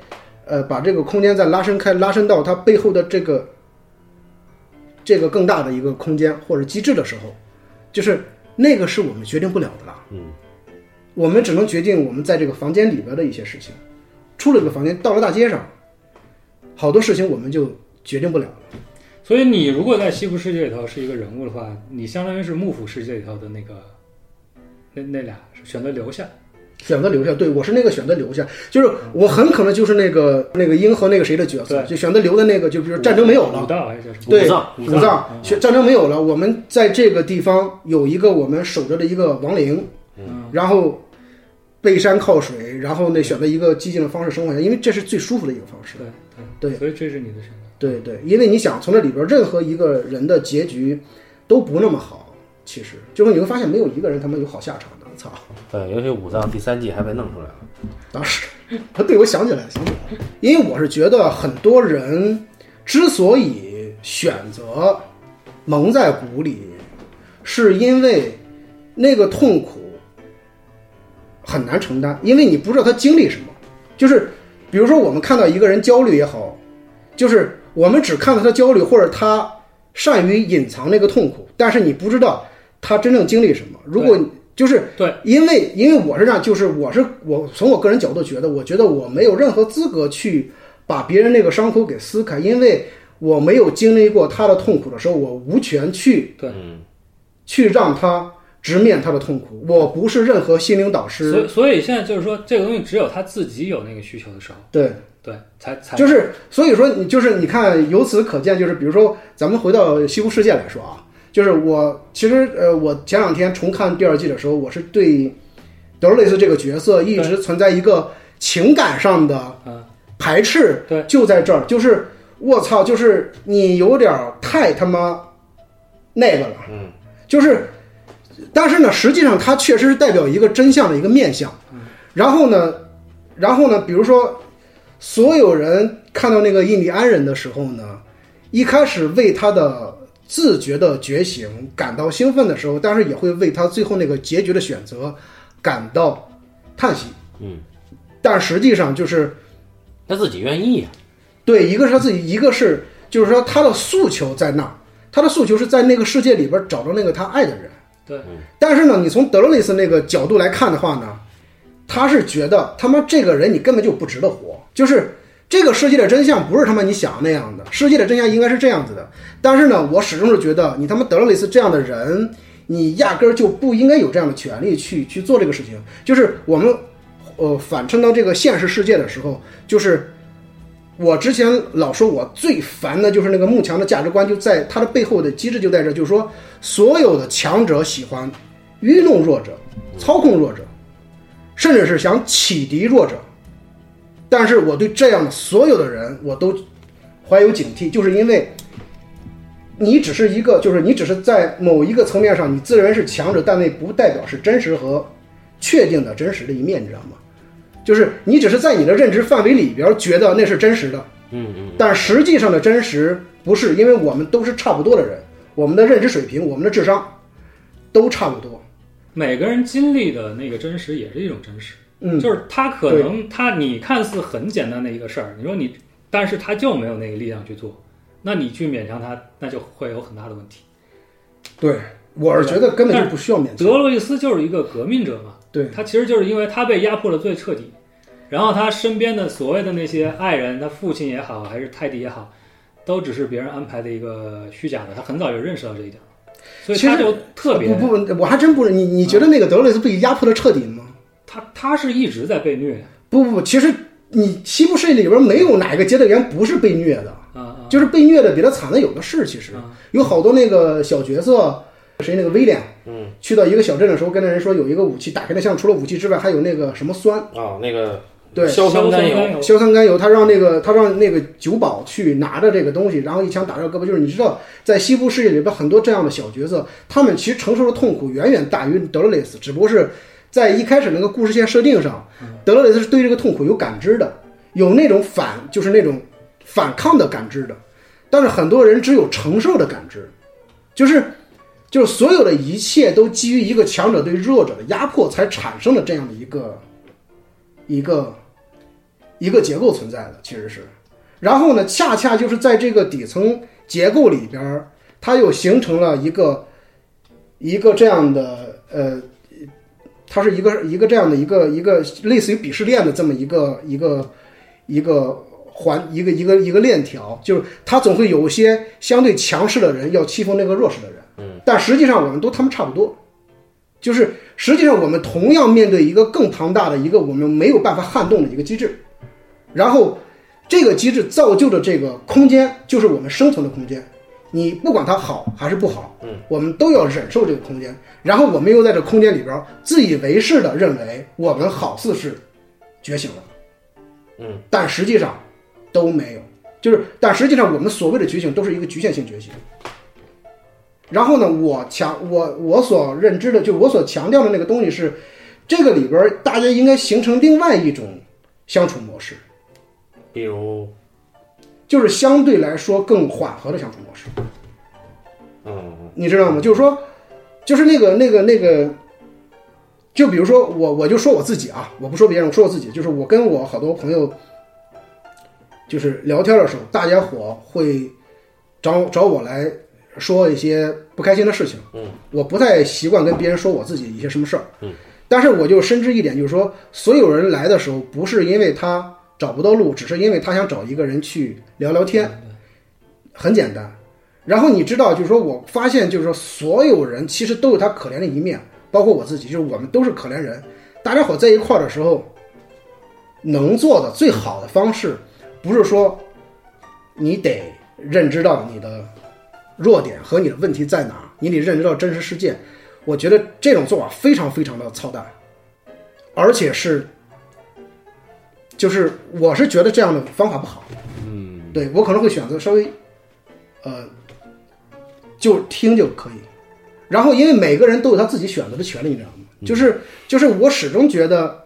呃，把这个空间再拉伸开，拉伸到它背后的这个这个更大的一个空间或者机制的时候，就是那个是我们决定不了的了。 嗯， 我们只能决定我们在这个房间里边的一些事情，出了这个房间，到了大街上，好多事情我们就决定不了了。 所以你如果在西部世界里头是一个人物的话，你相当于是幕府世界里头的那个那那俩选择留下。 选择留下，对，我是那个选择留下，就是我很可能就是那个那个鹰和那个谁的角色，就选择留的那个，就比如战争没有了， 武道还是叫什么？ 对， 武藏， 武藏，选战争没有了，我们在这个地方有一个我们守着的一个亡灵， 嗯， 然后背山靠水，然后那选择一个激进的方式生活下，因为这是最舒服的一个方式。 对对对，所以这是你的选择。 对对，因为你想从这里边任何一个人的结局都不那么好，其实就是你会发现没有一个人他们有好下场的。操！ 对，尤其武藏第三季还被弄出来了。 当时，对，我想起来了，想起来了，因为我是觉得很多人之所以选择蒙在鼓里，是因为那个痛苦很难承担，因为你不知道他经历什么。就是比如说我们看到一个人焦虑也好，就是我们只看到他焦虑，或者他善于隐藏那个痛苦，但是你不知道他真正经历什么。如果就是对， 因为因为我是这样，就是我是我从我个人角度觉得，我觉得我没有任何资格去把别人那个伤口给撕开，因为我没有经历过他的痛苦的时候，我无权去对去让他直面他的痛苦。我不是任何心灵导师， 所以所以现在就是说，这个东西只有他自己有那个需求的时候， 对对，才才就是所以说你就是你看，由此可见，就是比如说咱们回到西部世界来说啊。就是我其实呃，我前两天重看第二季的时候，我是对德罗雷斯这个角色一直存在一个情感上的排斥， 对， 就在这儿，就是我操，就是你有点太他妈那个了， 嗯， 就是，但是呢，实际上它确实是代表一个真相的一个面相，然后呢，然后呢，比如说所有人看到那个印第安人的时候呢，一开始为他的自觉的觉醒感到兴奋的时候，但是也会为他最后那个结局的选择感到叹息。 嗯， 但实际上就是他自己愿意啊。 对，一个是他自己，一个是就是说他的诉求在那儿，他的诉求是在那个世界里边找到那个他爱的人。 对， 但是呢，你从德罗雷斯那个角度来看的话呢，他是觉得他妈这个人你根本就不值得活，就是这个世界的真相不是他妈你想那样的，世界的真相应该是这样子的。但是呢，我始终是觉得你他妈德罗雷斯这样的人，你压根儿就不应该有这样的权利去去做这个事情。就是我们呃反衬到这个现实世界的时候，就是我之前老说我最烦的就是那个慕强的价值观，就在他的背后的机制就在这，就是说所有的强者喜欢愚弄弱者，操控弱者，甚至是想启迪弱者。但是我对这样的所有的人我都怀有警惕，就是因为你只是一个，就是你只是在某一个层面上你自认为是强者，但那不代表是真实和确定的真实的一面，你知道吗？就是你只是在你的认知范围里边觉得那是真实的， 嗯嗯， 但实际上的真实不是，因为我们都是差不多的人，我们的认知水平，我们的智商都差不多。 每个人经历的那个真实也是一种真实。 嗯， 就是他可能他你看似很简单的一个事儿，你说你，但是他就没有那个力量去做，那你去勉强他，那就会有很大的问题。 对，我是觉得根本就不需要勉强。 德洛伊斯就是一个革命者嘛， 对， 他其实就是因为他被压迫的最彻底，然后他身边的所谓的那些爱人，他父亲也好，还是泰迪也好，都只是别人安排的一个虚假的，他很早就认识到这一点，所以他就特别不不，我还真不是你你觉得那个德洛雷斯被压迫的彻底吗？ 他他是一直在被虐。 不不不，其实你西部世界里边没有哪个接待员不是被虐的， 啊， 就是被虐的比他惨的有的是。其实有好多那个小角色，谁那个威廉， 嗯， 去到一个小镇的时候，跟那人说有一个武器，打开那箱除了武器之外，还有那个什么酸啊，那个对硝酸甘油， 硝酸甘油，他让那个他让那个酒保去拿着这个东西，然后一枪打着胳膊。就是你知道，在西部世界里边很多这样的小角色，他们其实承受的痛苦远远大于德罗雷斯，只不过是在一开始那个故事线设定上，德罗雷斯是对这个痛苦有感知的，有那种反就是那种反抗的感知的，但是很多人只有承受的感知，就是就是所有的一切都基于一个强者对弱者的压迫才产生了这样的一个一个一一个结构存在的，其实是。然后呢，恰恰就是在这个底层结构里边，它又形成了一个一个这样的呃，它是一个一个这样的一个一个类似于鄙视链的这么一个一个一个环一个一个一个链条，就是它总会有一些相对强势的人要欺负那个弱势的人，嗯，但实际上我们都他们差不多，就是实际上我们同样面对一个更庞大的一个我们没有办法撼动的一个机制，然后这个机制造就的这个空间就是我们生存的空间，你不管它好还是不好，嗯，我们都要忍受这个空间，然后我们又在这空间里边自以为是的认为我们好似是觉醒了，嗯，但实际上都没有，就是但实际上我们所谓的觉醒都是一个局限性觉醒。然后呢，我强我我所认知的，就我所强调的那个东西是，这个里边大家应该形成另外一种相处模式， 比如就是相对来说更缓和的相处模式。 嗯， 你知道吗？就是说，就是那个那个那个，就比如说我我就说我自己啊，我不说别人，我说我自己，就是我跟我好多朋友就是聊天的时候，大家伙会找找我来说一些不开心的事情，嗯，我不太习惯跟别人说我自己一些什么事儿，嗯，但是我就深知一点，就是说，所有人来的时候，不是因为他找不到路，只是因为他想找一个人去聊聊天，很简单。然后你知道，就是说我发现，就是说所有人其实都有他可怜的一面，包括我自己，就是我们都是可怜人。大家伙在一块儿的时候，能做的最好的方式，不是说你得认知到你的弱点和你的问题在哪，你得认知到真实世界。我觉得这种做法非常非常的操蛋，而且是，就是我是觉得这样的方法不好。嗯，对，我可能会选择稍微，呃，就听就可以。然后，因为每个人都有他自己选择的权利，你知道吗？就是就是我始终觉得，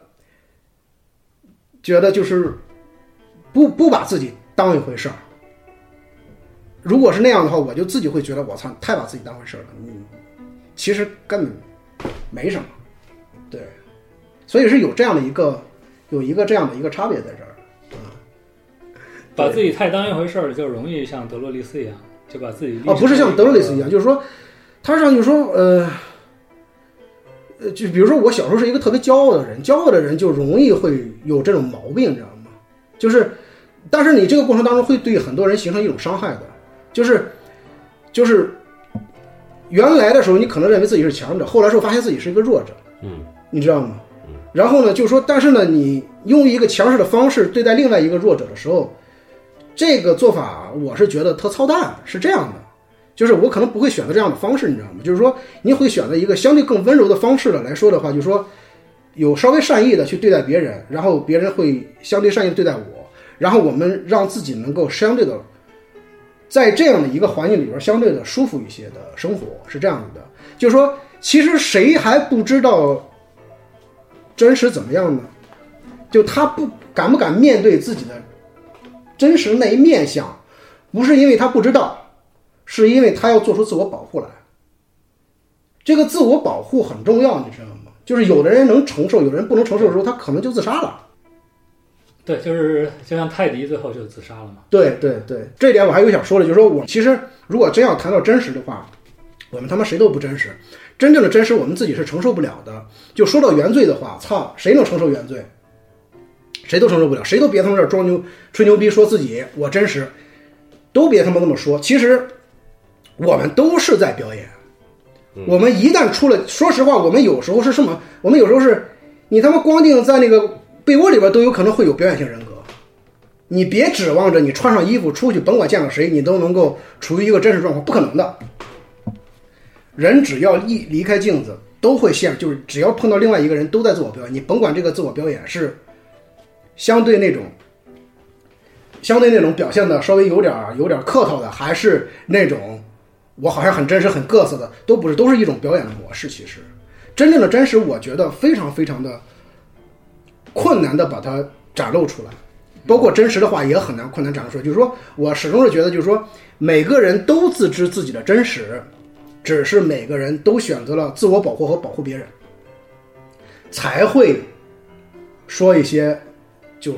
觉得就是不不把自己当一回事儿。如果是那样的话，我就自己会觉得我操，太把自己当回事了。嗯，其实根本没什么，对，所以是有这样的一个有一个这样的一个差别在这儿。嗯， 把自己太当一回事儿，就容易像德洛丽丝一样，就把自己哦，不是像德洛丽丝一样，就是说，他上就说呃。呃，就比如说我小时候是一个特别骄傲的人，骄傲的人就容易会有这种毛病，你知道吗？就是，但是你这个过程当中会对很多人形成一种伤害的，就是，就是原来的时候你可能认为自己是强者，后来时候发现自己是一个弱者，嗯，你知道吗？嗯，然后呢，就是说，但是呢，你用一个强势的方式对待另外一个弱者的时候，这个做法我是觉得特操蛋，是这样的。就是我可能不会选择这样的方式，你知道吗？就是说，你会选择一个相对更温柔的方式的来说的话，就是说，有稍微善意的去对待别人，然后别人会相对善意的对待我，然后我们让自己能够相对的，在这样的一个环境里边相对的舒服一些的生活，是这样子的。就是说，其实谁还不知道真实怎么样呢？就他不敢不敢面对自己的真实那一面相，不是因为他不知道。是因为他要做出自我保护来，这个自我保护很重要，你知道吗？就是有的人能承受，有的人不能承受的时候，他可能就自杀了。 对，就是就像泰迪最后就自杀了嘛。 对对对，这一点我还有想说的，就是说我其实如果真要谈到真实的话，我们他妈谁都不真实，真正的真实我们自己是承受不了的。就说到原罪的话，操，谁能承受原罪？谁都承受不了，谁都别他妈这装牛吹牛逼说自己我真实，都别他妈那么说。其实。我们都是在表演，我们一旦出了，说实话，我们有时候是什么？我们有时候是，你他妈光腚在那个被窝里边都有可能会有表演性人格。你别指望着你穿上衣服出去，甭管见到谁，你都能够处于一个真实状况，不可能的。人只要一离开镜子，都会陷入，就是只要碰到另外一个人，都在自我表演。你甭管这个自我表演是相对那种。相对那种表现的稍微有点有点客套的，还是那种我好像很真实很各色的，都不是，都是一种表演的模式。其实真正的真实我觉得非常非常的困难的把它展露出来，包括真实的话也很难困难展露出来。就是说我始终是觉得，就是说每个人都自知自己的真实，只是每个人都选择了自我保护和保护别人，才会说一些就说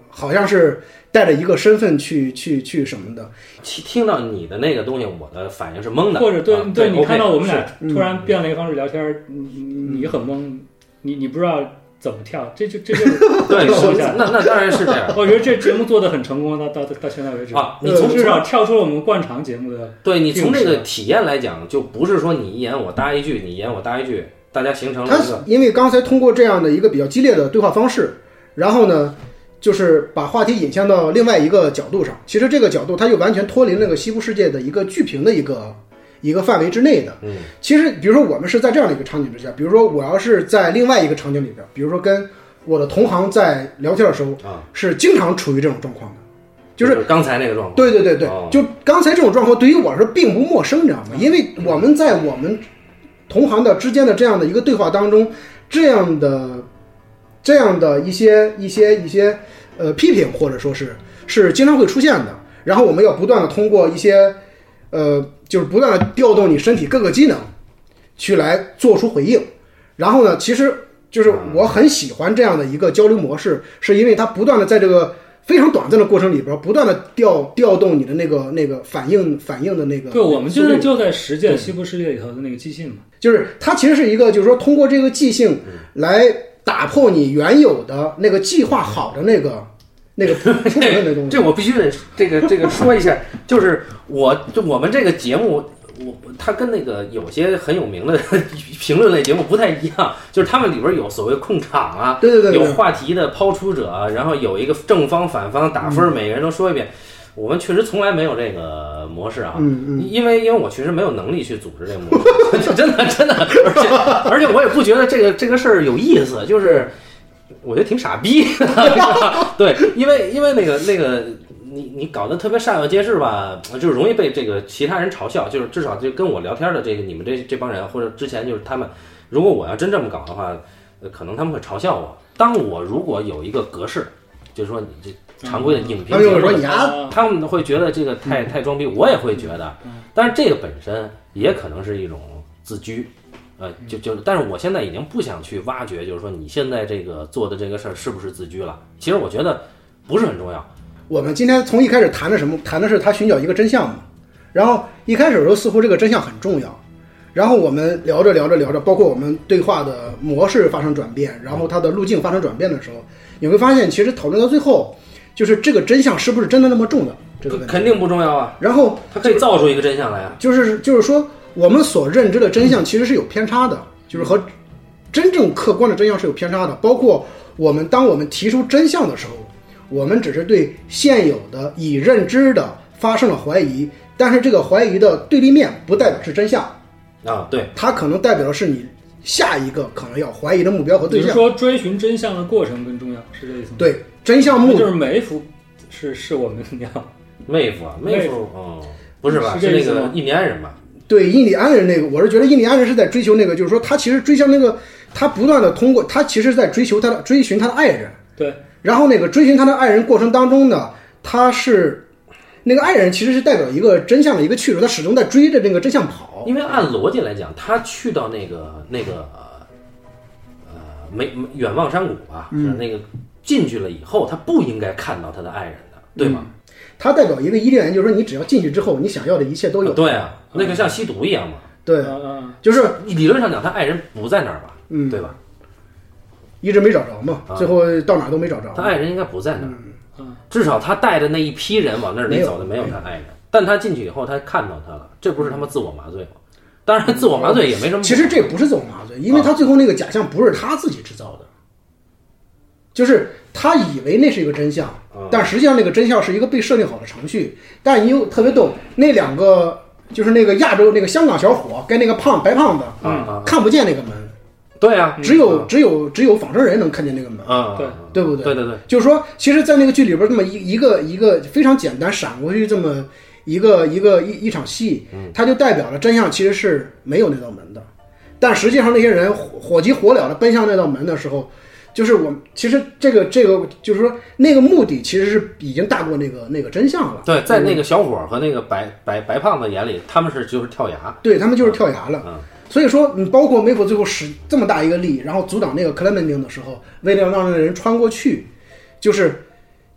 好像是带着一个身份去去去什么的。 听到你的那个东西，我的反应是懵的， 或者对、 啊、 对， 对， 你看到我们俩嗯突然变了一个方式聊天，你你很懵，你你不知道怎么跳，这就这就对， 说一下。 那那当然是这样。 我觉得这节目做的很成功，到到到现在为止啊，你从至少跳出了我们惯常节目的。 对你从这个体验来讲，就不是说你一言我搭一句，你一言我搭一句，大家形成了一个。 因为刚才通过这样的一个比较激烈的对话方式，然后呢，就是把话题引向到另外一个角度上。其实这个角度它就完全脱离那个西部世界的一个剧评的一个一个范围之内的。 嗯， 其实比如说我们是在这样的一个场景之下，比如说我要是在另外一个场景里边，比如说跟我的同行在聊天的时候， 啊， 是经常处于这种状况的，就是刚才那个状况。 对对对对， 哦、 就刚才这种状况对于我是并不陌生，你知道吗？因为我们在我们同行的之间的这样的一个对话当中，这样的这样的一些一些一些呃批评或者说是是经常会出现的。然后我们要不断的通过一些呃就是不断的调动你身体各个机能去来做出回应。然后呢，其实就是我很喜欢这样的一个交流模式，是因为它不断的在这个非常短暂的过程里边，不断的调调动你的那个那个反应反应的那个。 对，我们就是就在实践西部世界里头的那个即兴嘛。 就是它其实是一个，就是说通过这个即兴来打破你原有的那个计划好的那个那个出门的东西。 这我必须得这个这个说一下，就是我就我们这个节目。我它跟那个有些很有名的评论类节目不太一样，就是他们里边有所谓控场啊， 对对 对, 对， 有话题的抛出者，然后有一个正方反方打分，嗯、每个人都说一遍。我们确实从来没有这个模式啊， 嗯嗯， 因为因为我确实没有能力去组织这个模式，真的真的，而且而且我也不觉得这个这个事儿有意思，就是我觉得挺傻逼的，对，因为因为那个那个。你你搞得特别煞有介事吧，就是容易被这个其他人嘲笑。就是至少就跟我聊天的这个你们这这帮人，或者之前就是他们，如果我要真这么搞的话，呃，可能他们会嘲笑我。当我如果有一个格式，就是说你这常规的影评节目，他们会觉得这个太太装逼，我也会觉得。但是这个本身也可能是一种自居，呃，就就，但是我现在已经不想去挖掘，就是说你现在这个做的这个事儿是不是自居了？其实我觉得不是很重要。 我们今天从一开始谈的什么？谈的是他寻找一个真相嘛。然后一开始的时候，似乎这个真相很重要。然后我们聊着聊着聊着，包括我们对话的模式发生转变，然后它的路径发生转变的时候，你会发现，其实讨论到最后，就是这个真相是不是真的那么重要？这个问题肯定不重要啊。 然后它可以造出一个真相来啊。 就是就是说，我们所认知的真相其实是有偏差的，就是和真正客观的真相是有偏差的。包括我们当我们提出真相的时候。我们只是对现有的已认知的发生了怀疑，但是这个怀疑的对立面不代表是真相啊，对， 它可能代表的是你下一个可能要怀疑的目标和对象。 就是说，追寻真相的过程更重要，是这意思吗？ 对，真相目就是每一幅是是我们要妹夫啊，妹夫，哦，不是吧？ 是那个印第安人吧？ 对，印第安人那个，我是觉得印第安人是在追求那个，就是说他其实追求那个，他不断的通过他其实在追求他的追寻他的爱人， 对。 然后那个追寻他的爱人过程当中呢，他是那个爱人其实是代表一个真相的一个去处，他始终在追着那个真相跑。 因为按逻辑来讲，他去到那个那个呃没远望山谷啊， 嗯， 那个进去了以后，他不应该看到他的爱人的，对吗？ 嗯，他代表一个伊甸园，就是说你只要进去之后，你想要的一切都有。 啊对啊，那个像吸毒一样嘛。 对， 嗯， 就是理论上讲，他爱人不在那儿吧？ 嗯， 对吧？ 一直没找着嘛，最后到哪都没找着。 他爱人应该不在那儿， 嗯， 至少他带着那一批人往那里走的没有他爱人。但他进去以后，他看到他了，这不是他妈自我麻醉吗？当然，自我麻醉也没什么。 其实这不是自我麻醉，因为他最后那个假象不是他自己制造的，就是他以为那是一个真相，但实际上那个真相是一个被设定好的程序。但你又特别逗，那两个就是那个亚洲那个香港小伙跟那个胖白胖子， 嗯， 看不见那个门。 对啊， 只有只有只有仿生人能看见那个门啊， 对对不对？ 对对对， 就是说，其实，在那个剧里边，这么一一个一个非常简单闪过去这么一个一个一一场戏，它就代表了真相其实是没有那道门的。但实际上，那些人火急火燎的奔向那道门的时候，就是我们其实这个这个就是说，那个目的其实是已经大过那个那个真相了。 对，在那个小伙和那个白白白胖子眼里，他们是就是跳崖， 对他们就是跳崖了。 嗯。 所以说，你包括梅弗最后使这么大一个力，然后阻挡那个克莱门汀的时候，为了让那个人穿过去，就是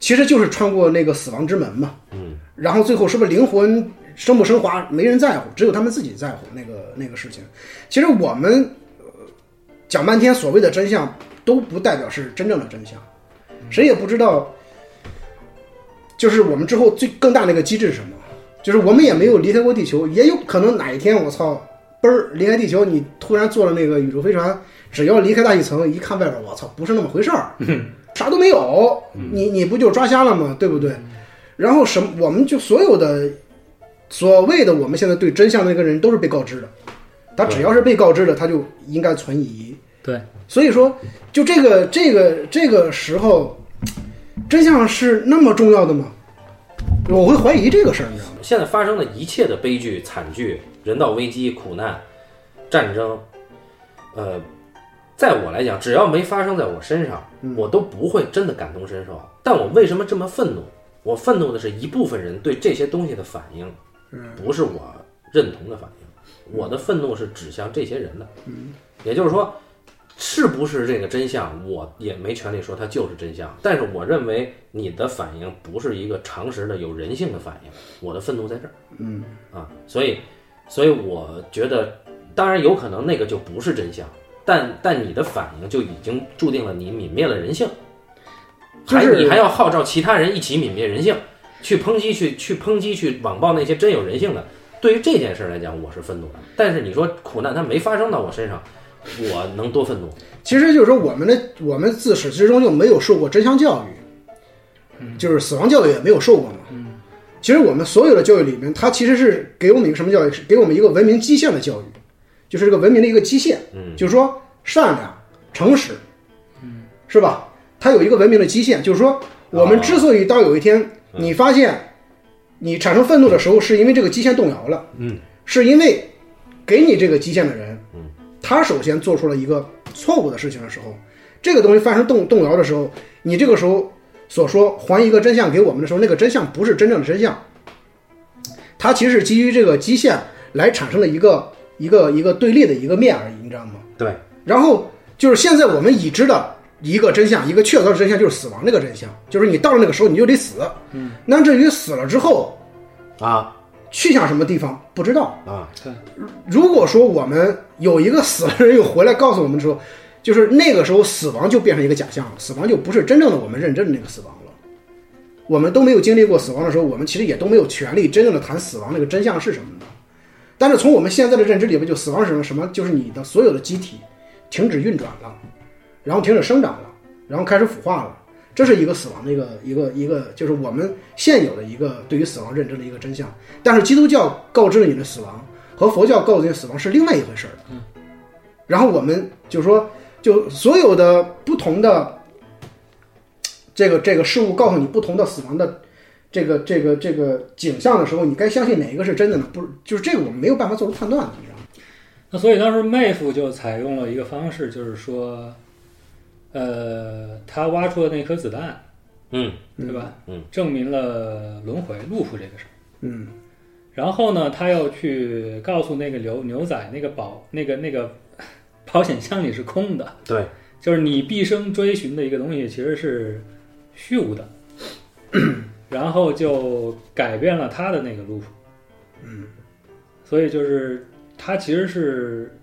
其实就是穿过那个死亡之门嘛。 嗯， 然后最后是不是灵魂升不升华没人在乎，只有他们自己在乎那个那个事情。其实我们、呃、讲半天所谓的真相都不代表是真正的真相，谁也不知道就是我们之后最更大的一个机制是什么，就是我们也没有离开过地球，也有可能哪一天我操嘣儿离开地球，你突然坐了那个宇宙飞船，只要离开大气层一看外边，我操不是那么回事儿，啥都没有，你你不就抓瞎了吗？对不对？然后什么我们就所有的所谓的我们现在对真相的那个人都是被告知的，他只要是被告知的他就应该存疑。 对， 所以说就这个这个这个时候真相是那么重要的吗？我会怀疑这个事儿，你知道吗？ 现在发生的一切的悲剧惨剧、人道危机、苦难、战争，呃在我来讲只要没发生在我身上、嗯、我都不会真的感同身受。但我为什么这么愤怒？我愤怒的是一部分人对这些东西的反应，不是我认同的反应。我的愤怒是指向这些人的，也就是说是不是这个真相我也没权利说它就是真相，但是我认为你的反应不是一个常识的有人性的反应，我的愤怒在这儿。 嗯啊，所以所以我觉得当然有可能那个就不是真相，但但你的反应就已经注定了你泯灭了人性，还你还要号召其他人一起泯灭人性，去抨击去去抨击去网暴那些真有人性的。对于这件事来讲我是愤怒的，但是你说苦难它没发生到我身上，我能多愤怒？ 其实就是说我们的我们自始至终就没有受过真相教育，就是死亡教育也没有受过嘛。其实我们所有的教育里面，它其实是给我们一个什么教育？是给我们一个文明基线的教育，就是这个文明的一个基线，就是说善良、诚实，是吧？它有一个文明的基线，就是说我们之所以到有一天你发现你产生愤怒的时候，是因为这个基线动摇了， 嗯， 是因为给你这个基线的人，嗯，他首先做出了一个错误的事情的时候，这个东西发生动动摇的时候，你这个时候所说还一个真相给我们的时候，那个真相不是真正的真相，它其实是基于这个基线来产生的一个一个一个对立的一个面而已，你知道吗？ 对。 然后就是现在我们已知的一个真相，一个确凿的真相就是死亡这个真相，就是你到了那个时候你就得死。嗯。那至于死了之后啊， 去向什么地方不知道啊。 对。 如果说我们有一个死了人又回来告诉我们的时候，就是那个时候死亡就变成一个假象了，死亡就不是真正的我们认真的那个死亡了。我们都没有经历过死亡的时候，我们其实也都没有权利真正的谈死亡那个真相是什么的。但是从我们现在的认知里边，就死亡是什么？什么？就是你的所有的机体停止运转了，然后停止生长了，然后开始腐化了。这是一个死亡的一个一个一个，就是我们现有的一个对于死亡认知的一个真相。但是基督教告知了你的死亡和佛教告知你的死亡是另外一回事儿。嗯。然后我们就是说，就所有的不同的这个这个事物告诉你不同的死亡的这个这个这个景象的时候，你该相信哪一个是真的呢？不是，就是这个我们没有办法做出判断的，你知道吗？ 那所以当时妹夫就采用了一个方式，就是说，呃，他挖出了那颗子弹， 嗯， 对吧？ 嗯， 证明了轮回路夫这个事儿， 嗯。 然后呢，他又去告诉那个牛牛仔，那个保那个那个保险箱里是空的， 对， 就是你毕生追寻的一个东西其实是虚无的。然后就改变了他的那个路数， 嗯， 所以就是他其实是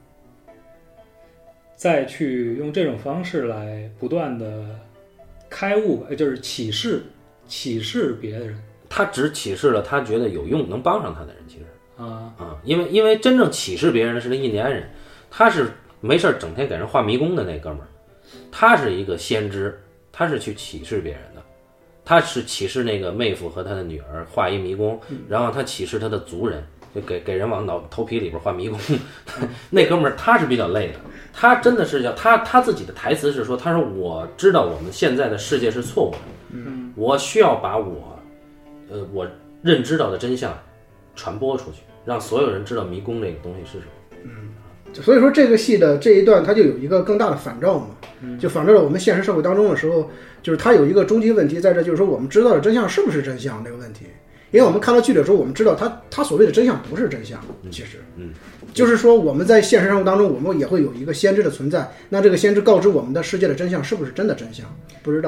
再去用这种方式来不断的开悟吧，就是启示启示别人。 他只启示了他觉得有用能帮上他的人，其实啊啊，因为因为真正启示别人的是那印第安人，他是没事整天给人画迷宫的那哥们儿，他是一个先知，他是去启示别人的。他是启示那个妹夫和他的女儿画一迷宫，然后他启示他的族人，就给给人往脑头皮里边画迷宫。那哥们儿他是比较累的，他真的是要他他自己的台词是说，他说我知道我们现在的世界是错误的， 嗯， 我需要把我呃我认知到的真相传播出去，让所有人知道迷宫这个东西是什么。 嗯，所以说这个戏的这一段它就有一个更大的反照嘛，就反照了我们现实社会当中的时候，就是它有一个终极问题在这，就是说我们知道的真相是不是真相这个问题。因为我们看到剧的时候，我们知道它它所谓的真相不是真相，其实， 嗯， 就是说我们在现实生活当中，我们也会有一个先知的存在，那这个先知告知我们的世界的真相是不是真的真相，不知道。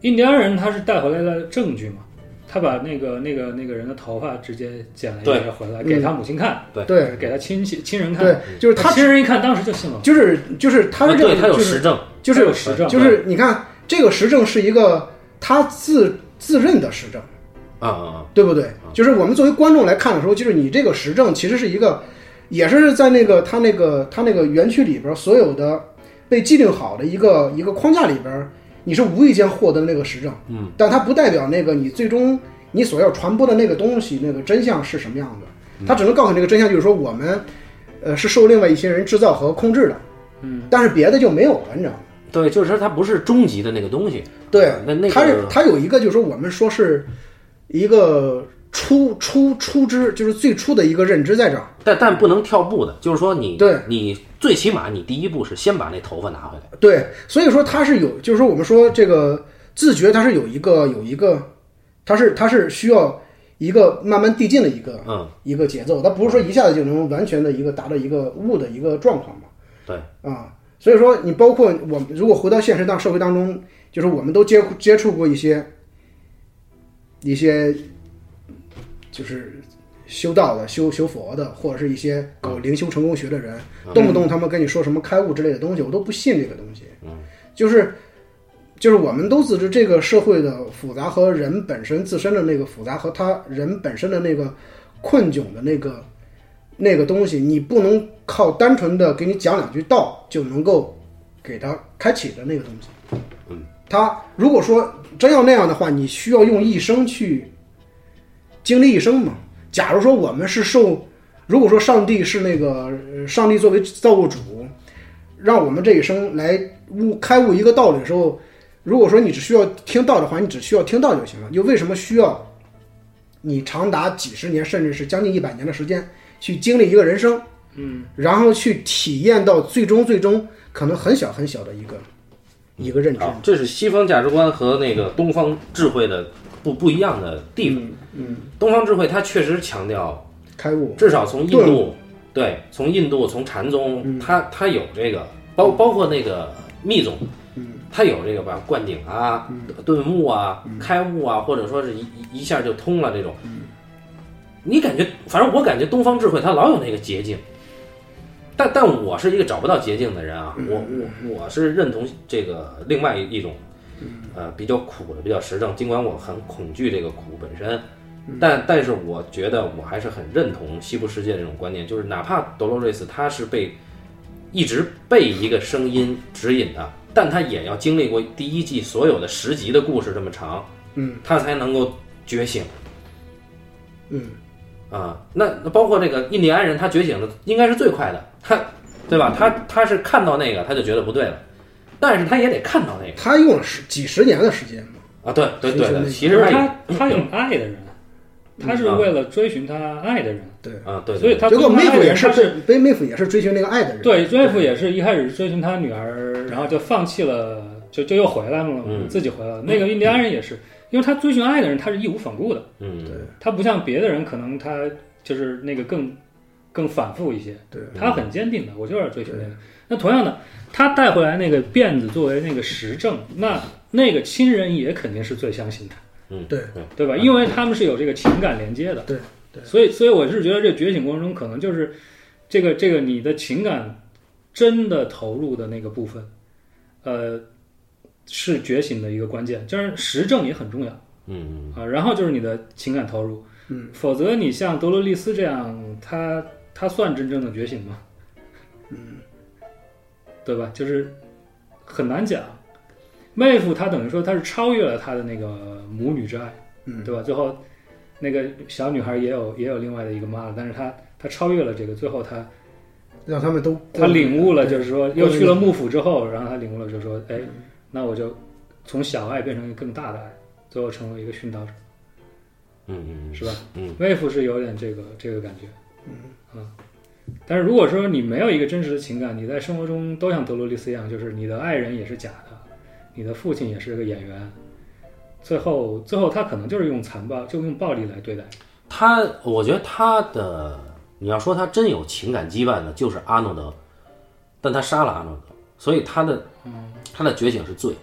印第安人他是带回来了证据嘛，他把那个那个那个人的头发直接剪了一截回来给他母亲看， 对对， 给他亲戚亲人看， 对，就是他亲人一看当时就信了， 就是就是他是这样， 对他有实证， 就是有实证， 就是你看这个实证是一个他自自认的实证。 啊啊啊， 对不对？就是我们作为观众来看的时候，就是你这个实证其实是一个，也是在那个他那个他那个园区里边所有的被既定好的一个一个框架里边，你是无意间获得的那个实证， 嗯， 但它不代表那个你最终你所要传播的那个东西那个真相是什么样的，它只能告诉你这个真相，就是说我们呃是受另外一些人制造和控制的， 嗯， 但是别的就没有了，你知道吗？ 对，就是说它不是终极的那个东西， 对， 那那个它是它有一个就是说我们说是。一个初初初知，就是最初的一个认知在这儿， 但但不能跳步的，就是说你对你最起码你第一步是先把那头发拿回来。 对，所以说它是有，就是说我们说这个自觉，它是有一个有一个，它是它是需要一个慢慢递进的一个嗯一个节奏，它不是说一下子就能完全的一个达到一个悟的一个状况嘛。 对啊，所以说你包括我们如果回到现实当社会当中，就是我们都接接触过一些。一些就是修道的、修修佛的，或者是一些搞灵修成功学的人，动不动他们跟你说什么开悟之类的东西，我都不信这个东西。 嗯， 就是就是我们都自知这个社会的复杂和人本身自身的那个复杂和他人本身的那个困窘的那个那个东西，你不能靠单纯的给你讲两句道就能够给他开启的那个东西。 嗯，他如果说真要那样的话，你需要用一生去经历一生嘛。假如说我们是受，如果说上帝是那个上帝作为造物主，让我们这一生来悟开悟一个道理的时候，如果说你只需要听道的话，你只需要听道就行了。又为什么需要你长达几十年甚至是将近一百年的时间去经历一个人生？ 嗯， 然后去体验到最终最终可能很小很小的一个。一个认知， 这是西方价值观和那个东方智慧的不不一样的地方。 嗯，嗯东方智慧它确实强调开悟， 至少从印度，对，从印度从禅宗， 嗯、 它它有这个，包包括那个密宗， 嗯， 它有这个吧，灌顶啊、 嗯、 顿悟啊、 嗯、 开悟啊，或者说是一一下就通了这种。嗯，你感觉，反正我感觉东方智慧它老有那个捷径。但但我是一个找不到捷径的人啊，我我我是认同这个另外一种，呃比较苦的比较实证，尽管我很恐惧这个苦本身，但但是我觉得我还是很认同西部世界这种观念，就是哪怕德罗瑞斯他是被一直被一个声音指引的，但他也要经历过第一季所有的十集的故事这么长， 嗯， 他才能够觉醒， 嗯。 啊，那那包括这个印第安人，他觉醒的应该是最快的，他，对吧？他他是看到那个，他就觉得不对了，但是他也得看到那个。 他用了十几十年的时间嘛。 啊，对对对对，其实他他有爱的人，他是为了追寻他爱的人。 对啊，对。 所以他结果妹夫也是被妹夫也是追寻那个爱的人。 对，妹夫也是一开始追寻他女儿，然后就放弃了，就就又回来了， 嗯、 自己回来了。那个印第安人也是。因为他追寻爱的人，他是义无反顾的。 嗯， 对， 他不像别的人，可能他就是那个更更反复一些。 对， 他很坚定的，我就是要追寻那个。那同样的，他带回来那个辫子作为那个实证，那那个亲人也肯定是最相信他。 嗯， 对， 对吧？因为他们是有这个情感连接的。 对，对。 所以，所以我是觉得这觉醒过程中，可能就是这个这个你的情感真的投入的那个部分，呃。是觉醒的一个关键，就是实证也很重要， 嗯啊，然后就是你的情感投入， 嗯， 否则你像德罗利斯这样，他他算真正的觉醒吗？ 嗯， 对吧？就是很难讲。妹夫他等于说他是超越了他的那个母女之爱， 嗯， 对吧？最后那个小女孩也有也有另外的一个妈了，但是他他超越了这个，最后他让他们都他领悟了，就是说又去了幕府之后，然后他领悟了，就是说，哎。那我就从小爱变成一个更大的爱，最后成为一个殉道者， 嗯嗯， 是吧？ 嗯， 妹夫是有点这个这个感觉， 嗯啊。但是如果说你没有一个真实的情感，你在生活中都像德罗利斯一样，就是你的爱人也是假的，你的父亲也是个演员，最后最后他可能就是用残暴，就用暴力来对待他。我觉得他的，你要说他真有情感羁绊的，就是阿诺德，但他杀了阿诺德，所以他的。他的觉醒是罪，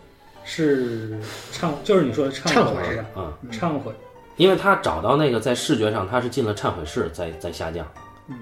是忏，就是你说的忏悔是吧？ 啊、 嗯，忏悔， 因为他找到那个在视觉上他是进了忏悔室，在在下降。 嗯，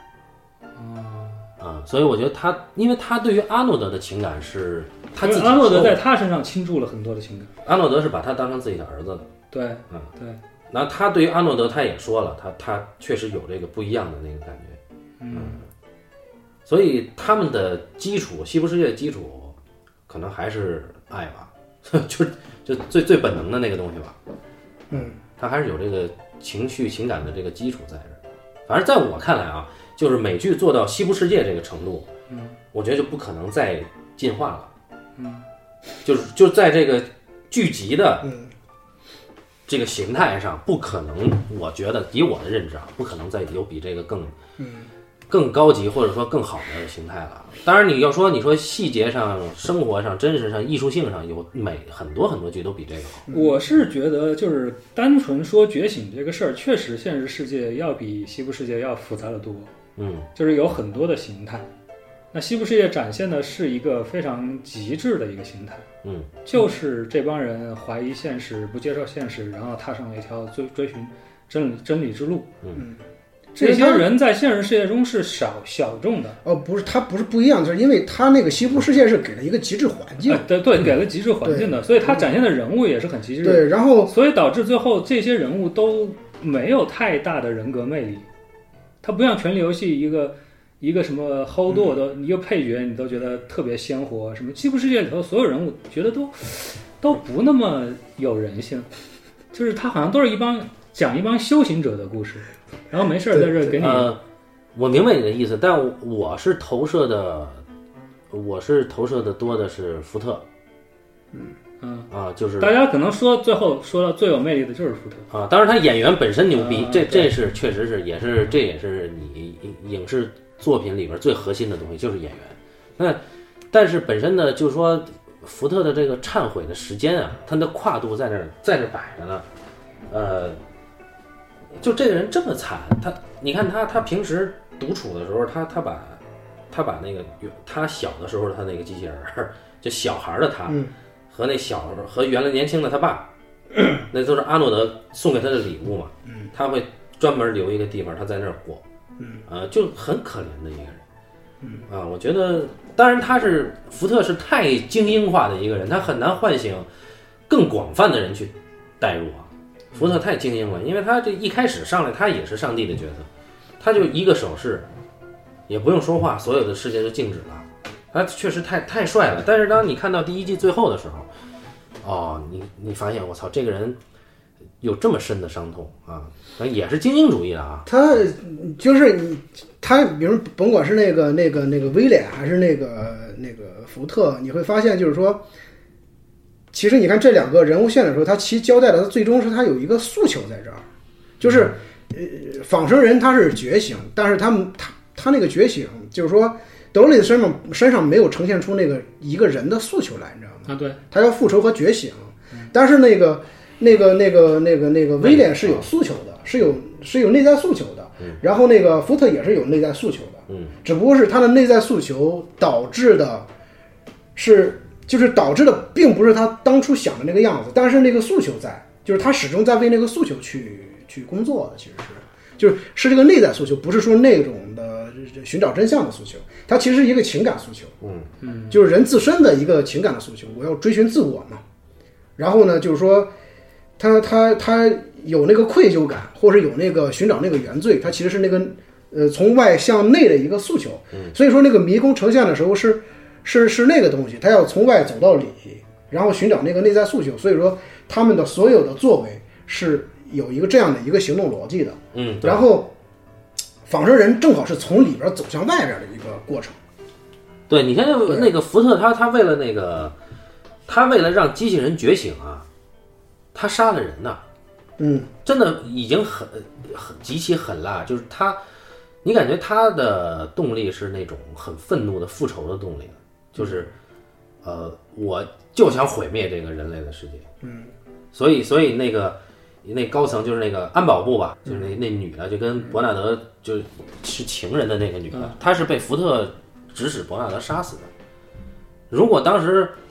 啊、所以我觉得他，因为他对于阿诺德的情感是他自己， 阿诺德在他身上倾注了很多的情感。 阿诺德是把他当成自己的儿子的。 对， 嗯， 对。 然后他对于阿诺德他也说了，他他确实有这个不一样的那个感觉。 嗯， 所以他们的基础，西部世界的基础，可能还是爱吧，就就最最本能的那个东西吧。 嗯， 他还是有这个情绪情感的这个基础在这儿。反正在我看来啊，就是美剧做到西部世界这个程度， 嗯， 我觉得就不可能再进化了。 嗯， 就是就在这个剧集的嗯这个形态上，不可能，我觉得以我的认知啊，不可能再有比这个更嗯更高级或者说更好的形态了。当然你要说你说细节上、生活上、真实上、艺术性上，有每很多很多剧都比这个好。 我是觉得就是单纯说觉醒这个事儿，确实现实世界要比西部世界要复杂的多。 嗯， 就是有很多的形态。那西部世界展现的是一个非常极致的一个形态， 嗯， 就是这帮人怀疑现实，不接受现实，然后踏上了一条追追寻真理真理之路。 嗯， 这些人在现实世界中是少小众的。 哦，不是，他不是不一样，就是因为他那个西部世界是给了一个极致环境， 哎、对对，给了极致环境的，所以他展现的人物也是很极致的。 对，然后所以导致最后这些人物都没有太大的人格魅力。他不像《权力游戏》一个一个什么 hold 的、嗯、一个配角，你都觉得特别鲜活。什么西部世界里头所有人物觉得都都不那么有人性，就是他好像都是一帮讲一帮修行者的故事，然后没事在这儿给你。 呃，我明白你的意思，但我是投射的，我是投射的多的是福特。 嗯嗯啊，就是大家可能说最后说到最有魅力的就是福特啊，当然他演员本身牛逼， 啊、 这这是确实是也是这也是你影视作品里边最核心的东西，就是演员。那但是本身呢，就是说福特的这个忏悔的时间啊，他的跨度在那儿在这摆着呢。呃，就这个人这么惨，他你看他他平时独处的时候，他他把他把那个他小的时候他那个机器人，就小孩的他。 嗯和那小和原来年轻的他爸，那都是阿诺德送给他的礼物嘛。 嗯， 他会专门留一个地方，他在那儿过。 嗯， 啊，就很可怜的一个人。 嗯， 啊，我觉得，当然他是福特是太精英化的一个人，他很难唤醒更广泛的人去带入啊。福特太精英了，因为他这一开始上来他也是上帝的角色，他就一个手势，也不用说话，所有的世界就静止了。他确实太太帅了，但是当你看到第一季最后的时候，哦，你你发现我操，这个人有这么深的伤痛啊，也是精英主义的啊。 他就是你，他比如甭管是那个那个那个威廉还是那个那个福特，你会发现就是说，其实你看这两个人物线的时候，他其实交代的他最终是他有一个诉求在这儿，就是呃，仿生人他是觉醒，但是他们他他那个觉醒就是说。德罗利的身上身上没有呈现出那个一个人的诉求来，你知道吗？ 啊，对， 他要复仇和觉醒，但是那个那个那个那个那个威廉是有诉求的，是有是有内在诉求的，然后那个福特也是有内在诉求的， 嗯， 只不过是他的内在诉求导致的是就是导致的并不是他当初想的那个样子，但是那个诉求在，就是他始终在为那个诉求去去工作的，其实是就是是这个内在诉求，不是说那种的寻找真相的诉求，它其实是一个情感诉求， 嗯嗯， 就是人自身的一个情感的诉求，我要追寻自我嘛。然后呢，就是说，他他他有那个愧疚感，或者有那个寻找那个原罪，他其实是那个呃从外向内的一个诉求。 嗯， 所以说那个迷宫呈现的时候是是是那个东西，他要从外走到里，然后寻找那个内在诉求。所以说他们的所有的作为是有一个这样的一个行动逻辑的。 嗯， 然后仿生人正好是从里边走向外边的一个过程。 对，你看那个福特他他为了那个他为了让机器人觉醒啊，他杀了人呐。 嗯， 真的已经很很极其狠辣，就是他，你感觉他的动力是那种很愤怒的复仇的动力，就是呃，我就想毁灭这个人类的世界。 嗯， 所以所以那个那高层就是那个安保部吧，就是那那女的就跟伯纳德就是情人的那个女的，她是被福特指使伯纳德杀死的。如果当时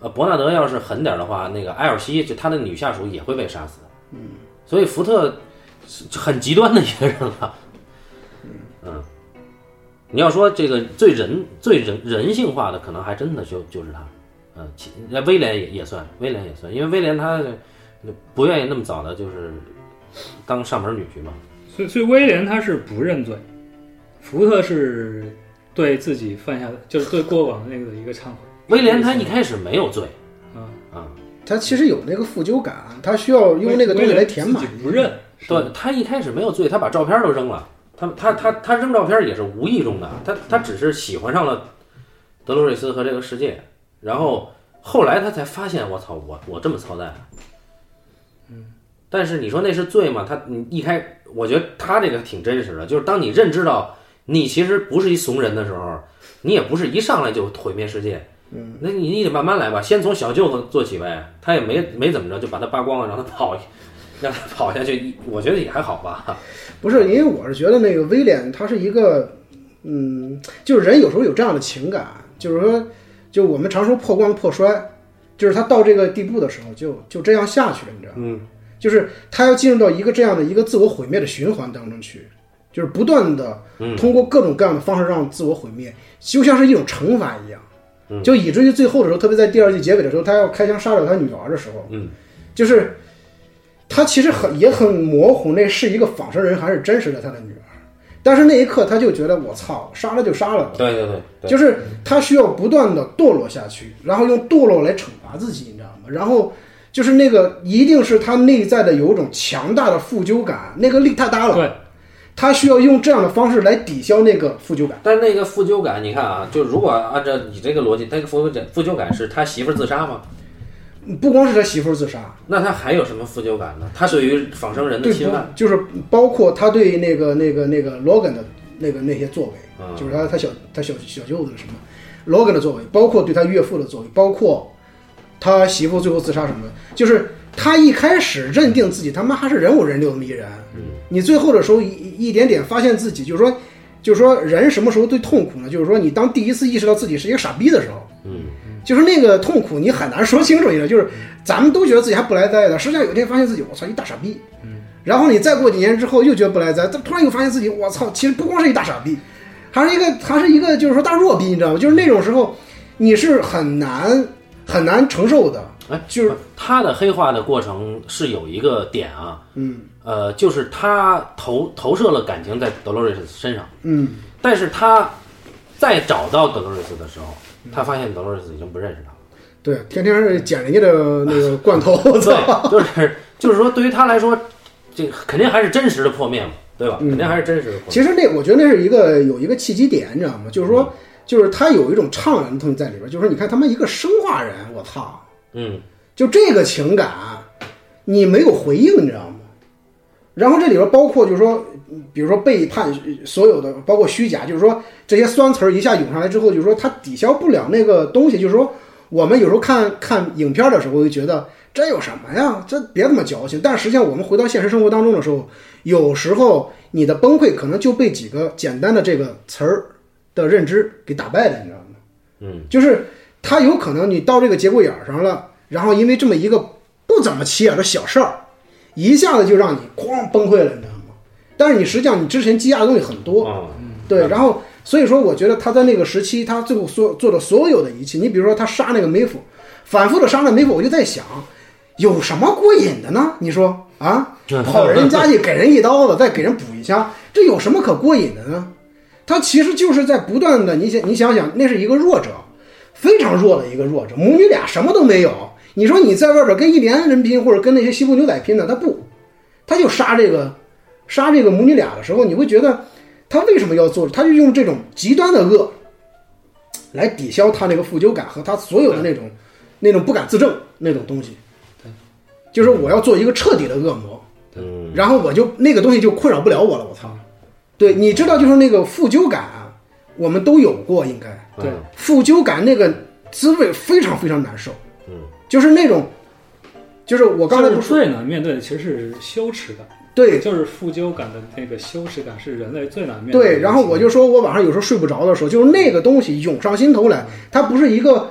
呃，伯纳德要是狠点的话，那个埃尔西就他的女下属也会被杀死。嗯，所以福特是很极端的一个人了。嗯，你要说这个最人最人人性化的，可能还真的就就是他。嗯，那威廉也也算，威廉也算，因为威廉他不愿意那么早的就是当上门女婿嘛。 所以，所以威廉他是不认罪，福特是对自己犯下的，就是对过往那个的一个忏悔。 威廉他一开始没有罪， 啊啊， 他其实有那个负疚感，他需要用那个东西来填满。 不认， 对他一开始没有罪，他把照片都扔了，他他他他扔照片也是无意中的，他他只是喜欢上了德罗瑞斯和这个世界，然后后来他才发现，我操，我我这么操蛋。嗯，但是你说那是罪吗？他你一开，我觉得他这个挺真实的，就是当你认知到你其实不是一怂人的时候，你也不是一上来就毁灭世界。嗯，那你你得慢慢来吧，先从小舅子做起呗。他也没没怎么着，就把他扒光了，让他跑，让他跑下去。我觉得也还好吧。 不是，因为我是觉得那个威廉他是一个，嗯，就是人有时候有这样的情感，就是说，就我们常说破罐破摔，就是他到这个地步的时候就就这样下去了，你知道吗？嗯，就是他要进入到一个这样的一个自我毁灭的循环当中去，就是不断的通过各种各样的方式让自我毁灭，就像是一种惩罚一样。就以至于最后的时候，特别在第二季结尾的时候，他要开枪杀掉他女儿的时候，嗯，就是他其实很也很模糊，那是一个仿生人还是真实的他的女儿。但是那一刻他就觉得我操，杀了就杀了吧。 对对 对, 对， 就是他需要不断的堕落下去，然后用堕落来惩罚自己，你知道吗？然后就是那个一定是他内在的有一种强大的负疚感，那个力太大了。 对。 他需要用这样的方式来抵消那个负疚感， 但那个负疚感，你看啊，就如果按照你这个逻辑，那个负疚负疚感是他媳妇儿自杀吗？ 不光是他媳妇儿自杀， 那他还有什么负疚感呢？他对于仿生人的侵犯， 就是包括他对那个那个那个 Logan 的那个那些作为，嗯、就是他他小他小小舅子什么 Logan 的作为，包括对他岳父的作为，包括他媳妇最后自杀什么的，就是他一开始认定自己他妈还是人五人六的迷人。你最后的时候一一点点发现自己，就是说，就是说人什么时候最痛苦呢？就是说你当第一次意识到自己是一个傻逼的时候，嗯，就是那个痛苦你很难说清楚一点，就是咱们都觉得自己还不来哉的，实际上有一天发现自己我操一大傻逼，嗯，然后你再过几年之后又觉得不来哉，突然又发现自己我操其实不光是一大傻逼，还是一个还是一个就是说大弱逼，你知道吗？就是那种时候你是很难很难承受的。 哎，就是他的黑化的过程是有一个点啊，嗯，呃，就是他投投射了感情在德罗瑞斯身上，嗯，但是他再找到德罗瑞斯的时候，他发现德罗瑞斯已经不认识他了， 对，天天捡人家的那个罐头， 对，就是就是说，对于他来说，这个肯定还是真实的破灭嘛，对吧？嗯、肯定还是真实的破灭。 其实那我觉得那是一个有一个契机点，你知道吗？就是说，嗯、就是他有一种怅然的东西在里边，就是说，你看他妈一个生化人，我操。 嗯， 就这个情感，你没有回应，你知道吗？然后这里边包括就是说，比如说背叛所有的，包括虚假，就是说这些酸词儿一下涌上来之后，就是说它抵消不了那个东西。就是说，我们有时候看看影片的时候，会觉得这有什么呀？这别那么矫情。但实际上，我们回到现实生活当中的时候，有时候你的崩溃可能就被几个简单的这个词儿的认知给打败了，你知道吗？ 嗯， 就是。他有可能你到这个节骨眼上了，然后因为这么一个不怎么起眼的小事儿，一下子就让你哐崩溃了，你知道吗？但是你实际上你之前积压的东西很多， 哦、 对，然后所以说我觉得他在那个时期，他最后所做的所有的一切，你比如说他杀那个梅芙，反复的杀那梅芙，我就在想，有什么过瘾的呢？你说啊，跑人家去给人一刀子，再给人补一枪，这有什么可过瘾的呢？他其实就是在不断的，你想你想想，那是一个弱者。非常弱的一个弱者，母女俩什么都没有。你说你在外边跟一连人拼，或者跟那些西部牛仔拼的，他不，他就杀这个杀这个母女俩的时候，你会觉得他为什么要做？他就用这种极端的恶来抵消他那个负疚感和他所有的那种那种不敢自证那种东西。就是我要做一个彻底的恶魔， 嗯， 然后我就那个东西就困扰不了我了。我操，对，你知道，就是那个负疚感啊，我们都有过，应该。对，负疚感那个滋味非常非常难受， 嗯， 就是那种，就是我刚才不是最难面对的其实是羞耻感， 对， 就是负疚感的那个羞耻感是人类最难面对的。 对，然后我就说我晚上有时候睡不着的时候，就是那个东西涌上心头来，它不是一个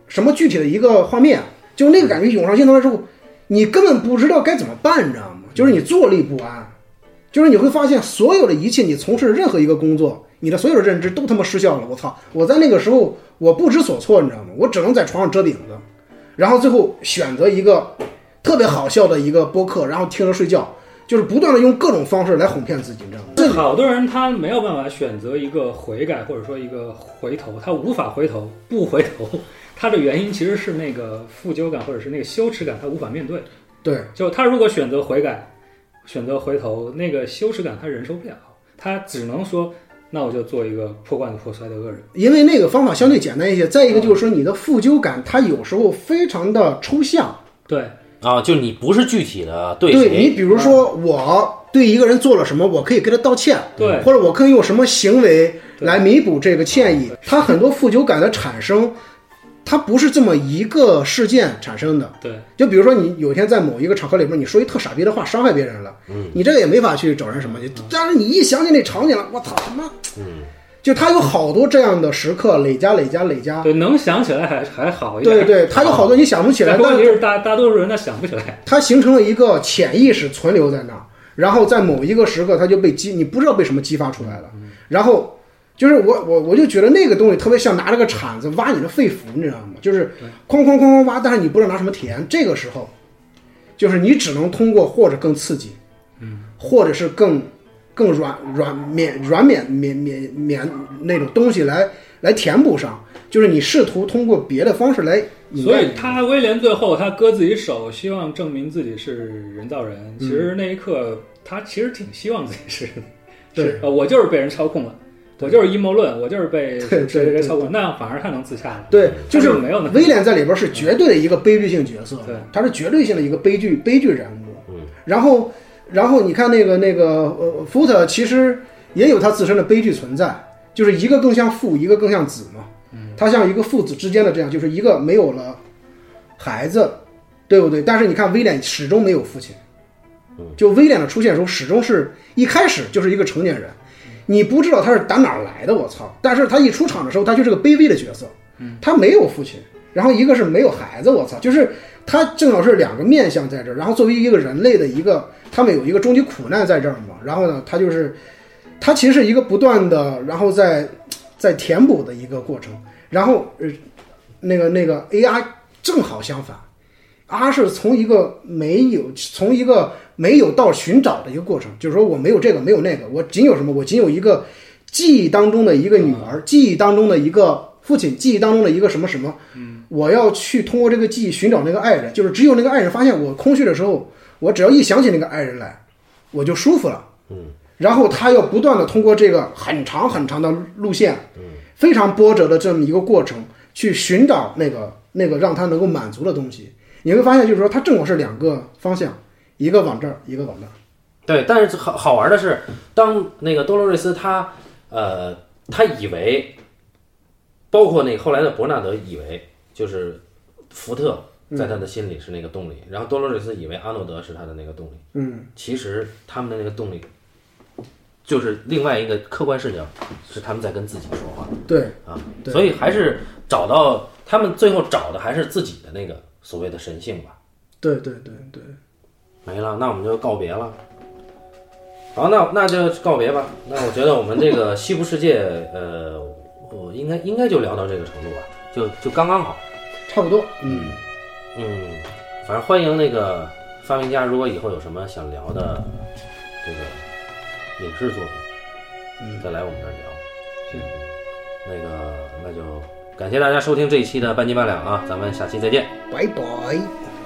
什么具体的一个画面，就是那个感觉涌上心头的时候，你根本不知道该怎么办，你知道吗？就是你坐立不安，就是你会发现所有的一切，你从事任何一个工作，你的所有的认知都他妈失效了。我操！我在那个时候我不知所措，你知道吗？我只能在床上遮顶子，然后最后选择一个特别好笑的一个播客，然后听着睡觉。就是不断的用各种方式来哄骗自己，你知道吗？ 这好多人他没有办法选择一个悔改，或者说一个回头，他无法回头，不回头，他的原因其实是那个负疚感或者是那个羞耻感，他无法面对。 对， 就他如果选择悔改，选择回头，那个羞耻感他忍受不了，他只能说，那我就做一个破罐子破摔的恶人。 因为那个方法相对简单一些，再一个就是说你的负疚感，它有时候非常的抽象。 对。 啊，就你不是具体的对谁，对你比如说我对一个人做了什么，我可以跟他道歉， 对， 或者我可以用什么行为来弥补这个歉意。他很多负疚感的产生，它不是这么一个事件产生的。 对， 就比如说你有一天在某一个场合里面，你说一特傻逼的话伤害别人了，嗯，你这个也没法去找人什么去，但是你一想起那场景了，我操他妈，嗯。就他有好多这样的时刻，累加累加累加。 对，能想起来还还好一点。 对对，他有好多你想不起来， 但是大大多数人他想不起来。 他形成了一个潜意识存留在那儿，然后在某一个时刻他就被激，你不知道被什么激发出来了。然后就是我我我就觉得那个东西特别像拿着个铲子挖你的肺腑，你知道吗？就是哐哐哐哐挖，但是你不知道拿什么填。这个时候，就是你只能通过或者更刺激，嗯，或者是更。更软软绵软绵绵绵绵那种东西来来填补上，就是你试图通过别的方式来。 所以他威廉最后他割自己手，希望证明自己是人造人。嗯、其实那一刻他其实挺希望自己是， 对是、呃，我就是被人操控了，我就是阴谋论，我就是被谁谁谁操控，那样反而他能自洽了。 对，就是没有威廉在里边是绝对的一个悲剧性角色， 对， 他是绝对性的一个悲剧悲剧人物。嗯，然后。然后你看那个那个呃，福特其实也有他自身的悲剧存在，就是一个更像父，一个更像子嘛。他像一个父子之间的这样，就是一个没有了孩子，对不对？但是你看威廉始终没有父亲，就威廉的出现的时候，始终是一开始就是一个成年人，你不知道他是打哪儿来的，我操！但是他一出场的时候，他就是个卑微的角色，他没有父亲，然后一个是没有孩子，我操，就是他正好是两个面相在这儿，然后作为一个人类的一个。他们有一个终极苦难在这儿嘛，然后呢，他就是，他其实是一个不断的，然后在在填补的一个过程，然后呃，那个那个 A R 正好相反 ，R 是从一个没有从一个没有到寻找的一个过程，就是说我没有这个没有那个，我仅有什么？我仅有一个记忆当中的一个女儿，记忆当中的一个父亲，记忆当中的一个什么什么，我要去通过这个记忆寻找那个爱人，就是只有那个爱人发现我空虚的时候。我只要一想起那个爱人来，我就舒服了。嗯，然后他要不断的通过这个很长很长的路线，嗯，非常波折的这么一个过程，去寻找那个那个让他能够满足的东西。你会发现，就是说，他正好是两个方向，一个往这儿，一个往那儿。 对，但是好好玩的是，当那个多洛瑞斯他呃，他以为，包括那个后来的伯纳德以为，就是福特。在他的心里是那个动力，嗯、然后多洛瑞斯以为阿诺德是他的那个动力， 嗯， 其实他们的那个动力就是另外一个客观视角，是他们在跟自己说话， 对啊，对所以还是找到他们最后找的还是自己的那个所谓的神性吧， 对对对对， 没了，那我们就告别了。好，那那就告别吧。那我觉得我们这个西部世界，呃，我应该应该就聊到这个程度吧，就就刚刚好， 差不多，嗯。 嗯，反正欢迎那个发明家，如果以后有什么想聊的这个影视作品，嗯，再来我们这儿聊。 行， 那个那就感谢大家收听这一期的半斤八两啊，咱们下期再见， 拜拜。